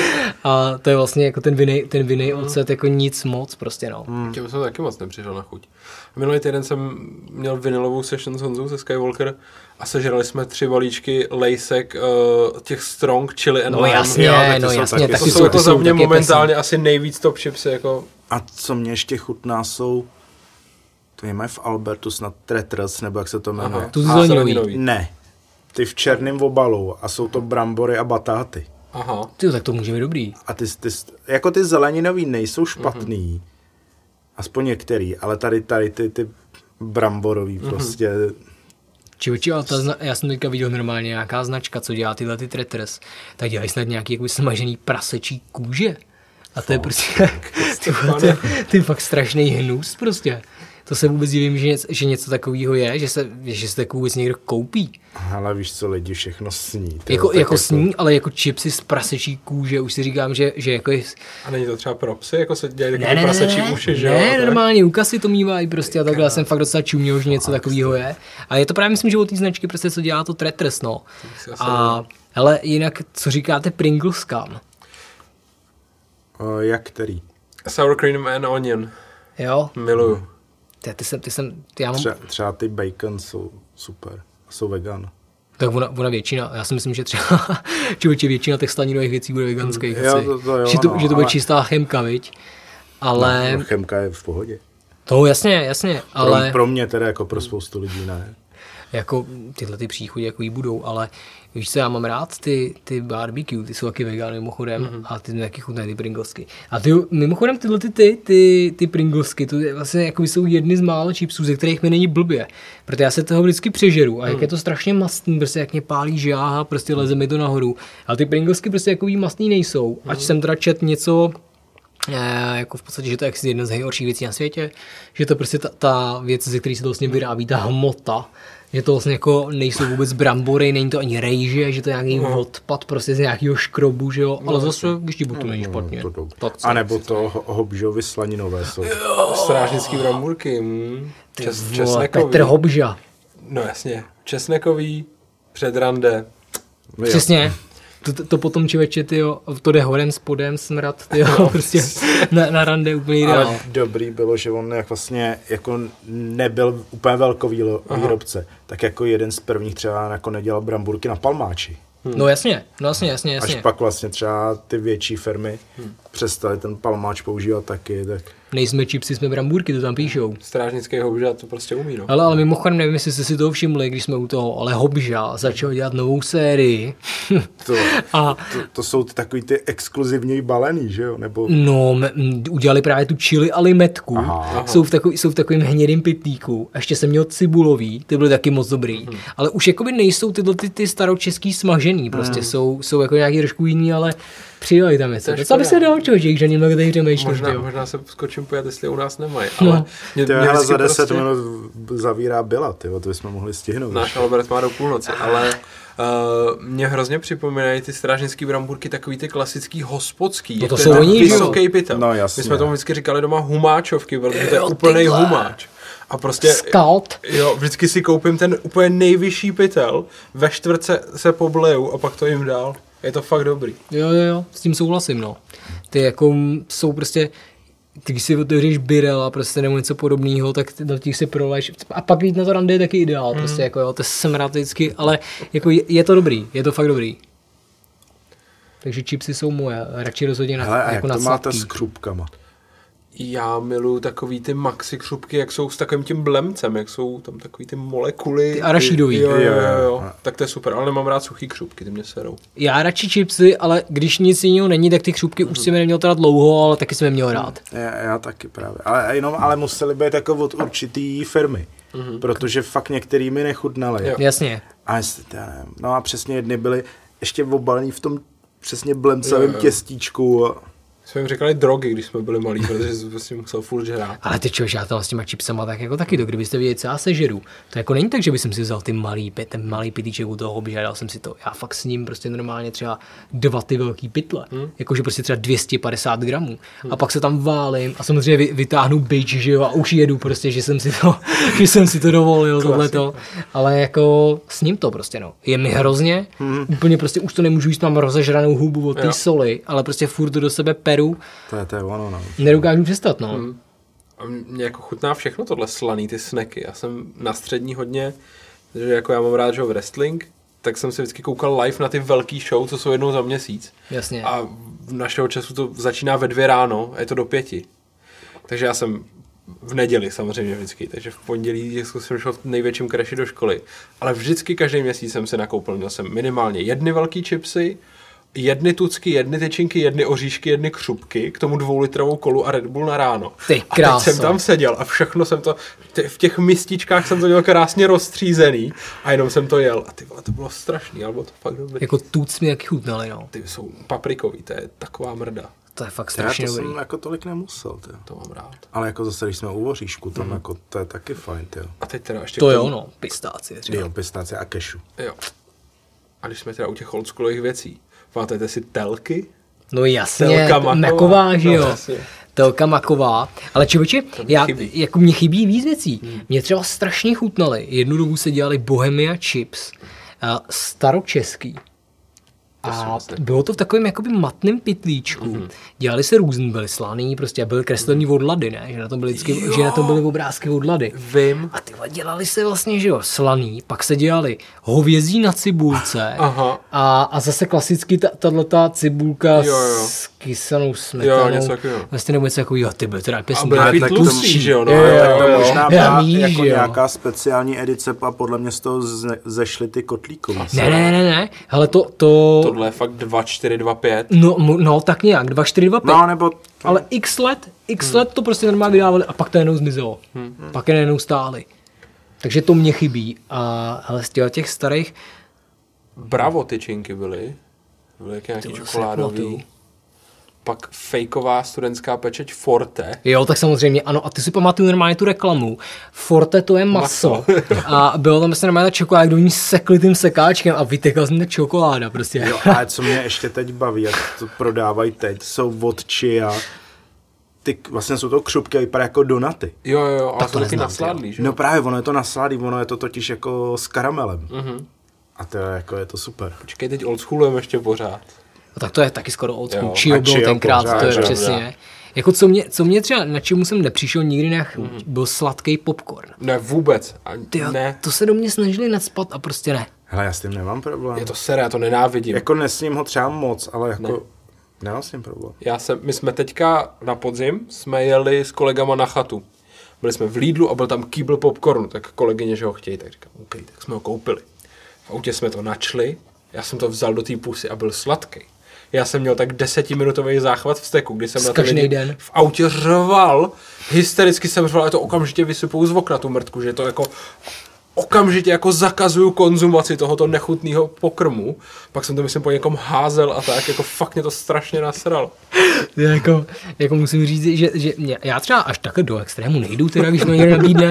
A to je vlastně jako ten vinej, ten vinej ocet jako nic moc prostě, no. Hmm. Těm jsem taky moc nepřišel na chuť. Minulý týden jsem měl vinilovou session s Honzou ze Skywalker a sežrali jsme tři balíčky lejsek uh, těch Strong Chili and No Lime. jasně, jo, no jsou jasně, taky- taky To jsou jsou, jako ty za jsou mě taky momentálně asi nejvíc top chipsy, jako A co mě ještě chutná jsou, to je mají v Albertu snad Tretres, nebo jak se to jmenuje. Tu A zeleninový. zeleninový. Ne, ty v černém obalu a jsou to brambory a batáty. Aha. Ty, tak to může být dobrý. A ty, ty, jako ty zeleninový nejsou špatný, mm-hmm. aspoň některý, ale tady, tady ty, ty bramborový mm-hmm. prostě... Čivoči, ale ta zna- já jsem teďka viděl normálně nějaká značka, co dělá tyhle ty Tretres, tak dělají snad nějaký jako smažený prasečí kůže. A to je prostě, ty, ty, ty fakt strašný hnus prostě. To se vůbec divím, že něco, že něco takového je, že se, že se takovou vůbec někdo koupí. Ale víš co, lidi všechno sní. Jako, jako sní, ale jako chipsy z prasečí kůže, už si říkám, že, že jako je... A není to třeba pro psy, jako se dělají Ne, takové ne, ne, prasečí ne, uši, že jo? ne, a tak? normálně u kasy to mývají prostě a takhle, já jsem fakt docela čuměl, že něco takového je. A je to právě, myslím, že od té značky prostě, co dělá to Tretres, no. si asi A hele, jinak, co říkáte Pringleskám? O, jak který? Sour cream and onion. Jo? Miluju. Ty, ty jsem, ty jsem, ty já mám... Třeba, třeba ty bacon jsou super. Jsou vegan. Tak ona, ona většina, já si myslím, že třeba člověče většina těch slaninových věcí bude veganských. Jo, asi. to- to jo, že, to, no, že to bude ale- čistá chemka, viď? Ale, No, chemka je v pohodě. to jasně, jasně, ale Pro, pro mě teda jako pro spoustu lidí ne. jako tyhle ty příchody jako jí budou, ale víš co, já mám rád ty, ty barbecue, ty jsou taky vegan mimochodem mm-hmm. a ty mi taky chutnají ty Pringlesky. A ty, mimochodem tyhle ty, ty, ty, ty Pringlesky, to je vlastně jako jsou jedny z málo chipsů, ze kterých mi není blbě, protože já se toho vždycky přežeru a mm. jak je to strašně mastný, prostě jak mě pálí žáha, prostě leze mi to nahoru. Ale ty Pringlesky prostě takový mastný nejsou, mm. ať jsem teda čet něco, E, jako v podstatě, že to je jedna z nejhorších věcí na světě, že to prostě ta, ta věc, ze které se to vlastně vyrábí, ta hmota, že to vlastně jako nejsou vůbec brambory, není to ani rejže, že to je nějaký no. odpad prostě z nějakého škrobu, že jo, ale zase, když ti to není špatně. To, to, Tak co? a nebo to ho- hobžovy slaninové jsou. Strážnický bramburky. Mm. Čes, Vole, česnekový. Petr Hobža, No jasně. Česnekový, před rande. Jo. přesně. To, to, to potom člověče, tyjo, to jde horem, spodem, smrad, tyjo, prostě na, na rande úplně ideál. Ale dobrý bylo, že on jak vlastně jako nebyl úplně velkový výrobce, tak jako jeden z prvních třeba jako nedělal bramburky na palmáči. No jasně, no jasně, jasně, jasně. Až pak vlastně třeba ty větší firmy hmm. přestali ten palmáč používat taky, tak... Nejsme čipsy, jsme bramburky, to tam píšou. Strážnický hobža to prostě umí, no. Ale, ale mimochodem, nevím, jestli jste si toho všimli, když jsme u toho, ale Hobža začal dělat novou sérii. To, A to, to jsou ty takový ty exkluzivněji balený, že jo? Nebo... no, m- m- udělali právě tu chili a limetku. Aha. Jsou v, takový, jsou v takovém hnědým pytlíku. A ještě jsem měl cibulový, ty byly taky moc dobrý. Hmm. Ale už jakoby nejsou tyhle ty, ty staročeský smažený, prostě hmm. jsou, jsou jako nějaký trošku jiný, ale přidali tam něco. je Co by se škoda. dal člověk, že někdo tady řemešný. Možná, možná se skočím pojat, jestli u nás nemají, ale No. mě, Ty, mě hele, vždycky za deset prostě- minut zavírá byla, ty, to bychom mohli stihnout. Náš Albert má do půlnoci, ale uh, mě hrozně připomínají ty strážnický bramburky takový ty klasický hospodský. No to je jsou ten oni, že jo? vysoký pytel. No, jasně. My jsme tomu vždycky říkali doma humáčovky, protože to je Jo, úplnej tyhle. humáč. A prostě, Skalt. jo, vždycky si koupím ten úplně nejvyšší pytel, ve čtvrtce se pobleju a pak to jim dál. Je to fakt dobrý. Jo, jo, jo, s tím souhlasím, no. Ty jako m, jsou prostě, ty když si otevřeš birela prostě nebo něco podobného, tak ty do těch si proleješ. A pak jít na to rande je taky ideál, mm. prostě jako jo, to je smrad vždycky, ale jako je, je to dobrý, je to fakt dobrý. Takže chipsy jsou moje, radši rozhodně na, Hele, a jak jako to na máte sladký. s křupkama? Já miluju takový ty maxi křupky, jak jsou s takovým tím blemcem, jak jsou tam takový ty molekuly. Ty arašidový. Jo, jo, Jo, jo, jo. jo. Tak to je super, ale nemám rád suchý křupky, ty mě serou. Já radši chipsy, ale když nic jiného není, tak ty křupky mm. už si mi neměl teda dlouho, ale taky jsem je měl rád. Já, já taky právě. Ale, jenom, ale museli být jako od určitý firmy, mm-hmm. protože fakt některý mi nechutnaly. Jo. Jasně. A jestli, já nevím, no a přesně jedny byly ještě obalený v tom přesně blemcovém Jo, jo. těstíčku. Jsme jim říkali drogy, když jsme byli malí, protože jsem prostě musel furt žrát. Ale ty člověk, já tam s těma chipsama tak jako taky, to kdybyste viděli, co já sežeru. To jako není tak, že bych si vzal ty malý, ten malý pitlíček u toho hobby, dal jsem si to. Já fakt s ním prostě normálně třeba dva ty velký pytle, hmm. jakože prostě třeba dvě stě padesát gramů. Hmm. A pak se tam válím a samozřejmě vytáhnu bič, že jo, a už jedu prostě, že jsem si to, že jsem si to dovolil, tohleto. Ale jako s ním to prostě, no. Je mi hrozně, hmm. úplně prostě už to nemůžu jíst, mám rozežranou hubu od té soli, ale prostě furt to do sebe peru. To je, to je ono, no. Nedokážu přestat, no. Hmm. A mě jako chutná všechno tohle slaný, ty snacky. Já jsem na střední hodně, že jako já mám rád, že wrestling, tak jsem si vždycky koukal live na ty velký show, co jsou jednou za měsíc. Jasně. A v našeho času to začíná ve dvě ráno a je to do pěti. Takže já jsem v neděli samozřejmě vždycky, takže v pondělí jsem šel v největším kreši do školy. Ale vždycky každý měsíc jsem si nakoupil, měl jsem minimálně jedny velký chipsy, jedny tucky, jedny tyčinky, jedny oříšky, jedny křupky, k tomu dvoulitrovou kolu a Red Bull na ráno. Ty a teď jsem tam seděl a všechno jsem to, v těch mističkách jsem to měl krásně rozstřízený a jenom jsem to jel. A ty vole, to bylo strašný, ale bylo to fakt dobrý. Jako tuc mi jaký chutnali, no. Ty jsou paprikový, to je taková mrda. To je fakt strašně já to dobrý. jsem jako tolik nemusel, tyjo. To mám rád. Ale jako zase, když jsme u voříšku, tam mm. jako, to je taky fajn, tyjo. A teď teda ještě... To jo, no, pistácie třeba. Jo, pistácie a kešu. Jo. A když jsme teda u těch oldschoolových věcí, pamatujete si telky? No jasně, maková, že jo. No, telka maková. Ale člověče, já, jako mě chybí víc věcí. Hmm. Mě třeba strašně chutnaly. Jednu dobu se dělali Bohemia chips, staročeský. A bylo to v takovém jakoby matném pytlíčku. Mm-hmm. Dělali se různý, byly slaný, prostě byly kreslený od lady, ne? Že na tom byly, vždycky, že na tom byly obrázky od lady. Vím. A tyhle dělali se vlastně, že jo, slaný, pak se dělali hovězí na cibulce. Aha. A, a zase klasicky tato cibulka jo, jo. s kysanou smetanou. Jo, něco takového. Vlastně nebo něco takového, ty byly teda pěsný. A byly tlustý, že jo, no. Jo, jo, tak to jo, možná byla víš, jako jo. nějaká speciální edice a podle mě z toho ze, zešly ty kotlíkový. Ne, ne, ne, ne, hele to... to... Tohle je fakt dva čtyři dva pět. No, no tak nějak, dva čtyři dva pět. No, nebo... Ale x let, x hmm. let to prostě normálně vydávali a pak to jenom zmizelo. Hmm. Pak je jenom stáli. Takže to mě chybí. A hele, z těch starých... Bravo tyčinky byly. Byly jak nějaký čokoládový. Pak fejková studentská pečeť Forte. Jo, tak samozřejmě, ano. A ty si pamatuju normálně tu reklamu. Forte to je maso. maso. A bylo tam vlastně normálně ta čokoláda, kdo ní sekli tím sekáčkem a vytekla z mě čokoláda prostě. Jo, ale co mě ještě teď baví, jak to prodávají teď, jsou vodči a ty vlastně jsou to křupky a vypadá jako donaty. Jo, jo, jo, ale to jsou taky nasládlý, že? No právě, ono je to nasládlý, ono je to totiž jako s karamelem. Uh-huh. A to je jako, je to super. Počkej, teď oldschoolujeme ještě pořád. No tak to je taky skoro old school. Chio byl tenkrát, pořád, to je přesně. Jako co mě, co mě třeba, na čemu jsem nepřišel nikdy na chuť, mm. byl sladký popcorn. Ne, vůbec. Tyjo, ne. To se do mě snažili nadspat a prostě ne. Hele, já s tím nemám problém. Je to sere, já to nenávidím. Jako nesním ho třeba moc, ale jako ne. Nemám s tím problém. Já jsem, my jsme teďka na podzim, jsme jeli s kolegama na chatu. Byli jsme v Lidlu a byl tam kýbl popcornu, tak kolegyně, že ho chtějí, tak říkám, OK, tak jsme ho koupili. V autě jsme to načli, já jsem to vzal do té pusy a byl sladký. Já jsem měl tak desetiminutový záchvat vzteku, kdy jsem na to lidi v autě řval, hystericky jsem řval, a to okamžitě vysypou z okna tu mrtku, že to jako okamžitě jako zakazuju konzumaci tohoto nechutného pokrmu. Pak jsem to myslím po někom házel a tak, jako fakt mě to strašně nasralo. jako, jako musím říct, že, že mě, já třeba až takhle do extrému nejdu, teda, když mě někdo nabídne.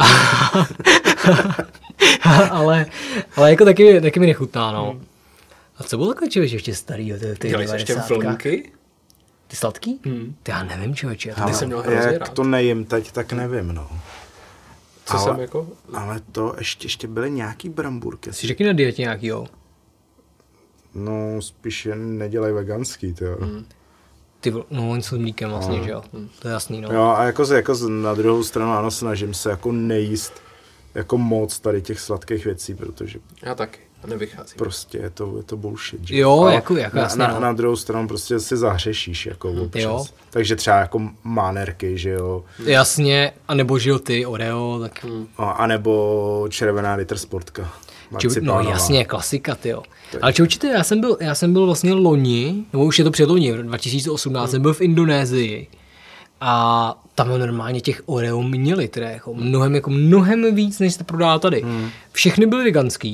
ale, ale jako taky, taky mi nechutná, no. Hmm. A co bylo takové člověče ještě starýho? Dělají se ještě vlnky? Ty sladký? Hmm. Ty já nevím, člověče. Ty jsem měl hrozně jak rád. to nejím teď, tak nevím, no. Co ale, jsem jako? Ale to ještě, ještě byly nějaký brambůrky. Jsi řekni na dietě nějakýho? No, spíš jen nedělej veganský, tyjo. Hmm. Ty, no, něco s mlíkem vlastně, no. Že jo? Hmm. To je jasný, no. Jo, a jako, jako na druhou stranu, ano, snažím se jako nejíst jako moc tady těch sladkých věcí, protože... Já taky. A nevychází. Prostě je to, je to bullshit. Že? Jo, ale jako, jako na, jasně, na, no. na druhou stranu prostě si zahřešíš jako občas. Jo. Takže třeba jako mánerky, že jo. Jasně, anebo žil ty Oreo, tak... Hmm. A nebo červená litr sportka. Ču, no jasně, klasika, tyjo. Ale čoučíte, já jsem byl, já jsem byl vlastně loni, nebo už je to předloni, v dva tisíce osmnáct, hmm. jsem byl v Indonésii. A tam normálně těch Oreo měli teda jako mnohem, jako mnohem víc, než se prodává tady. Hmm. Všechny byly veganský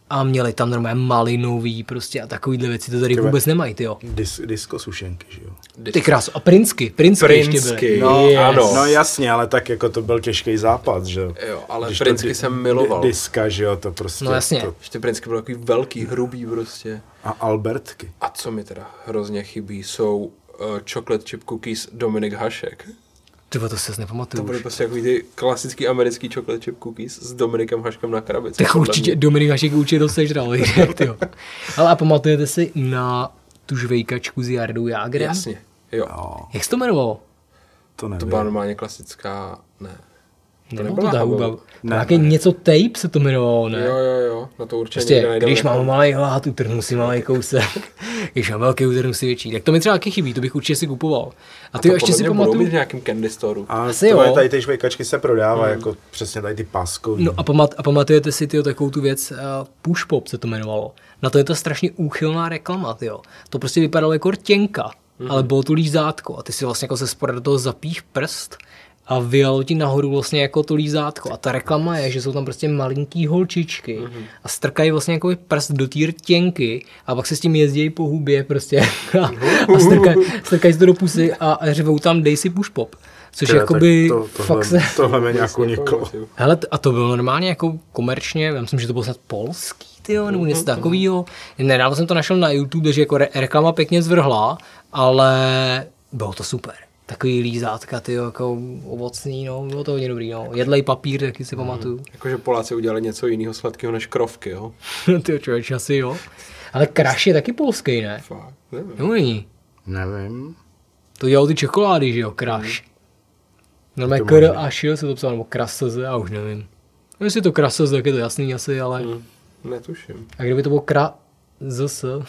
a měli tam normálně malinový prostě a takovýhle věci, to tady Tyve, vůbec nemají, tyjo. Dis, disco sušenky, že jo? Ty krás, a prinsky, prinsky, prinsky ještě byly. No, yes. ano. No jasně, ale tak jako to byl těžký západ, že jo? Jo, ale Když prinsky di- jsem miloval. Di, diska, že jo, to prostě. No jasně. To, Ještě prinsky byly takový velký, hrubý prostě. a Albertky. A co mi teda hrozně chybí, jsou uh, chocolate chip cookies Dominik Hašek. Tyvo, to se To nepamatuju. byly prostě takový ty klasický americký chocolate chip cookies s Dominikem Haškem na krabici. Tak určitě Dominik Hašek určitě dost sežral, tyjo. Ale a pamatujete si na tu žvejkačku s Jardou Jágrem? Jasně, jo. Jo, Jak se to jmenovalo? to nevím. To byla normálně klasická, ne. To Nebo nebyla to ta Hubble. huba. Ne, Nějaké ne. něco tape se to jmenovalo, ne? Jo, jo, jo, na to určitě Prostě, někde najdeme. když mám malý hlad, utrhnu si malý kousek. Když mám velký, utrhnu si větší. Tak to mi třeba taky chybí, to bych určitě si kupoval. A ty to ještě si podle mě budou mít pamatuju. v nějakém candy storeu. A Asi tohle jo. tady ty žvejkačky se prodávají, jako přesně tady ty páskový. No a, pamat, a pamatujete si tyjo, takovou tu věc, uh, Push Pop se to jmenovalo. Na to je to strašně úchylná reklama, tyjo. To prostě vypadalo jako rtěnka, mm-hmm. ale bylo to lízátko a ty si vlastně jako ze spoda do toho zapíš prst a vyjalo ti nahoru vlastně jako to lízátko. A ta reklama je, že jsou tam prostě malinký holčičky mm-hmm. a strkají vlastně jako prst do té rtěnky a pak se s tím jezdí po hubě prostě a, a strkají strkaj si to do pusy a, a řevou tam dej si Push Pop. Což Tyhle, jakoby to, tohle, fakt se... tohle mě nějak uniklo. Hele, t- a to bylo normálně jako komerčně, já myslím, že to bylo snad polský, tyjo, nebo něco takového. Nedávno jsem to našel na YouTube, že jako re- reklama pěkně zvrhla, ale bylo to super. Takový lízátka, tyjo, jako ovocný, no, bylo to hodně dobrý, no. Jedlej papír, taky si pamatuju. Jakože Poláci udělali něco jiného sladkého než krovky, jo? Tyjo, člověče, asi jo. Ale Crush je taky polský, ne? Fakt, nevím. Jo, není. Nevím. To dělal ty čokolády, že jo, Crush. Normálně To K R možná. a Š se to psalo, nebo Kraseze, já už nevím. No, jestli je to Kraseze, tak je to jasný asi, ale... Hmm, netuším. A kdyby to bylo Kra Z S,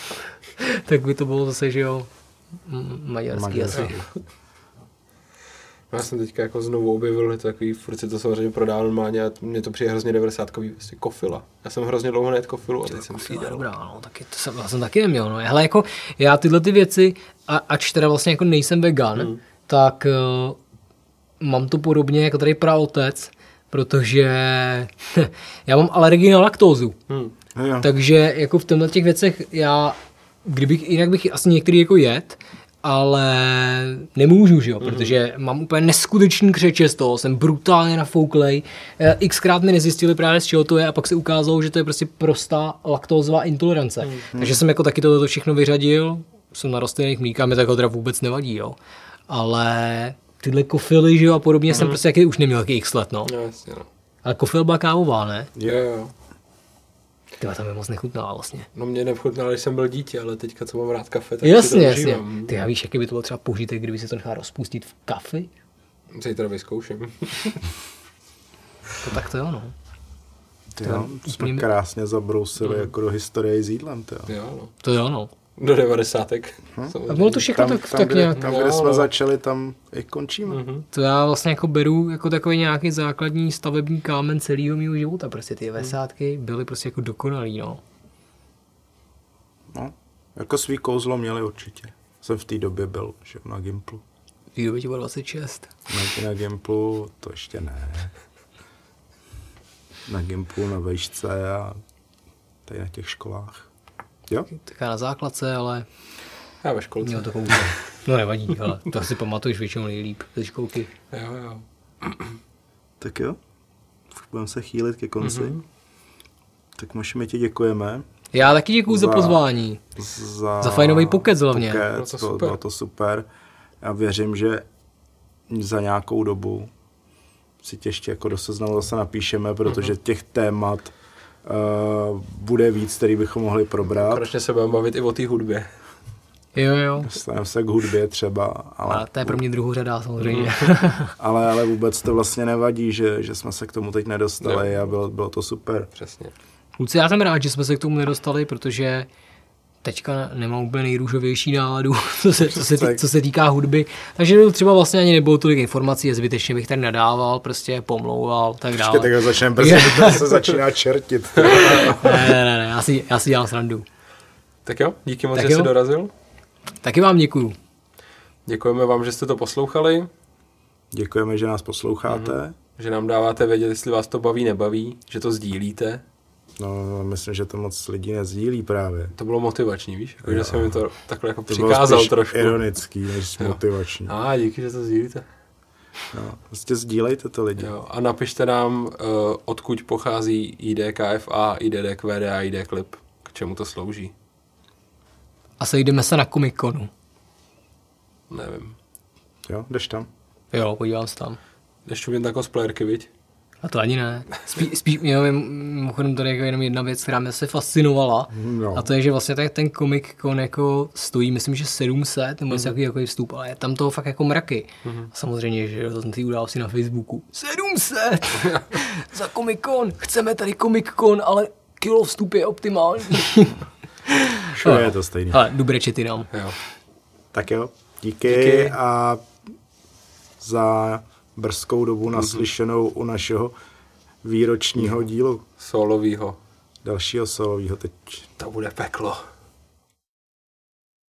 tak by to bylo zase, že jo, m- maďarský Maďarský. asi. Já jsem teďka jako znovu objevil, je to takový, furt si to samozřejmě prodával normálně a mně to přijde hrozně devadesátkový, prostě kofila. Já jsem hrozně dlouho nejet kofilu a teď jsem si ji To je dal. dobrá, no, taky to jsem, já jsem taky neměl, no. Hele, jako já tyhle ty věci, a, ač teda vlastně jako nejsem vegan, hmm. tak uh, mám to podobně jako tady praotec, protože já mám alergii na laktózu. Hmm. No jo. Takže jako v těchto těch věcech já, kdybych, jinak bych asi některý jako jet, ale nemůžu, že jo, mm-hmm. protože mám úplně neskutečný křeče z toho, jsem brutálně nafouklej. Eh, Xkrát mi nezjistili právě z čeho to je a pak se ukázalo, že to je prostě prostá laktózová intolerance. Mm-hmm. Takže jsem jako taky tohle všechno vyřadil, jsem na rostlinných mlíkách, mi to jako teda vůbec nevadí, jo. Ale tyhle kofily, že jo, a podobně mm-hmm. jsem prostě taky už neměl taky x let, no. No jasně, no. Ale kofil byla kávová, ne? Jo, jo. Tyhle tam je moc nechutná vlastně. No mě nevchutnalo, když jsem byl dítě, ale teďka, co mám rád kafe, tak si Jasně, to jasně. užívám. Ty já víš, jaký by to bylo třeba požitek, kdyby se to nechá rozpustit v kafi? Zítra vyzkouším. To tak to jo, no. Ty To jo, úplně jsme mi- krásně zabrousili Mm. jako do historie s jídlem. Ty jo. Jo, no. To jo, no. Do devadesátek. A bylo to všechno Tam, tak, tam, tak kde, nějak. tam, Jo, kde jsme no. začali, tam i končíme. Mhm. To já vlastně jako beru jako takový nějaký základní stavební kámen celého mého života. Prostě ty devadesátky byly prostě jako dokonalý, no. No, jako svý kouzlo měli určitě. Jsem v té době byl, že jo, na Gimplu. V té době ti bylo dvacet šest. Na, na Gimplu to ještě ne. Na Gimplu, na vejšce a tady na těch školách. Jo? Taká na základce, ale Já ve školce. měl to kouzlo. No nevadí, ale to si pamatuješ většinou nejlíp ze školky. Jo, jo. Tak jo. Už budeme se chýlit ke konci. Mhm. Tak Moši, my ti děkujeme. Já taky děkuju za Za- pozvání. Za, Za fajnový pokec hlavně. Pokec, Bylo to bylo, super. bylo to super. Já věřím, že za nějakou dobu si tě ještě jako do seznamu zase napíšeme, protože těch témat uh, bude víc, který bychom mohli probrat. Konečně se budeme bavit i o té hudbě. Jo, jo. Dostaneme se k hudbě třeba, ale, Ale to je pro mě druhořadá samozřejmě. ale, ale vůbec to vlastně nevadí, že, že jsme se k tomu teď nedostali Jo. a bylo, bylo to super. Přesně. Kluci, já jsem rád, že jsme se k tomu nedostali, protože teďka nemám úplně nejrůžovější náladu, co se, co, se, tý, co se týká hudby. Takže třeba vlastně ani nebylo tolik informací a zbytečně bych tady nadával, prostě pomlouval, tak dále. Ještě takhle začneme, protože to se začíná čertit. Ne, ne, ne, ne, já si, já si dělám srandu. Tak jo, díky moc, Tak že jo. jsi dorazil. Taky vám děkuju. Děkujeme vám, že jste to poslouchali, Děkujeme, že nás posloucháte. že nám dáváte vědět, jestli vás to baví, nebaví, že to sdílíte. No, myslím, že to moc lidí nezdílí právě. To bylo motivační, víš? Jako, že jsem mi to takhle jako To přikázal bylo trošku. ironický, než Jo. motivační. A ah, díky, že to sdílíte. No, prostě sdílejte to lidi. Jo. A napište nám, uh, odkud pochází I D K F A, I D D Q D a I D Clip. K čemu to slouží. A sejdeme se na Comic-Conu. Nevím. Jo, jdeš tam? Jo, podívám se tam. Jdeš tu jen na cosplayerky, viď? A to ani ne. Spí, spíš, jo, mimochodem tady jako jenom jedna věc, která mě se fascinovala. No. A to je, že vlastně tak ten Comic-Con jako stojí, myslím, že sedm set, nebo něco mm-hmm. takový vstup, ale je tam toho fakt jako mraky. Mm-hmm. A samozřejmě, že to jsem ty události na Facebooku. sedm set! Za Comic-Con! Chceme tady Comic-Con, ale kilo vstup je optimální. Všude je to stejný. Ale dobré čety nám. Jo. Tak jo, díky, Díky. a za brzkou dobu naslyšenou u našeho výročního dílu. Solovýho. Dalšího solovýho teď. To bude peklo.